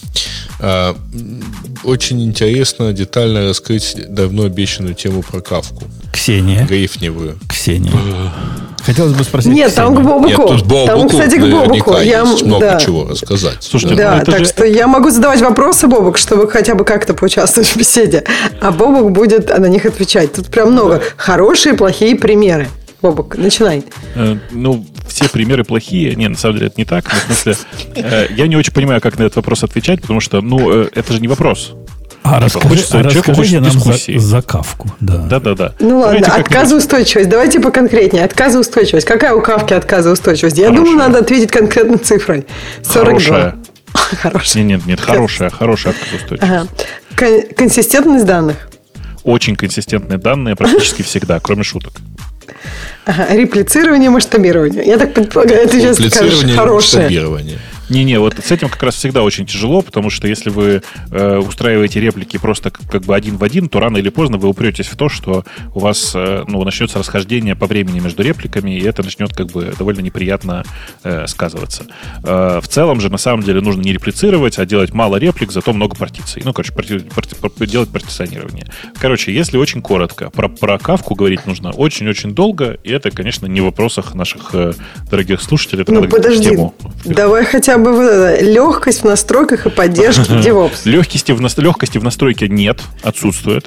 Очень интересно детально раскрыть давно обещанную тему про Кафку. Ксения. Грифневую. Ксения. Хотелось бы спросить Нет, Ксению. там к Бобуку. Нет, тут Бобуку Там, кстати, к Бобуку. наверняка Я, есть много да. чего рассказать. Слушайте, Да, это так же- что я могу задавать вопросы, Бобук, чтобы хотя бы как-то поучаствовать в беседе. А Бобук будет на них отвечать. Тут прям много. Хорошие, плохие примеры. Бобук, начинай. Ну, все примеры плохие. Не, на самом деле это не так. Но, в смысле, я не очень понимаю, как на этот вопрос отвечать, потому что, это же не вопрос. Человеку хочется нам дискуссии. за Кавку. Да. Да. Ну ладно, Давайте как-нибудь- отказоустойчивость. Давайте поконкретнее. Отказоустойчивость. Какая у Кавки отказоустойчивость? Я Хорошая. думаю, надо ответить конкретно цифрой. 42. Хорошая. Хорошая. Нет, хорошая отказоустойчивость. Ага. Консистентность данных. Очень консистентные данные практически всегда, кроме шуток. Ага. Реплицирование, масштабирование. Я так предполагаю, ты сейчас скажешь Дуплицирование и хорошее. масштабирование. Не, вот с этим как раз всегда очень тяжело, потому что если вы устраиваете реплики просто как бы один в один, то рано или поздно вы упретесь в то, что у вас начнется расхождение по времени между репликами, и это начнет как бы довольно неприятно сказываться. В целом же, на самом деле, нужно не реплицировать, а делать мало реплик, зато много партиций. Ну, короче, делать партиционирование. Короче, если очень коротко, про Кавку говорить нужно очень-очень долго, и это, конечно, не в вопросах наших дорогих слушателей. Это Ну, надо подожди. тему. Давай хотя бы вот это. Легкость в настройках и поддержке DevOps. Легкости в настройке нет, отсутствует.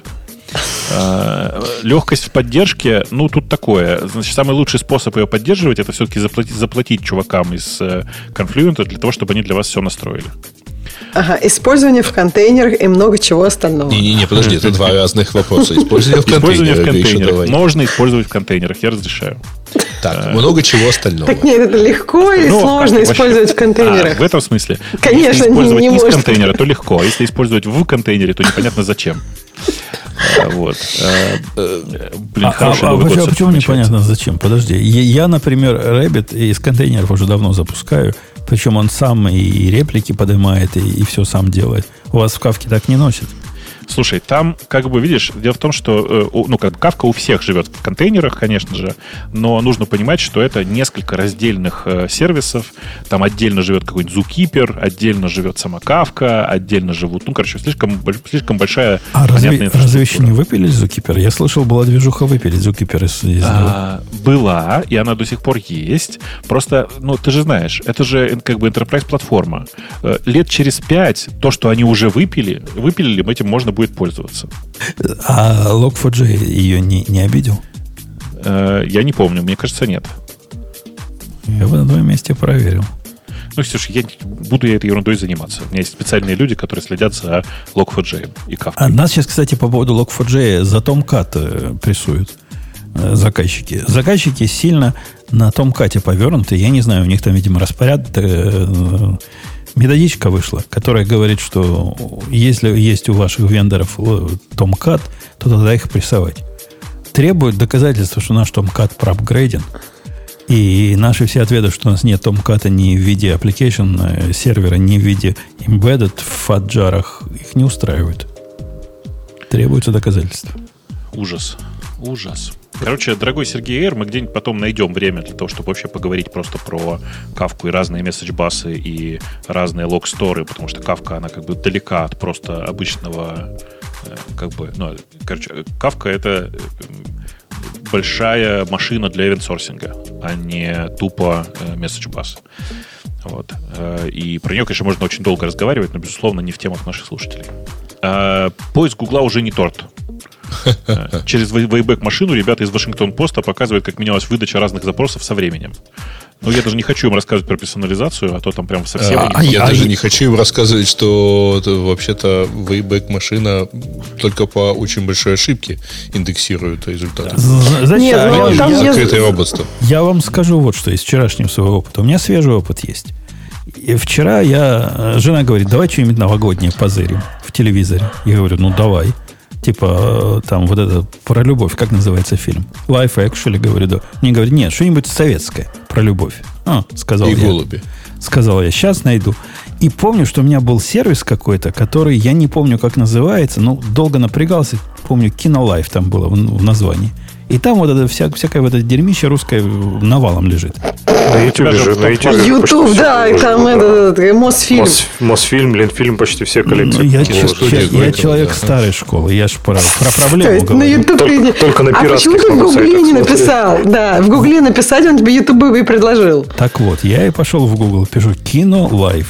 Легкость в поддержке, тут такое. Значит, самый лучший способ ее поддерживать — это все-таки заплатить чувакам из Confluent для того, чтобы они для вас все настроили. Ага, использование в контейнерах и много чего остального. Не, подожди, это два разных вопроса. Использование в Использование в контейнерах. Гриша, контейнерах. давай. Можно использовать в контейнерах, я разрешаю. Так, много чего остального. Так нет, это легко и сложно как использовать вообще? в контейнерах. В этом смысле. Конечно, если использовать не из может. контейнера, то легко. А если использовать в контейнере, то непонятно зачем. Вот. Блин, хороший Новый год почему всё-таки непонятно зачем? Подожди. Я, например, Rabbit из контейнеров уже давно запускаю. Причем он сам и реплики поднимает, и все сам делает. У вас в Кавке так не носит? Слушай, там, как бы, видишь, дело в том, что, Кавка у всех живет в контейнерах, конечно же, но нужно понимать, что это несколько раздельных сервисов. Там отдельно живет какой-нибудь Zookeeper, отдельно живет сама Кавка, отдельно живут, слишком большая, понятная разве еще не выпилили Zookeeper? Я слышал, была движуха выпилить Zookeeper из него. Была, и она до сих пор есть. Просто, ты же знаешь, это же как бы enterprise-платформа. Лет через 5 то, что они уже выпилили, этим можно будет пользоваться. А Log4j ее не обидел? Я не помню, мне кажется, нет. Я бы на твоем месте проверил. Ксюш, буду я этой ерундой заниматься. У меня есть специальные люди, которые следят за Log4j и Kafka. А нас сейчас, кстати, по поводу Log4j за Tomcat прессуют заказчики. Заказчики сильно на Tomcat повернуты. Я не знаю, у них там, видимо, распорядок. Методичка вышла, которая говорит, что если есть у ваших вендоров Tomcat, то тогда их прессовать. Требует доказательства, что наш Tomcat проапгрейден. И наши все ответы, что у нас нет Tomcat ни в виде application сервера, ни в виде embedded в фаджарах, их не устраивают. Требуется доказательства. Ужас. Короче, дорогой Сергей Р., мы где-нибудь потом найдем время для того, чтобы вообще поговорить просто про Кавку и разные месседж-басы и разные лог-сторы, потому что Кавка, она как бы далека от просто обычного, Кавка — это большая машина для ивент-сорсинга, а не тупо месседж-бас. Вот. И про нее, конечно, можно очень долго разговаривать, но, безусловно, не в темах наших слушателей. Поиск Гугла уже не торт. Через Wayback машину ребята из Вашингтон-Поста показывают, как менялась выдача разных запросов со временем. Ну, я даже не хочу им рассказывать про персонализацию, а то там прям совсем... Я даже не хочу им рассказывать, что вообще-то Wayback машина только по очень большой ошибке индексирует результаты. Закрытый робот. Я вам скажу вот что из вчерашнего своего опыта. У меня свежий опыт есть. И вчера жена говорит, давай что-нибудь новогоднее позырим в телевизоре. Я говорю, ну давай. Типа, там вот это про любовь, как называется фильм? Life Actually, говорю, да. Мне говорят, нет, что-нибудь советское про любовь. Сказал я. И голуби. Сказал я, сейчас найду. И помню, что у меня был сервис какой-то, который, я не помню, как называется, но долго напрягался. Помню, Кинолайф там было в названии. И там вот это всякое вот это дерьмище русское навалом лежит. На YouTube же. YouTube, да, и там этот Мосфильм. Мосфильм, Ленфильм, почти все коллекции. Я человек старой школы, я же про проблему говорю. Только на пиратских. А почему ты в Гугле не написал? Да, в Гугле написать, он тебе YouTube и предложил. Так вот, я и пошел в Google, пишу Кинолайф.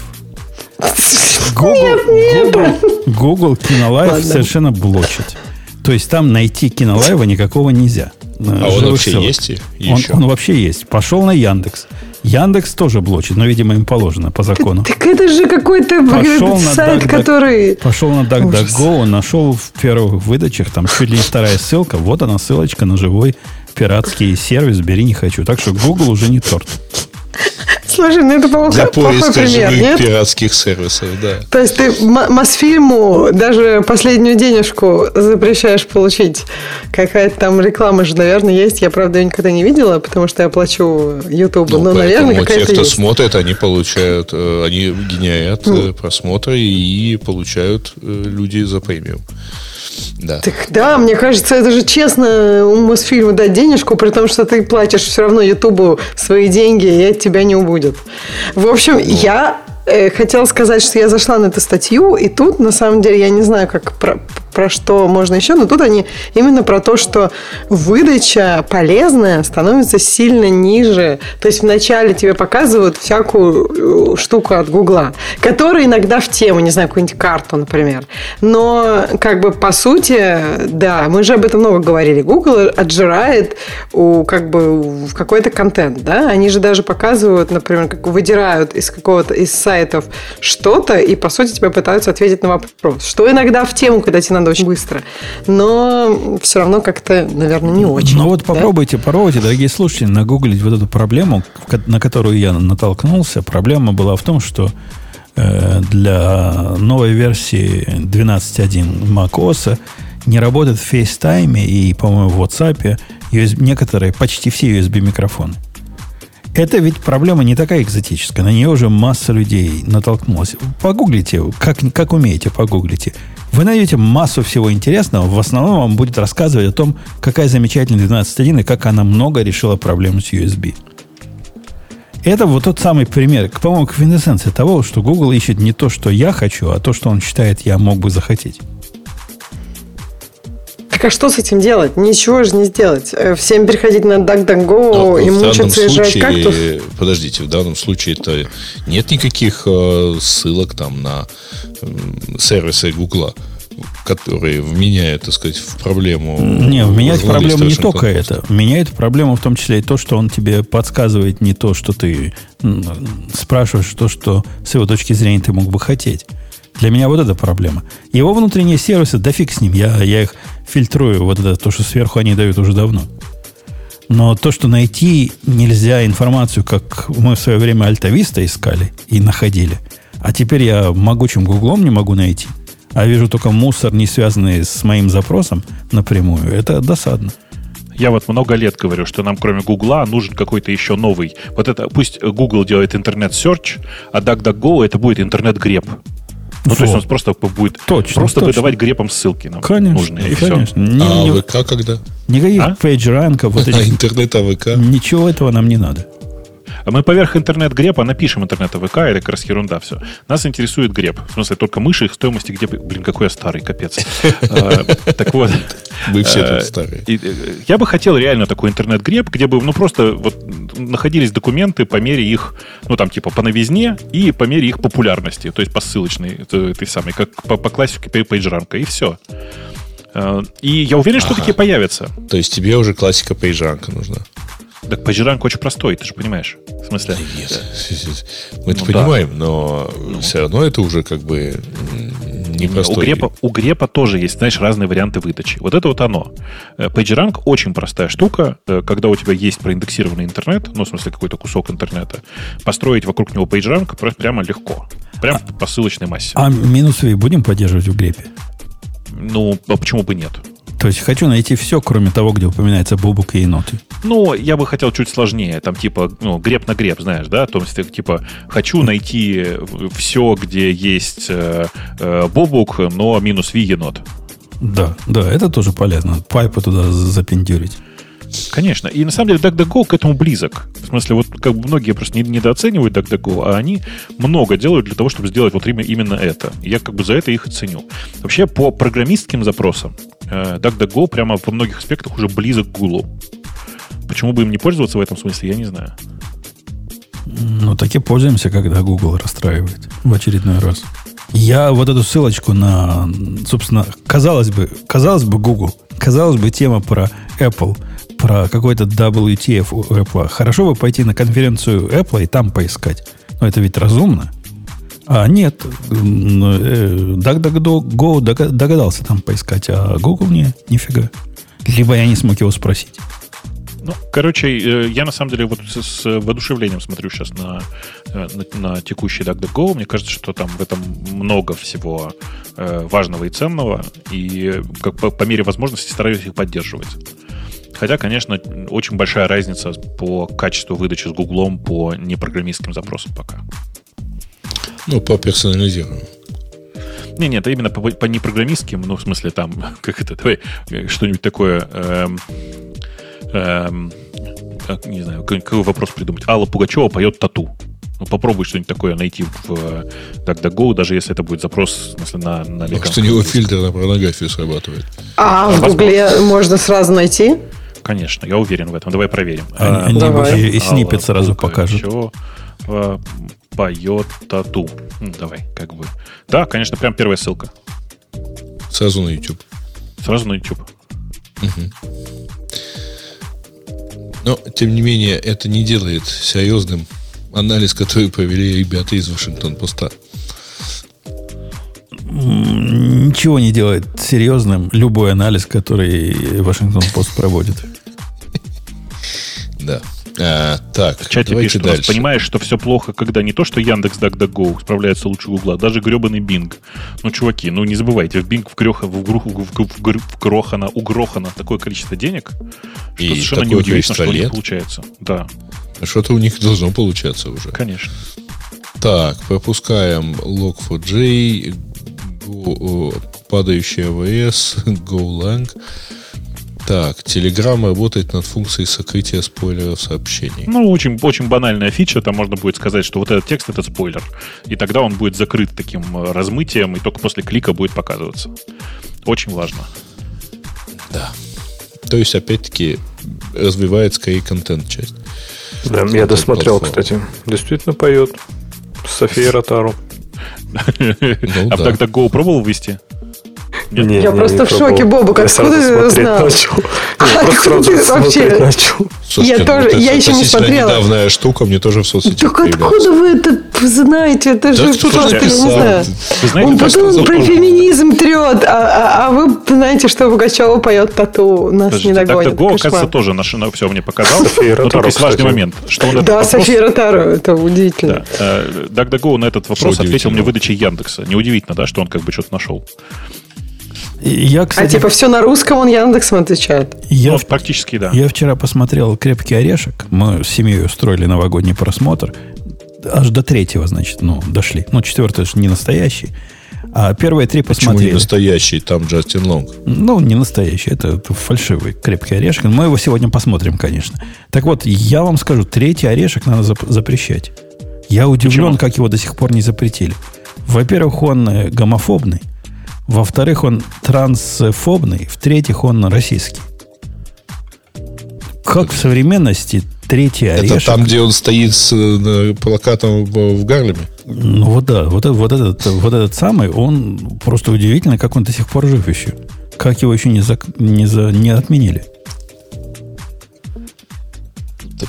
Google Кинолайф совершенно блочит. То есть там найти Кинолайва никакого нельзя. А он вообще есть? Он вообще есть. Пошел на Яндекс. Яндекс тоже блочит, но, видимо, им положено по закону. Так это же какой-то сайт, который... Пошел на DuckDuckGo, нашел в первых выдачах, там чуть ли не вторая ссылка. Вот она, ссылочка на живой пиратский сервис. Бери, не хочу. Так что Google уже не торт. Слушай, ну это для плохой поиска пример, живых нет? пиратских сервисов, да. То есть ты Мосфильму даже последнюю денежку запрещаешь получить. Какая-то там реклама же, наверное, есть. Я, правда, ее никогда не видела, потому что я плачу Ютубу. Но, наверное, какая-то те, кто есть. смотрит, они получают, они генерят просмотры и получают люди за премиум. Да. Так да, мне кажется, это же честно Мосфильму дать денежку, при том, что ты платишь все равно Ютубу свои деньги, и от тебя не убудет. В общем, я хотела сказать, что я зашла на эту статью, и тут, на самом деле, я не знаю, как про что можно еще, но тут они именно про то, что выдача полезная становится сильно ниже. То есть вначале тебе показывают всякую штуку от Гугла, которая иногда в тему, не знаю, какую-нибудь карту, например. Но как бы по сути, да, мы же об этом много говорили. Google отжирает в какой-то контент, да? Они же даже показывают, например, как выдирают из сайтов что-то и по сути тебя пытаются ответить на вопрос. Что иногда в тему, когда тебе надо очень быстро. Но все равно как-то, наверное, не очень. Ну вот попробуйте, дорогие слушатели, нагуглить вот эту проблему, на которую я натолкнулся. Проблема была в том, что для новой версии 12.1 macOS не работает в FaceTime и, по-моему, в WhatsApp некоторые, почти все USB-микрофоны. Это ведь проблема не такая экзотическая. На нее уже масса людей натолкнулась. Погуглите, как умеете, погуглите. Вы найдете массу всего интересного. В основном вам будет рассказывать о том, какая замечательная 12.1 и как она много решила проблему с USB. Это вот тот самый пример, по-моему, квинтэссенция того, что Google ищет не то, что я хочу, а то, что он считает, я мог бы захотеть. Так а что с этим делать? Ничего же не сделать. Всем переходить на DuckDuckGo и мучиться и жрать кактус? Подождите, в данном случае-то нет никаких ссылок там на сервисы Гугла, которые вменяют, так сказать, в проблему. Не, вменяет в проблему не только это. Меняет проблему в том числе и то, что он тебе подсказывает не то, что ты спрашиваешь, то, что с его точки зрения ты мог бы хотеть. Для меня вот эта проблема. Его внутренние сервисы, да фиг с ним, я их фильтрую, вот это то, что сверху они дают уже давно. Но то, что найти нельзя информацию, как мы в свое время Альтависта искали и находили, а теперь я могучим Гуглом не могу найти, а вижу только мусор, не связанный с моим запросом напрямую, это досадно. Я вот много лет говорю, что нам кроме Гугла нужен какой-то еще новый. Вот это пусть Google делает интернет-серч, а DuckDuckGo это будет интернет-греб. Ну, то есть он просто будет выдавать грепом ссылки нам нужные. Конечно. А ВК когда? Никаких пейдж-ранков. Интернет АВК. Ничего этого нам не надо. Мы поверх интернет-грепа напишем интернет-АВК, это как раз ерунда все. Нас интересует греб. В смысле, только мыши, их стоимости где... Блин, какой я старый, капец. Так вот. Мы все тут старые. Я бы хотел реально такой интернет-греб, где бы, просто вот находились документы по мере их, там типа по новизне и по мере их популярности, то есть по ссылочной, этой самой, как по классике PageRank, и все. И я уверен, что такие появятся. То есть тебе уже классика PageRank нужна? Так PageRank очень простой, ты же понимаешь. В смысле? Нет. Мы это понимаем, но все равно это уже как бы непростой. У Грепа тоже есть, знаешь, разные варианты выдачи. Вот это вот оно. PageRank очень простая штука, когда у тебя есть проиндексированный интернет, ну, в смысле, какой-то кусок интернета, построить вокруг него PageRank прямо легко. Прям по ссылочной массе. А минус-ви будем поддерживать в Грепе? Ну, а почему бы нет? То есть хочу найти все, кроме того, где упоминается бобук и еноты. Ну, я бы хотел чуть сложнее. Там типа, греб на греб, знаешь, да? То есть, типа, хочу найти все, где есть бобук, но минус ви енот. Да, это тоже полезно. Пайпы туда запендюрить. Конечно. И на самом деле DuckDuckGo к этому близок. В смысле, вот как бы многие просто недооценивают DuckDuckGo, а они много делают для того, чтобы сделать вот именно это. И я как бы за это их и ценю. Вообще, по программистским запросам DuckDuckGo прямо во многих аспектах уже близок к Google. Почему бы им не пользоваться в этом смысле, я не знаю. Ну, так и пользуемся, когда Google расстраивает в очередной раз. Я вот эту ссылочку на, собственно, казалось бы, Google, казалось бы, тема про Apple, про какой-то WTF у Apple. Хорошо бы пойти на конференцию Apple и там поискать. Но это ведь разумно. А нет, DuckDuckGo догадался там поискать, а Google нифига. Либо я не смог его спросить. Ну, короче, я на самом деле вот с воодушевлением смотрю сейчас на текущий DuckDuckGo. Мне кажется, что там в этом много всего важного и ценного. И как по мере возможности стараюсь их поддерживать. Хотя, конечно, очень большая разница по качеству выдачи с Гуглом по непрограммистским запросам пока. Ну, по персонализированию. Нет, именно по непрограммистским, ну, в смысле, там, как это, давай, что-нибудь такое, не знаю, какой вопрос придумать. Алла Пугачева поет «Тату». Ну, попробуй что-нибудь такое найти в DuckDuckGo, даже если это будет запрос, в смысле, на что у него фильтр на порнографию срабатывает. А в Гугле можно сразу найти? Конечно, я уверен в этом. Давай проверим. Они и сниппет сразу покажут. Поет «Тату». Давай, как бы. Да, конечно, прям первая ссылка. Сразу на YouTube. Сразу на YouTube. Угу. Но, тем не менее, это не делает серьезным анализ, который провели ребята из Вашингтон-Поста. Ничего не делает серьезным любой анализ, который Вашингтон-Пост проводит. Да. Так, в чате пишут, понимаешь, что все плохо, когда не то, что Яндекс DuckDuckGo справляется лучше Гугла, даже гребаный Bing. Ну, чуваки, не забывайте, в Bing угрохано такое количество денег, что и совершенно неудивительно, что у них получается. Да. Что-то у них должно получаться уже. Конечно. Так, пропускаем Log4j, падающий АВС, GoLang. Так, Telegram работает над функцией сокрытия спойлеров сообщений. Ну, очень, очень банальная фича. Там можно будет сказать, что вот этот текст — это спойлер. И тогда он будет закрыт таким размытием, и только после клика будет показываться. Очень важно. Да. То есть, опять-таки, развивает скорее контент-часть. Да, я досмотрел, кстати. Действительно поет. София Ротару. А в DuckDuckGo пробовал ввести? Я просто в шоке, Бобок, откуда ты знал? Откуда ты вообще? Я тоже, я еще не смотрела. Недавняя штука, мне тоже в соцсетях так откуда вы это знаете? Это же просто, я не знаю. Он потом про феминизм трет, а вы знаете, что Пугачева поет «Тату», нас не догонит. DuckDuckGo, оказывается, тоже все мне показал. Но только есть важный момент. Да, София Ротару, это удивительно. DuckDuckGo на этот вопрос ответил мне выдачей Яндекса. Неудивительно, да, что он как бы что-то нашел. Кстати, типа все на русском он Яндексом отвечает? Практически, да. Я вчера посмотрел «Крепкий орешек». Мы с семьей устроили новогодний просмотр. Аж до 3-го, значит, дошли. 4-й же не настоящий. А первые 3 посмотрели. Почему не настоящий? Там Джастин Лонг. Не настоящий. Это фальшивый «Крепкий орешек». Мы его сегодня посмотрим, конечно. Так вот, я вам скажу, 3-й орешек надо запрещать. Я удивлен, как его до сих пор не запретили. Во-первых, он гомофобный. Во-вторых, он трансфобный. В-третьих, он российский. Как в современности 3-й орешек... Это там, где он стоит с плакатом в Гарлеме? Вот этот самый, он просто удивительно, как он до сих пор жив еще. Как его еще не отменили.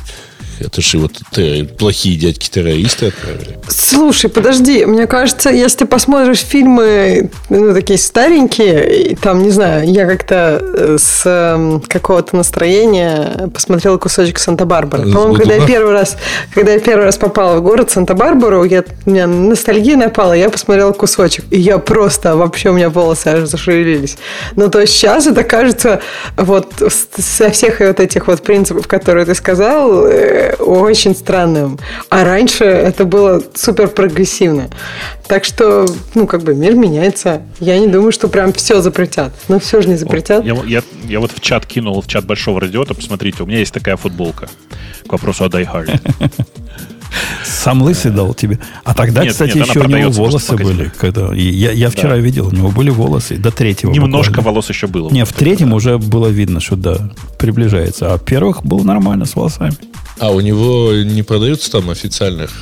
Это же вот плохие дядьки-террористы отправили. Слушай, подожди, мне кажется, если ты посмотришь фильмы, такие старенькие, там, не знаю, я как-то с какого-то настроения посмотрела кусочек Санта-Барбары. По-моему, когда я первый раз попала в город Санта-Барбару, у меня ностальгия напала, я посмотрела кусочек, и я просто, вообще у меня волосы аж зашевелились. Ну, то есть сейчас это кажется, вот со всех вот этих вот принципов, которые ты сказал, очень странным. А раньше это было супер прогрессивно. Так что, мир меняется. Я не думаю, что прям все запретят. Но все же не запретят. Я вот в чат кинул, в чат Большого Радиота, посмотрите, у меня есть такая футболка к вопросу о Die Hard. Сам Лысый дал тебе. А тогда, кстати, еще у него волосы были. Я вчера видел, у него были волосы до третьего. Немножко волос еще было. Не, в третьем уже было видно, что приближается. А в первых было нормально с волосами. А у него не продаются там официальных,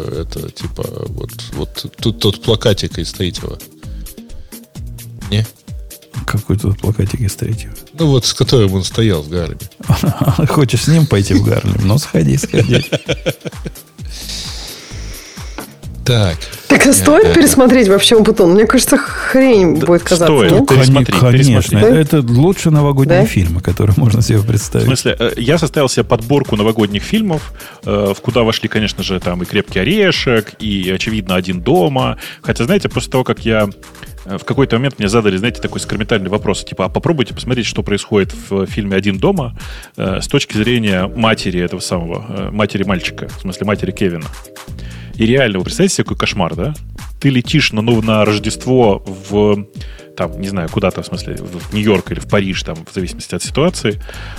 тут тот плакатик из третьего? Не? Какой тут плакатик из третьего? Ну вот, с которым он стоял в Гарлеме. Хочешь с ним пойти в Гарлем? Ну, сходи. Так. Так стоит пересмотреть вообще Умпутун? Мне кажется, хрень будет казаться. Стоит. Конечно. Это лучшие новогодние фильмы, которые можно себе представить. В смысле, я составил себе подборку новогодних фильмов, в куда вошли, конечно же, там и «Крепкий орешек», и, очевидно, «Один дома». Хотя, знаете, после того, как я в какой-то момент мне задали, знаете, такой сакраментальный вопрос, типа, а попробуйте посмотреть, что происходит в фильме «Один дома» с точки зрения матери этого самого, матери мальчика, в смысле, матери Кевина. И реально, вы представляете себе, какой кошмар, да? Ты летишь на Рождество в, там, не знаю, куда-то, в смысле, в Нью-Йорк или в Париж, там, в зависимости от ситуации,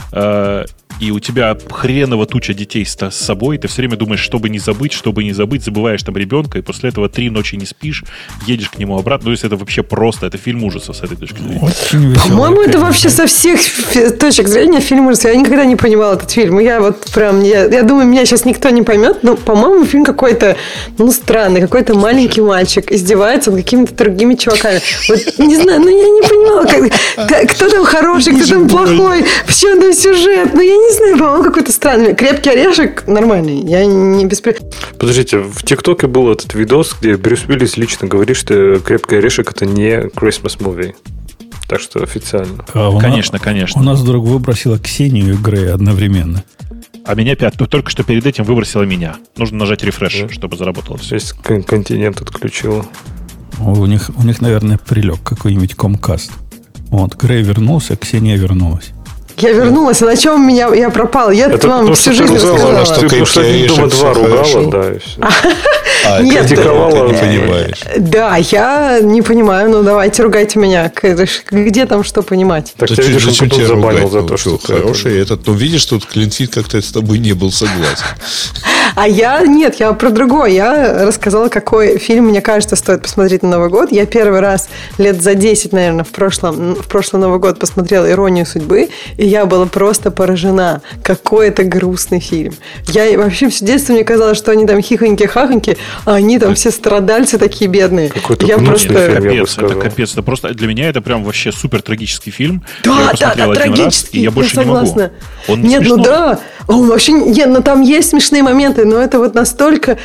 и у тебя хреново туча детей с собой, ты все время думаешь, чтобы не забыть, забываешь там ребенка, и после этого 3 ночи не спишь, едешь к нему обратно. То есть это вообще просто, это фильм ужасов с этой точки зрения. По-моему, это вообще со всех точек зрения фильм ужасов. Я никогда не понимала этот фильм. Я думаю, меня сейчас никто не поймет, но, по-моему, фильм какой-то, странный, какой-то маленький мальчик издевается над какими-то другими чуваками. Вот, не знаю, я не понимала, кто там хороший, кто там плохой, в чем там сюжет, я не знаю, по-моему, какой-то странный. «Крепкий орешек» нормальный. Я не Подождите, в ТикТоке был этот видос, где Брюс Уиллис лично говорит, что «Крепкий орешек» — это не Christmas movie. Так что официально. Конечно. У нас вдруг выбросила Ксению и Грея одновременно. А меня только что перед этим выбросила меня. Нужно нажать рефреш, чтобы заработало все. Здесь континент отключило. У них, наверное, прилег какой-нибудь Comcast. Вот, Грей вернулся, Ксения вернулась. Я вернулась, а на чем я пропала? Я вам всю жизнь рассказала. Что «Один дома 2» ругала, да, и все. Нет, критиковала. Не понимаешь. Да, я не понимаю, давайте ругайте меня. Где там что понимать? Так ты ты видишь, он потом забанил за то, что хороший этот. Видишь, тут Клинфит как-то с тобой не был согласен. А я про другое. Я рассказала, какой фильм, мне кажется, стоит посмотреть на Новый год. Я первый раз лет за 10, наверное, в прошлый Новый год посмотрела «Иронию судьбы», и я была просто поражена. Какой это грустный фильм. Я вообще все детство мне казалось, что они там хихоньки-хахоньки, а они там все страдальцы такие бедные. Какой-то я просто... Это капец. Это просто для меня это прям вообще супер трагический фильм. Да, один раз, и я больше не могу. Он не смешной. Да. Он вообще... Нет, там есть смешные моменты, но это вот настолько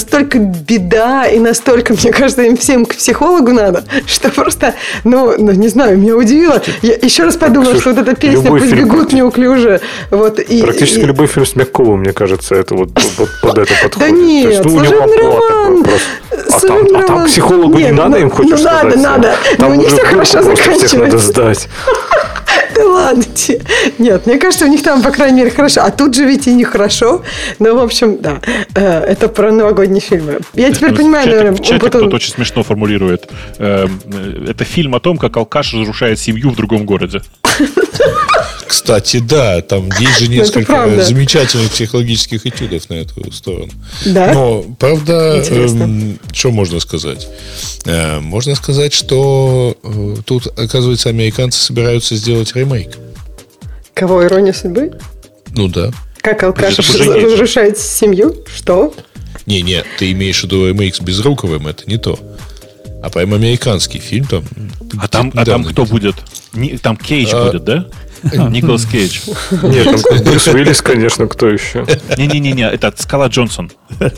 беда, и настолько, мне кажется, им всем к психологу надо, что просто, не знаю, меня удивило. Я еще раз подумала, что вот эта песня «Пусть бегут неуклюже». Практически любой фильм с Мягковым, мне кажется, это вот под это подходит. Да нет, «Служебный роман». А там психологу не надо, им хочешь сказать? Надо. Там у них все хорошо заканчивается. Всех надо сдать. Да ладно тебе. Нет, мне кажется, у них там, по крайней мере, хорошо. А тут же ведь и нехорошо. Ну, в общем, да. Это про новогодние фильмы. Я теперь понимаю, наверное... В чате кто-то очень смешно формулирует. Это фильм о том, как алкаш разрушает семью в другом городе. Кстати, да, там есть же несколько замечательных психологических этюдов на эту сторону. Да? Но, правда, что можно сказать? Можно сказать, что тут, оказывается, американцы собираются сделать ремейк. Кого? «Ирония судьбы»? Ну да. Как алкаш разрушает семью? Что? Не, ты имеешь в виду ремейк с Безруковым, это не то. А прям американский фильм там. А там кто будет? Там Кейдж будет, да? Николас Кейдж. Нет, там Брюс Уиллис, конечно, кто еще? Не-не-не, это Скала Джонсон.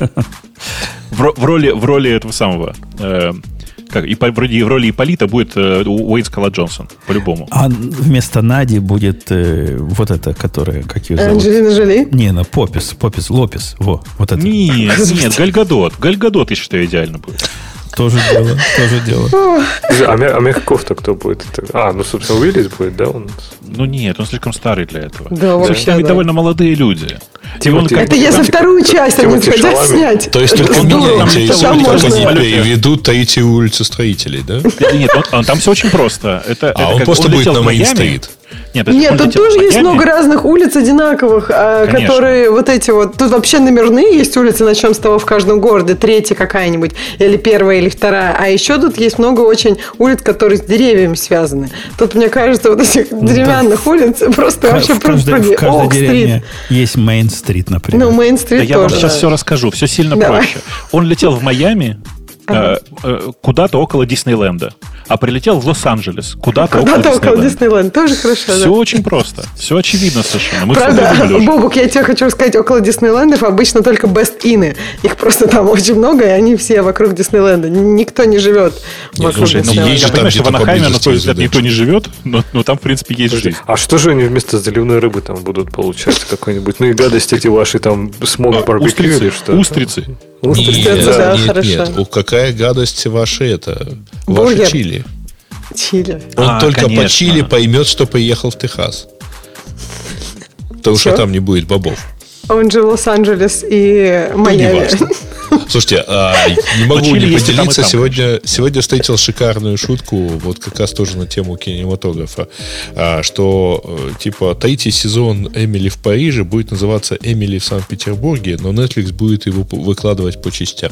В роли этого самого... вроде в роли Ипполита будет Уэйн Скала Джонсон, по-любому. А вместо Нади будет вот эта, которая, как ее зовут? Анджелина Джоли? Не, Лопес. Вот это. Нет, Галь Гадот, я считаю, идеально будет. Тоже дело. А мягков-то кто будет? Собственно, Уиллис будет, да? Нет, он слишком старый для этого. Да, вообще, Там ведь довольно молодые люди. Это если вторую часть они хотят снять. То есть только меня интересует, как они переведут эти улицы строителей, да? Нет, там все очень просто. Он просто будет на Мейн-стрит. Нет, тут тоже есть много разных улиц одинаковых, которые вот эти вот... Тут вообще номерные есть улицы, начнем с того, в каждом городе, третья какая-нибудь, или первая, или вторая. А еще тут есть много очень улиц, которые с деревьями связаны. Тут, мне кажется, вот этих деревянных улиц просто вообще... В каждой деревне есть Мейн-стрит, например. Мейн-стрит я тоже. вам сейчас все расскажу, все сильно проще. Он летел в Майами, куда-то около Диснейленда, а прилетел в Лос-Анджелес, куда-то около Диснейленда. Тоже хорошо, Все очень просто, все очевидно совершенно. Мы правда, Бобук, я тебе хочу сказать, около Диснейлендов обычно только бест-ины. Их просто там очень много, и они все вокруг Диснейленда. Никто не живет вокруг Диснейленда. Я понимаю, что в Анахайме, на твой взгляд, никто не живет, но там, в принципе, есть жизнь. А что же они вместо заливной рыбы там будут получать какой-нибудь? Ну и гадости эти ваши там смог барбекю или что? Устрицы. Нет. Какая гадость ваша это? Ваше чили. Чили. Он только по чили поймет, что поехал в Техас. Потому что там не будет бобов. Он же Лос-Анджелес и Майами. Слушайте, не могу не поделиться. Сегодня встретил шикарную шутку, вот как раз тоже на тему кинематографа, что типа третий сезон «Эмили в Париже» будет называться «Эмили в Санкт-Петербурге», но Netflix будет его выкладывать по частям.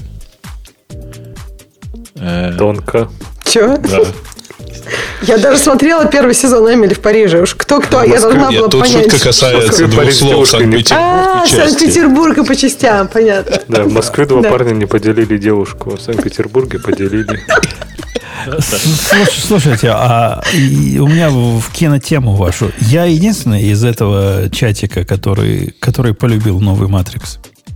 Тонко. Че? Да. Я даже смотрела первый сезон «Эмили в Париже». Уж кто-кто, я должна была понять. Тут шутка касается двух слов: Санкт-Петербург и части. Санкт-Петербург и по частям, понятно. Да, в Москве два парня не поделили девушку, в Санкт-Петербурге поделили. Слушайте, у меня в кинотему вашу. Я единственный из этого чатика, который полюбил новый «Матрикс».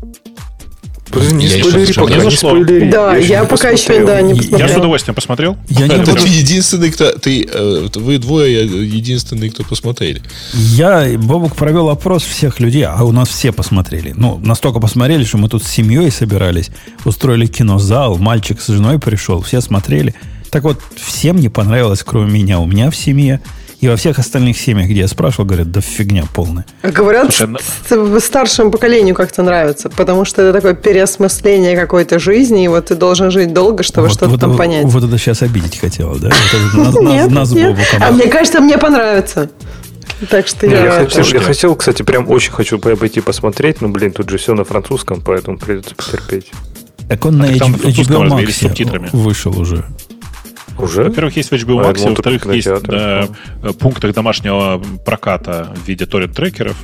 Не спойлери. Да, я пока еще не посмотрел. Я с удовольствием посмотрел. Ты единственный, кто... Вы двое единственные, кто посмотрели. Бобук провел опрос всех людей, а у нас все посмотрели. Настолько посмотрели, что мы тут с семьей собирались, устроили кинозал, мальчик с женой пришел, все смотрели. Так вот, всем не понравилось, кроме меня. У меня в семье и во всех остальных семьях, где я спрашивал, говорят, да фигня полная. Говорят, старшему поколению как-то нравится, потому что это такое переосмысление какой-то жизни, и вот ты должен жить долго, чтобы что-то там понять. Вот это сейчас обидеть хотела, да? Нет. А мне кажется, мне понравится. Так что я хотел, кстати, прям очень хочу пойти посмотреть, но, тут же все на французском, поэтому придется потерпеть. Так он на HBO Max вышел уже. Уже? Во-первых, есть в HBO Max, во-вторых, есть на пунктах домашнего проката в виде торрент-трекеров.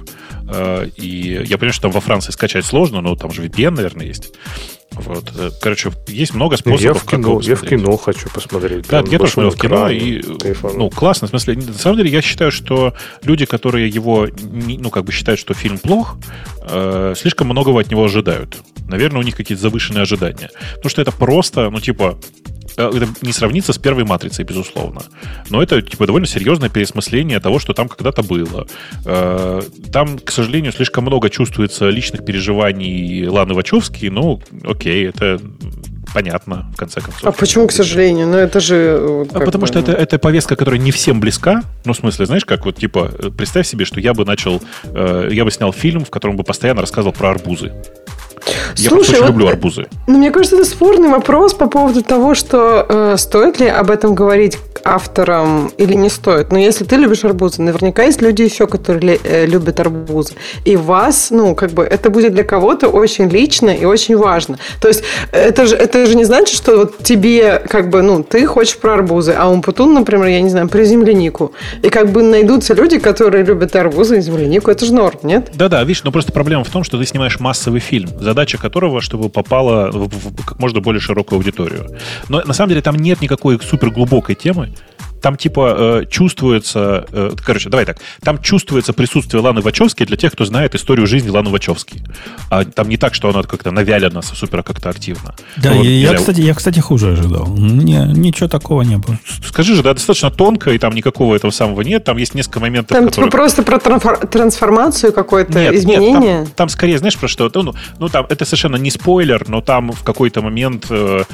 И я понимаю, что там во Франции скачать сложно, но там же VPN, наверное, есть. Вот. Короче, есть много способов, как его я в кино хочу посмотреть. Да, я тоже смотрел в кино. И, классно. В смысле, на самом деле, я считаю, что люди, которые его, считают, что фильм плох, слишком многого от него ожидают. Наверное, у них какие-то завышенные ожидания. Потому что это просто, это не сравнится с первой «Матрицей», безусловно. Но это довольно серьезное переосмысление того, что там когда-то было. Там, к сожалению, слишком много чувствуется личных переживаний Ланы Вачовски. Окей, это понятно, в конце концов. А почему, к сожалению? Это же... потому что это повестка, которая не всем близка. В смысле, знаешь, как представь себе, что я бы снял фильм, в котором бы постоянно рассказывал про арбузы. Я просто очень люблю арбузы. Мне кажется, это спорный вопрос по поводу того, что стоит ли об этом говорить авторам или не стоит. Но если ты любишь арбузы, наверняка есть люди еще, которые любят арбузы. И вас, это будет для кого-то очень лично и очень важно. То есть это же не значит, что тебе, ты хочешь про арбузы, а Умпутун, например, я не знаю, про землянику. И найдутся люди, которые любят арбузы и землянику. Это же норм, нет? Да, видишь, но просто проблема в том, что ты снимаешь массовый фильм, задача которого, чтобы попала в как можно более широкую аудиторию. Но на самом деле там нет никакой суперглубокой темы. там типа чувствуется... Короче, давай так. Там чувствуется присутствие Ланы Вачовски для тех, кто знает историю жизни Ланы Вачовски. А там не так, что она как-то навялена супер как-то активно. Да, вот, я, кстати, хуже ожидал. Ничего такого не было. Скажи же, да, достаточно тонко, и там никакого этого самого нет. Там есть несколько моментов, там которые... типа просто про трансформацию какое-то изменение? Нет, там скорее, знаешь, про что? Ну, там это совершенно не спойлер, но там в какой-то момент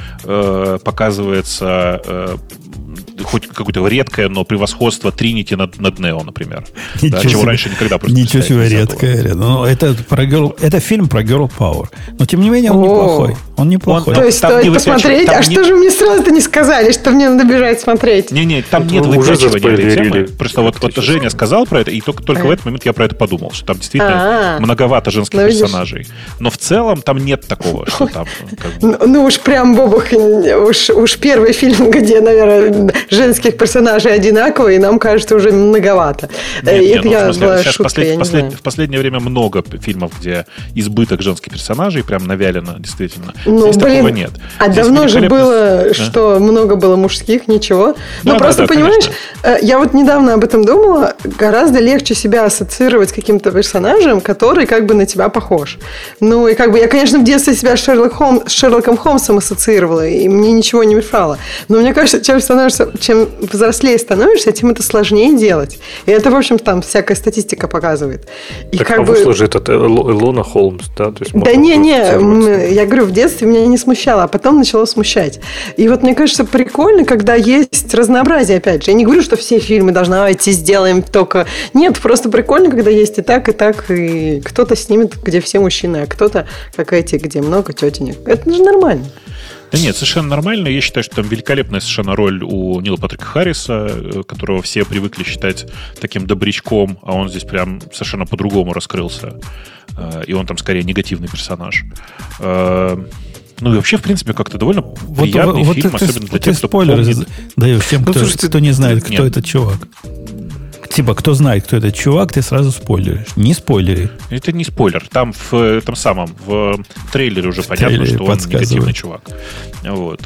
показывается хоть какое-то редкое, но превосходство Тринити над Нео, например. Да, чего раньше никогда просто ничего себе редкое. Ну, это фильм про Girl Power. Но, тем не менее, он неплохой. Он неплохой. То есть стоит посмотреть? А что же мне сразу-то не сказали, что мне надо бежать смотреть? Не, там нет выпячивания этой темы. Просто вот Женя сказал про это, и только в этот момент я про это подумал, что там действительно многовато женских персонажей. Но в целом там нет такого, что там... Ну уж прям, Бобух, уж первый фильм, где, наверное, женских персонажей одинаковые, и нам кажется уже многовато. В последнее время много фильмов, где избыток женских персонажей прям навялено, действительно. Здесь такого нет. А давно же было, что много было мужских, ничего. Ну, просто, понимаешь, я вот недавно об этом думала, гораздо легче себя ассоциировать с каким-то персонажем, который как бы на тебя похож. Ну, и как бы я, конечно, в детстве себя с Шерлоком Холмсом ассоциировала, и мне ничего не мешало. Но мне кажется, чем взрослее становишься, тем это сложнее делать. И это, в общем, там всякая статистика показывает. И так как вышло же этот Илона Холмс, да? То есть да не, я говорю, в детстве меня не смущало, а потом начало смущать. И вот мне кажется, прикольно, когда есть разнообразие, опять же. Я не говорю, что все фильмы давайте сделаем только... Нет, просто прикольно, когда есть и так, и кто-то снимет, где все мужчины, а кто-то, как эти, где много тетенек. Это же нормально. Да нет, совершенно нормально. Я считаю, что там великолепная совершенно роль у Нила Патрика Харриса, которого все привыкли считать таким добрячком, а он здесь прям совершенно по-другому раскрылся. И он там скорее негативный персонаж. Ну и вообще, в принципе, как-то довольно приятный фильм, особенно для тех, кто помнит. Даешь тем, кто не знает, кто этот чувак. Типа, кто знает, кто этот чувак, ты сразу спойлеришь. Не спойлери. Это не спойлер. Там в трейлере уже понятно, что он негативный чувак. Вот.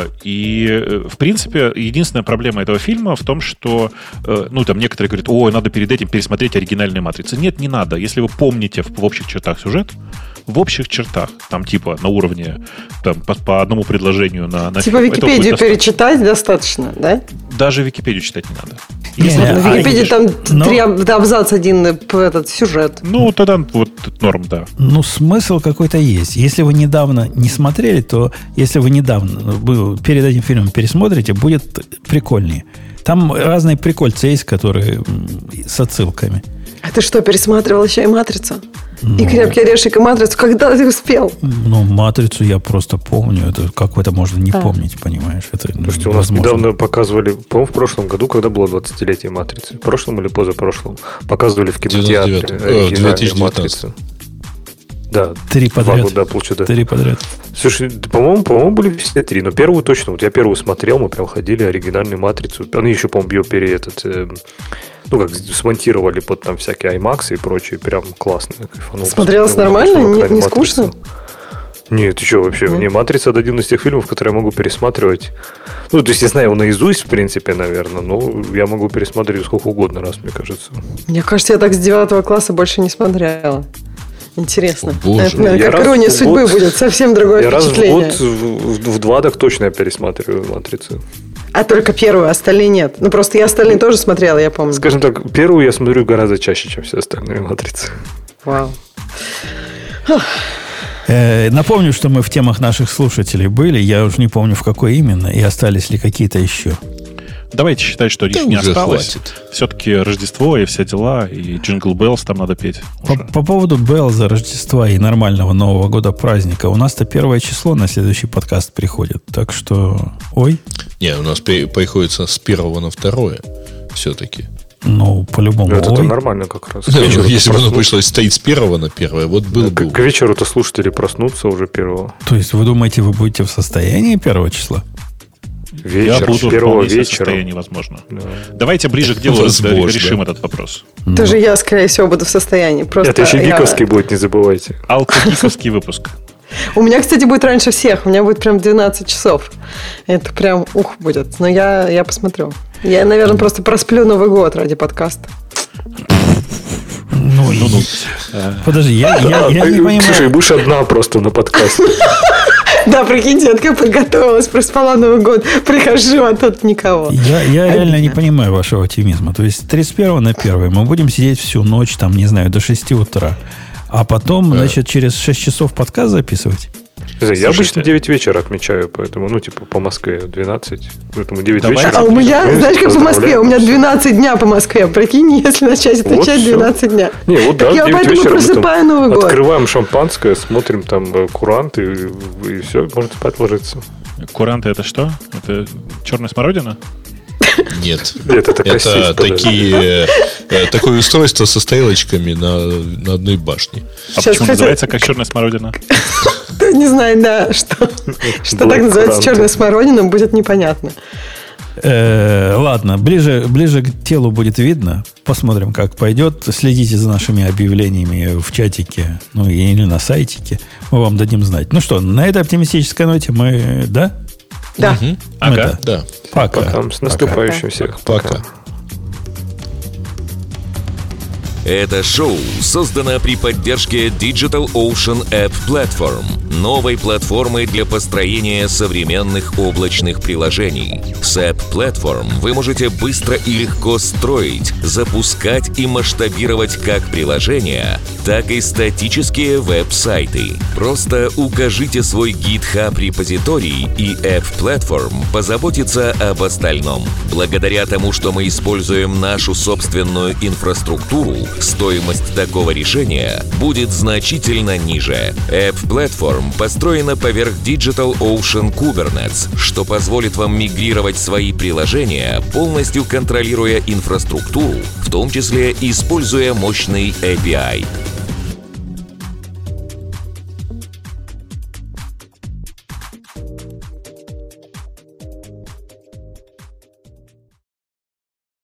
И, в принципе, единственная проблема этого фильма в том, что там некоторые говорят, надо перед этим пересмотреть оригинальные матрицы. Нет, не надо. Если вы помните в общих чертах сюжет, в общих чертах, там типа на уровне там, по одному предложению на типа Википедию перечитать достаточно, да? Даже Википедию читать не надо. В Википедии там 3 абзаца один этот сюжет. Ну, тогда вот норм, да. Ну, смысл какой-то есть. Если вы недавно не смотрели, то если вы недавно перед этим фильмом пересмотрите, будет прикольнее. Там разные прикольцы есть, которые с отсылками. А ты что, пересматривал еще и «Матрицу»? И «Крепкий орешек», и «Матрицу». Когда ты успел? Ну, «Матрицу» я просто помню. Это, как это можно не помнить, понимаешь? Это слушайте, у нас недавно показывали, по-моему, в прошлом году, когда было 20-летие «Матрицы». В прошлом или позапрошлом. Показывали в кинотеатре 2019. «Матрицу». Да, 3 подряд. Да, получается. 3 подряд. Слушай, по-моему, были все 3, но первую точно. Вот я первую смотрел, мы прям ходили, оригинальную «Матрицу». Они еще, по-моему, ее как смонтировали под там всякие IMAX и прочее. Прям классно. Смотрелось нормально? Не скучно? Нет, еще вообще. Мне «Матрица» — это один из тех фильмов, которые я могу пересматривать. Ну, то есть я знаю его наизусть, в принципе, наверное, но я могу пересматривать сколько угодно раз, мне кажется. Мне кажется, я так с 9 класса больше не смотрела. Интересно. Боже. Это, как «Ирония судьбы» будет, совсем другое впечатление. Раз в год, в 2 так точно я пересматриваю «Матрицу». А только первую, остальные нет. Ну, просто я остальные тоже смотрела, я помню. Скажем так, первую я смотрю гораздо чаще, чем все остальные «Матрицы». Вау. Напомню, что мы в темах наших слушателей были. Я уже не помню, в какой именно, и остались ли какие-то еще. Давайте считать, что их не осталось. Хватит. Все-таки Рождество и все дела, и Джингл Беллс там надо петь. По поводу Беллза, Рождества и нормального Нового года праздника, у нас-то 1 число на следующий подкаст приходит. Так что, Не, у нас приходится с 1 на 2 все-таки. Ну, по-любому. Это нормально как раз. Если бы оно пришлось стоит с 1 на 1, вот было бы. К вечеру-то слушатели проснутся уже 1. То есть вы думаете, вы будете в состоянии 1 числа? Я буду в вполне состоянии, возможно. Да. Давайте ближе к делу решим этот вопрос. Тоже я, скорее всего, буду в состоянии. Просто это еще гиковский будет, не забывайте. Алкогиковский выпуск. У меня, кстати, будет раньше всех. У меня будет прям 12 часов. Это прям будет. Но я посмотрю. Я, наверное, просто просплю Новый год ради подкаста. Подожди, я не понимаю. Слушай, будешь одна просто на подкасте. Да, прикиньте, я такая подготовилась, проспала Новый год, прихожу, а тут никого. Я реально не понимаю вашего оптимизма. То есть с 31 на 1 мы будем сидеть всю ночь, там, не знаю, до 6 утра. А потом, значит, через 6 часов подкаст записывать? Я обычно 9 вечера отмечаю, поэтому, по Москве 12, поэтому 9 вечера. А у меня, знаешь, как по Москве, у меня 12 дня по Москве, прикинь, если начать отмечать 12 дня. Не, вот да, я 9 поэтому вечера просыпаю Новый год. Открываем шампанское, смотрим там курант, и все, можно спать ложиться. Куранты это что? Это черная смородина? Нет. Это такое устройство со стрелочками на одной башне. А почему называется как черная смородина? Не знаю, да, что так называется черная смородина, будет непонятно. Ладно, ближе к телу будет видно. Посмотрим, как пойдет. Следите за нашими объявлениями в чатике, или на сайтике. Мы вам дадим знать. Ну что, на этой оптимистической ноте мы, да? Да. Ага. Да. Пока. С наступающим всех. Пока. Это шоу создано при поддержке Digital Ocean App Platform, новой платформы для построения современных облачных приложений. С App Platform вы можете быстро и легко строить, запускать и масштабировать как приложения, так и статические веб-сайты. Просто укажите свой GitHub-репозиторий, и App Platform позаботится об остальном. Благодаря тому, что мы используем нашу собственную инфраструктуру, стоимость такого решения будет значительно ниже. App Platform построена поверх Digital Ocean Kubernetes, что позволит вам мигрировать свои приложения, полностью контролируя инфраструктуру, в том числе используя мощный API.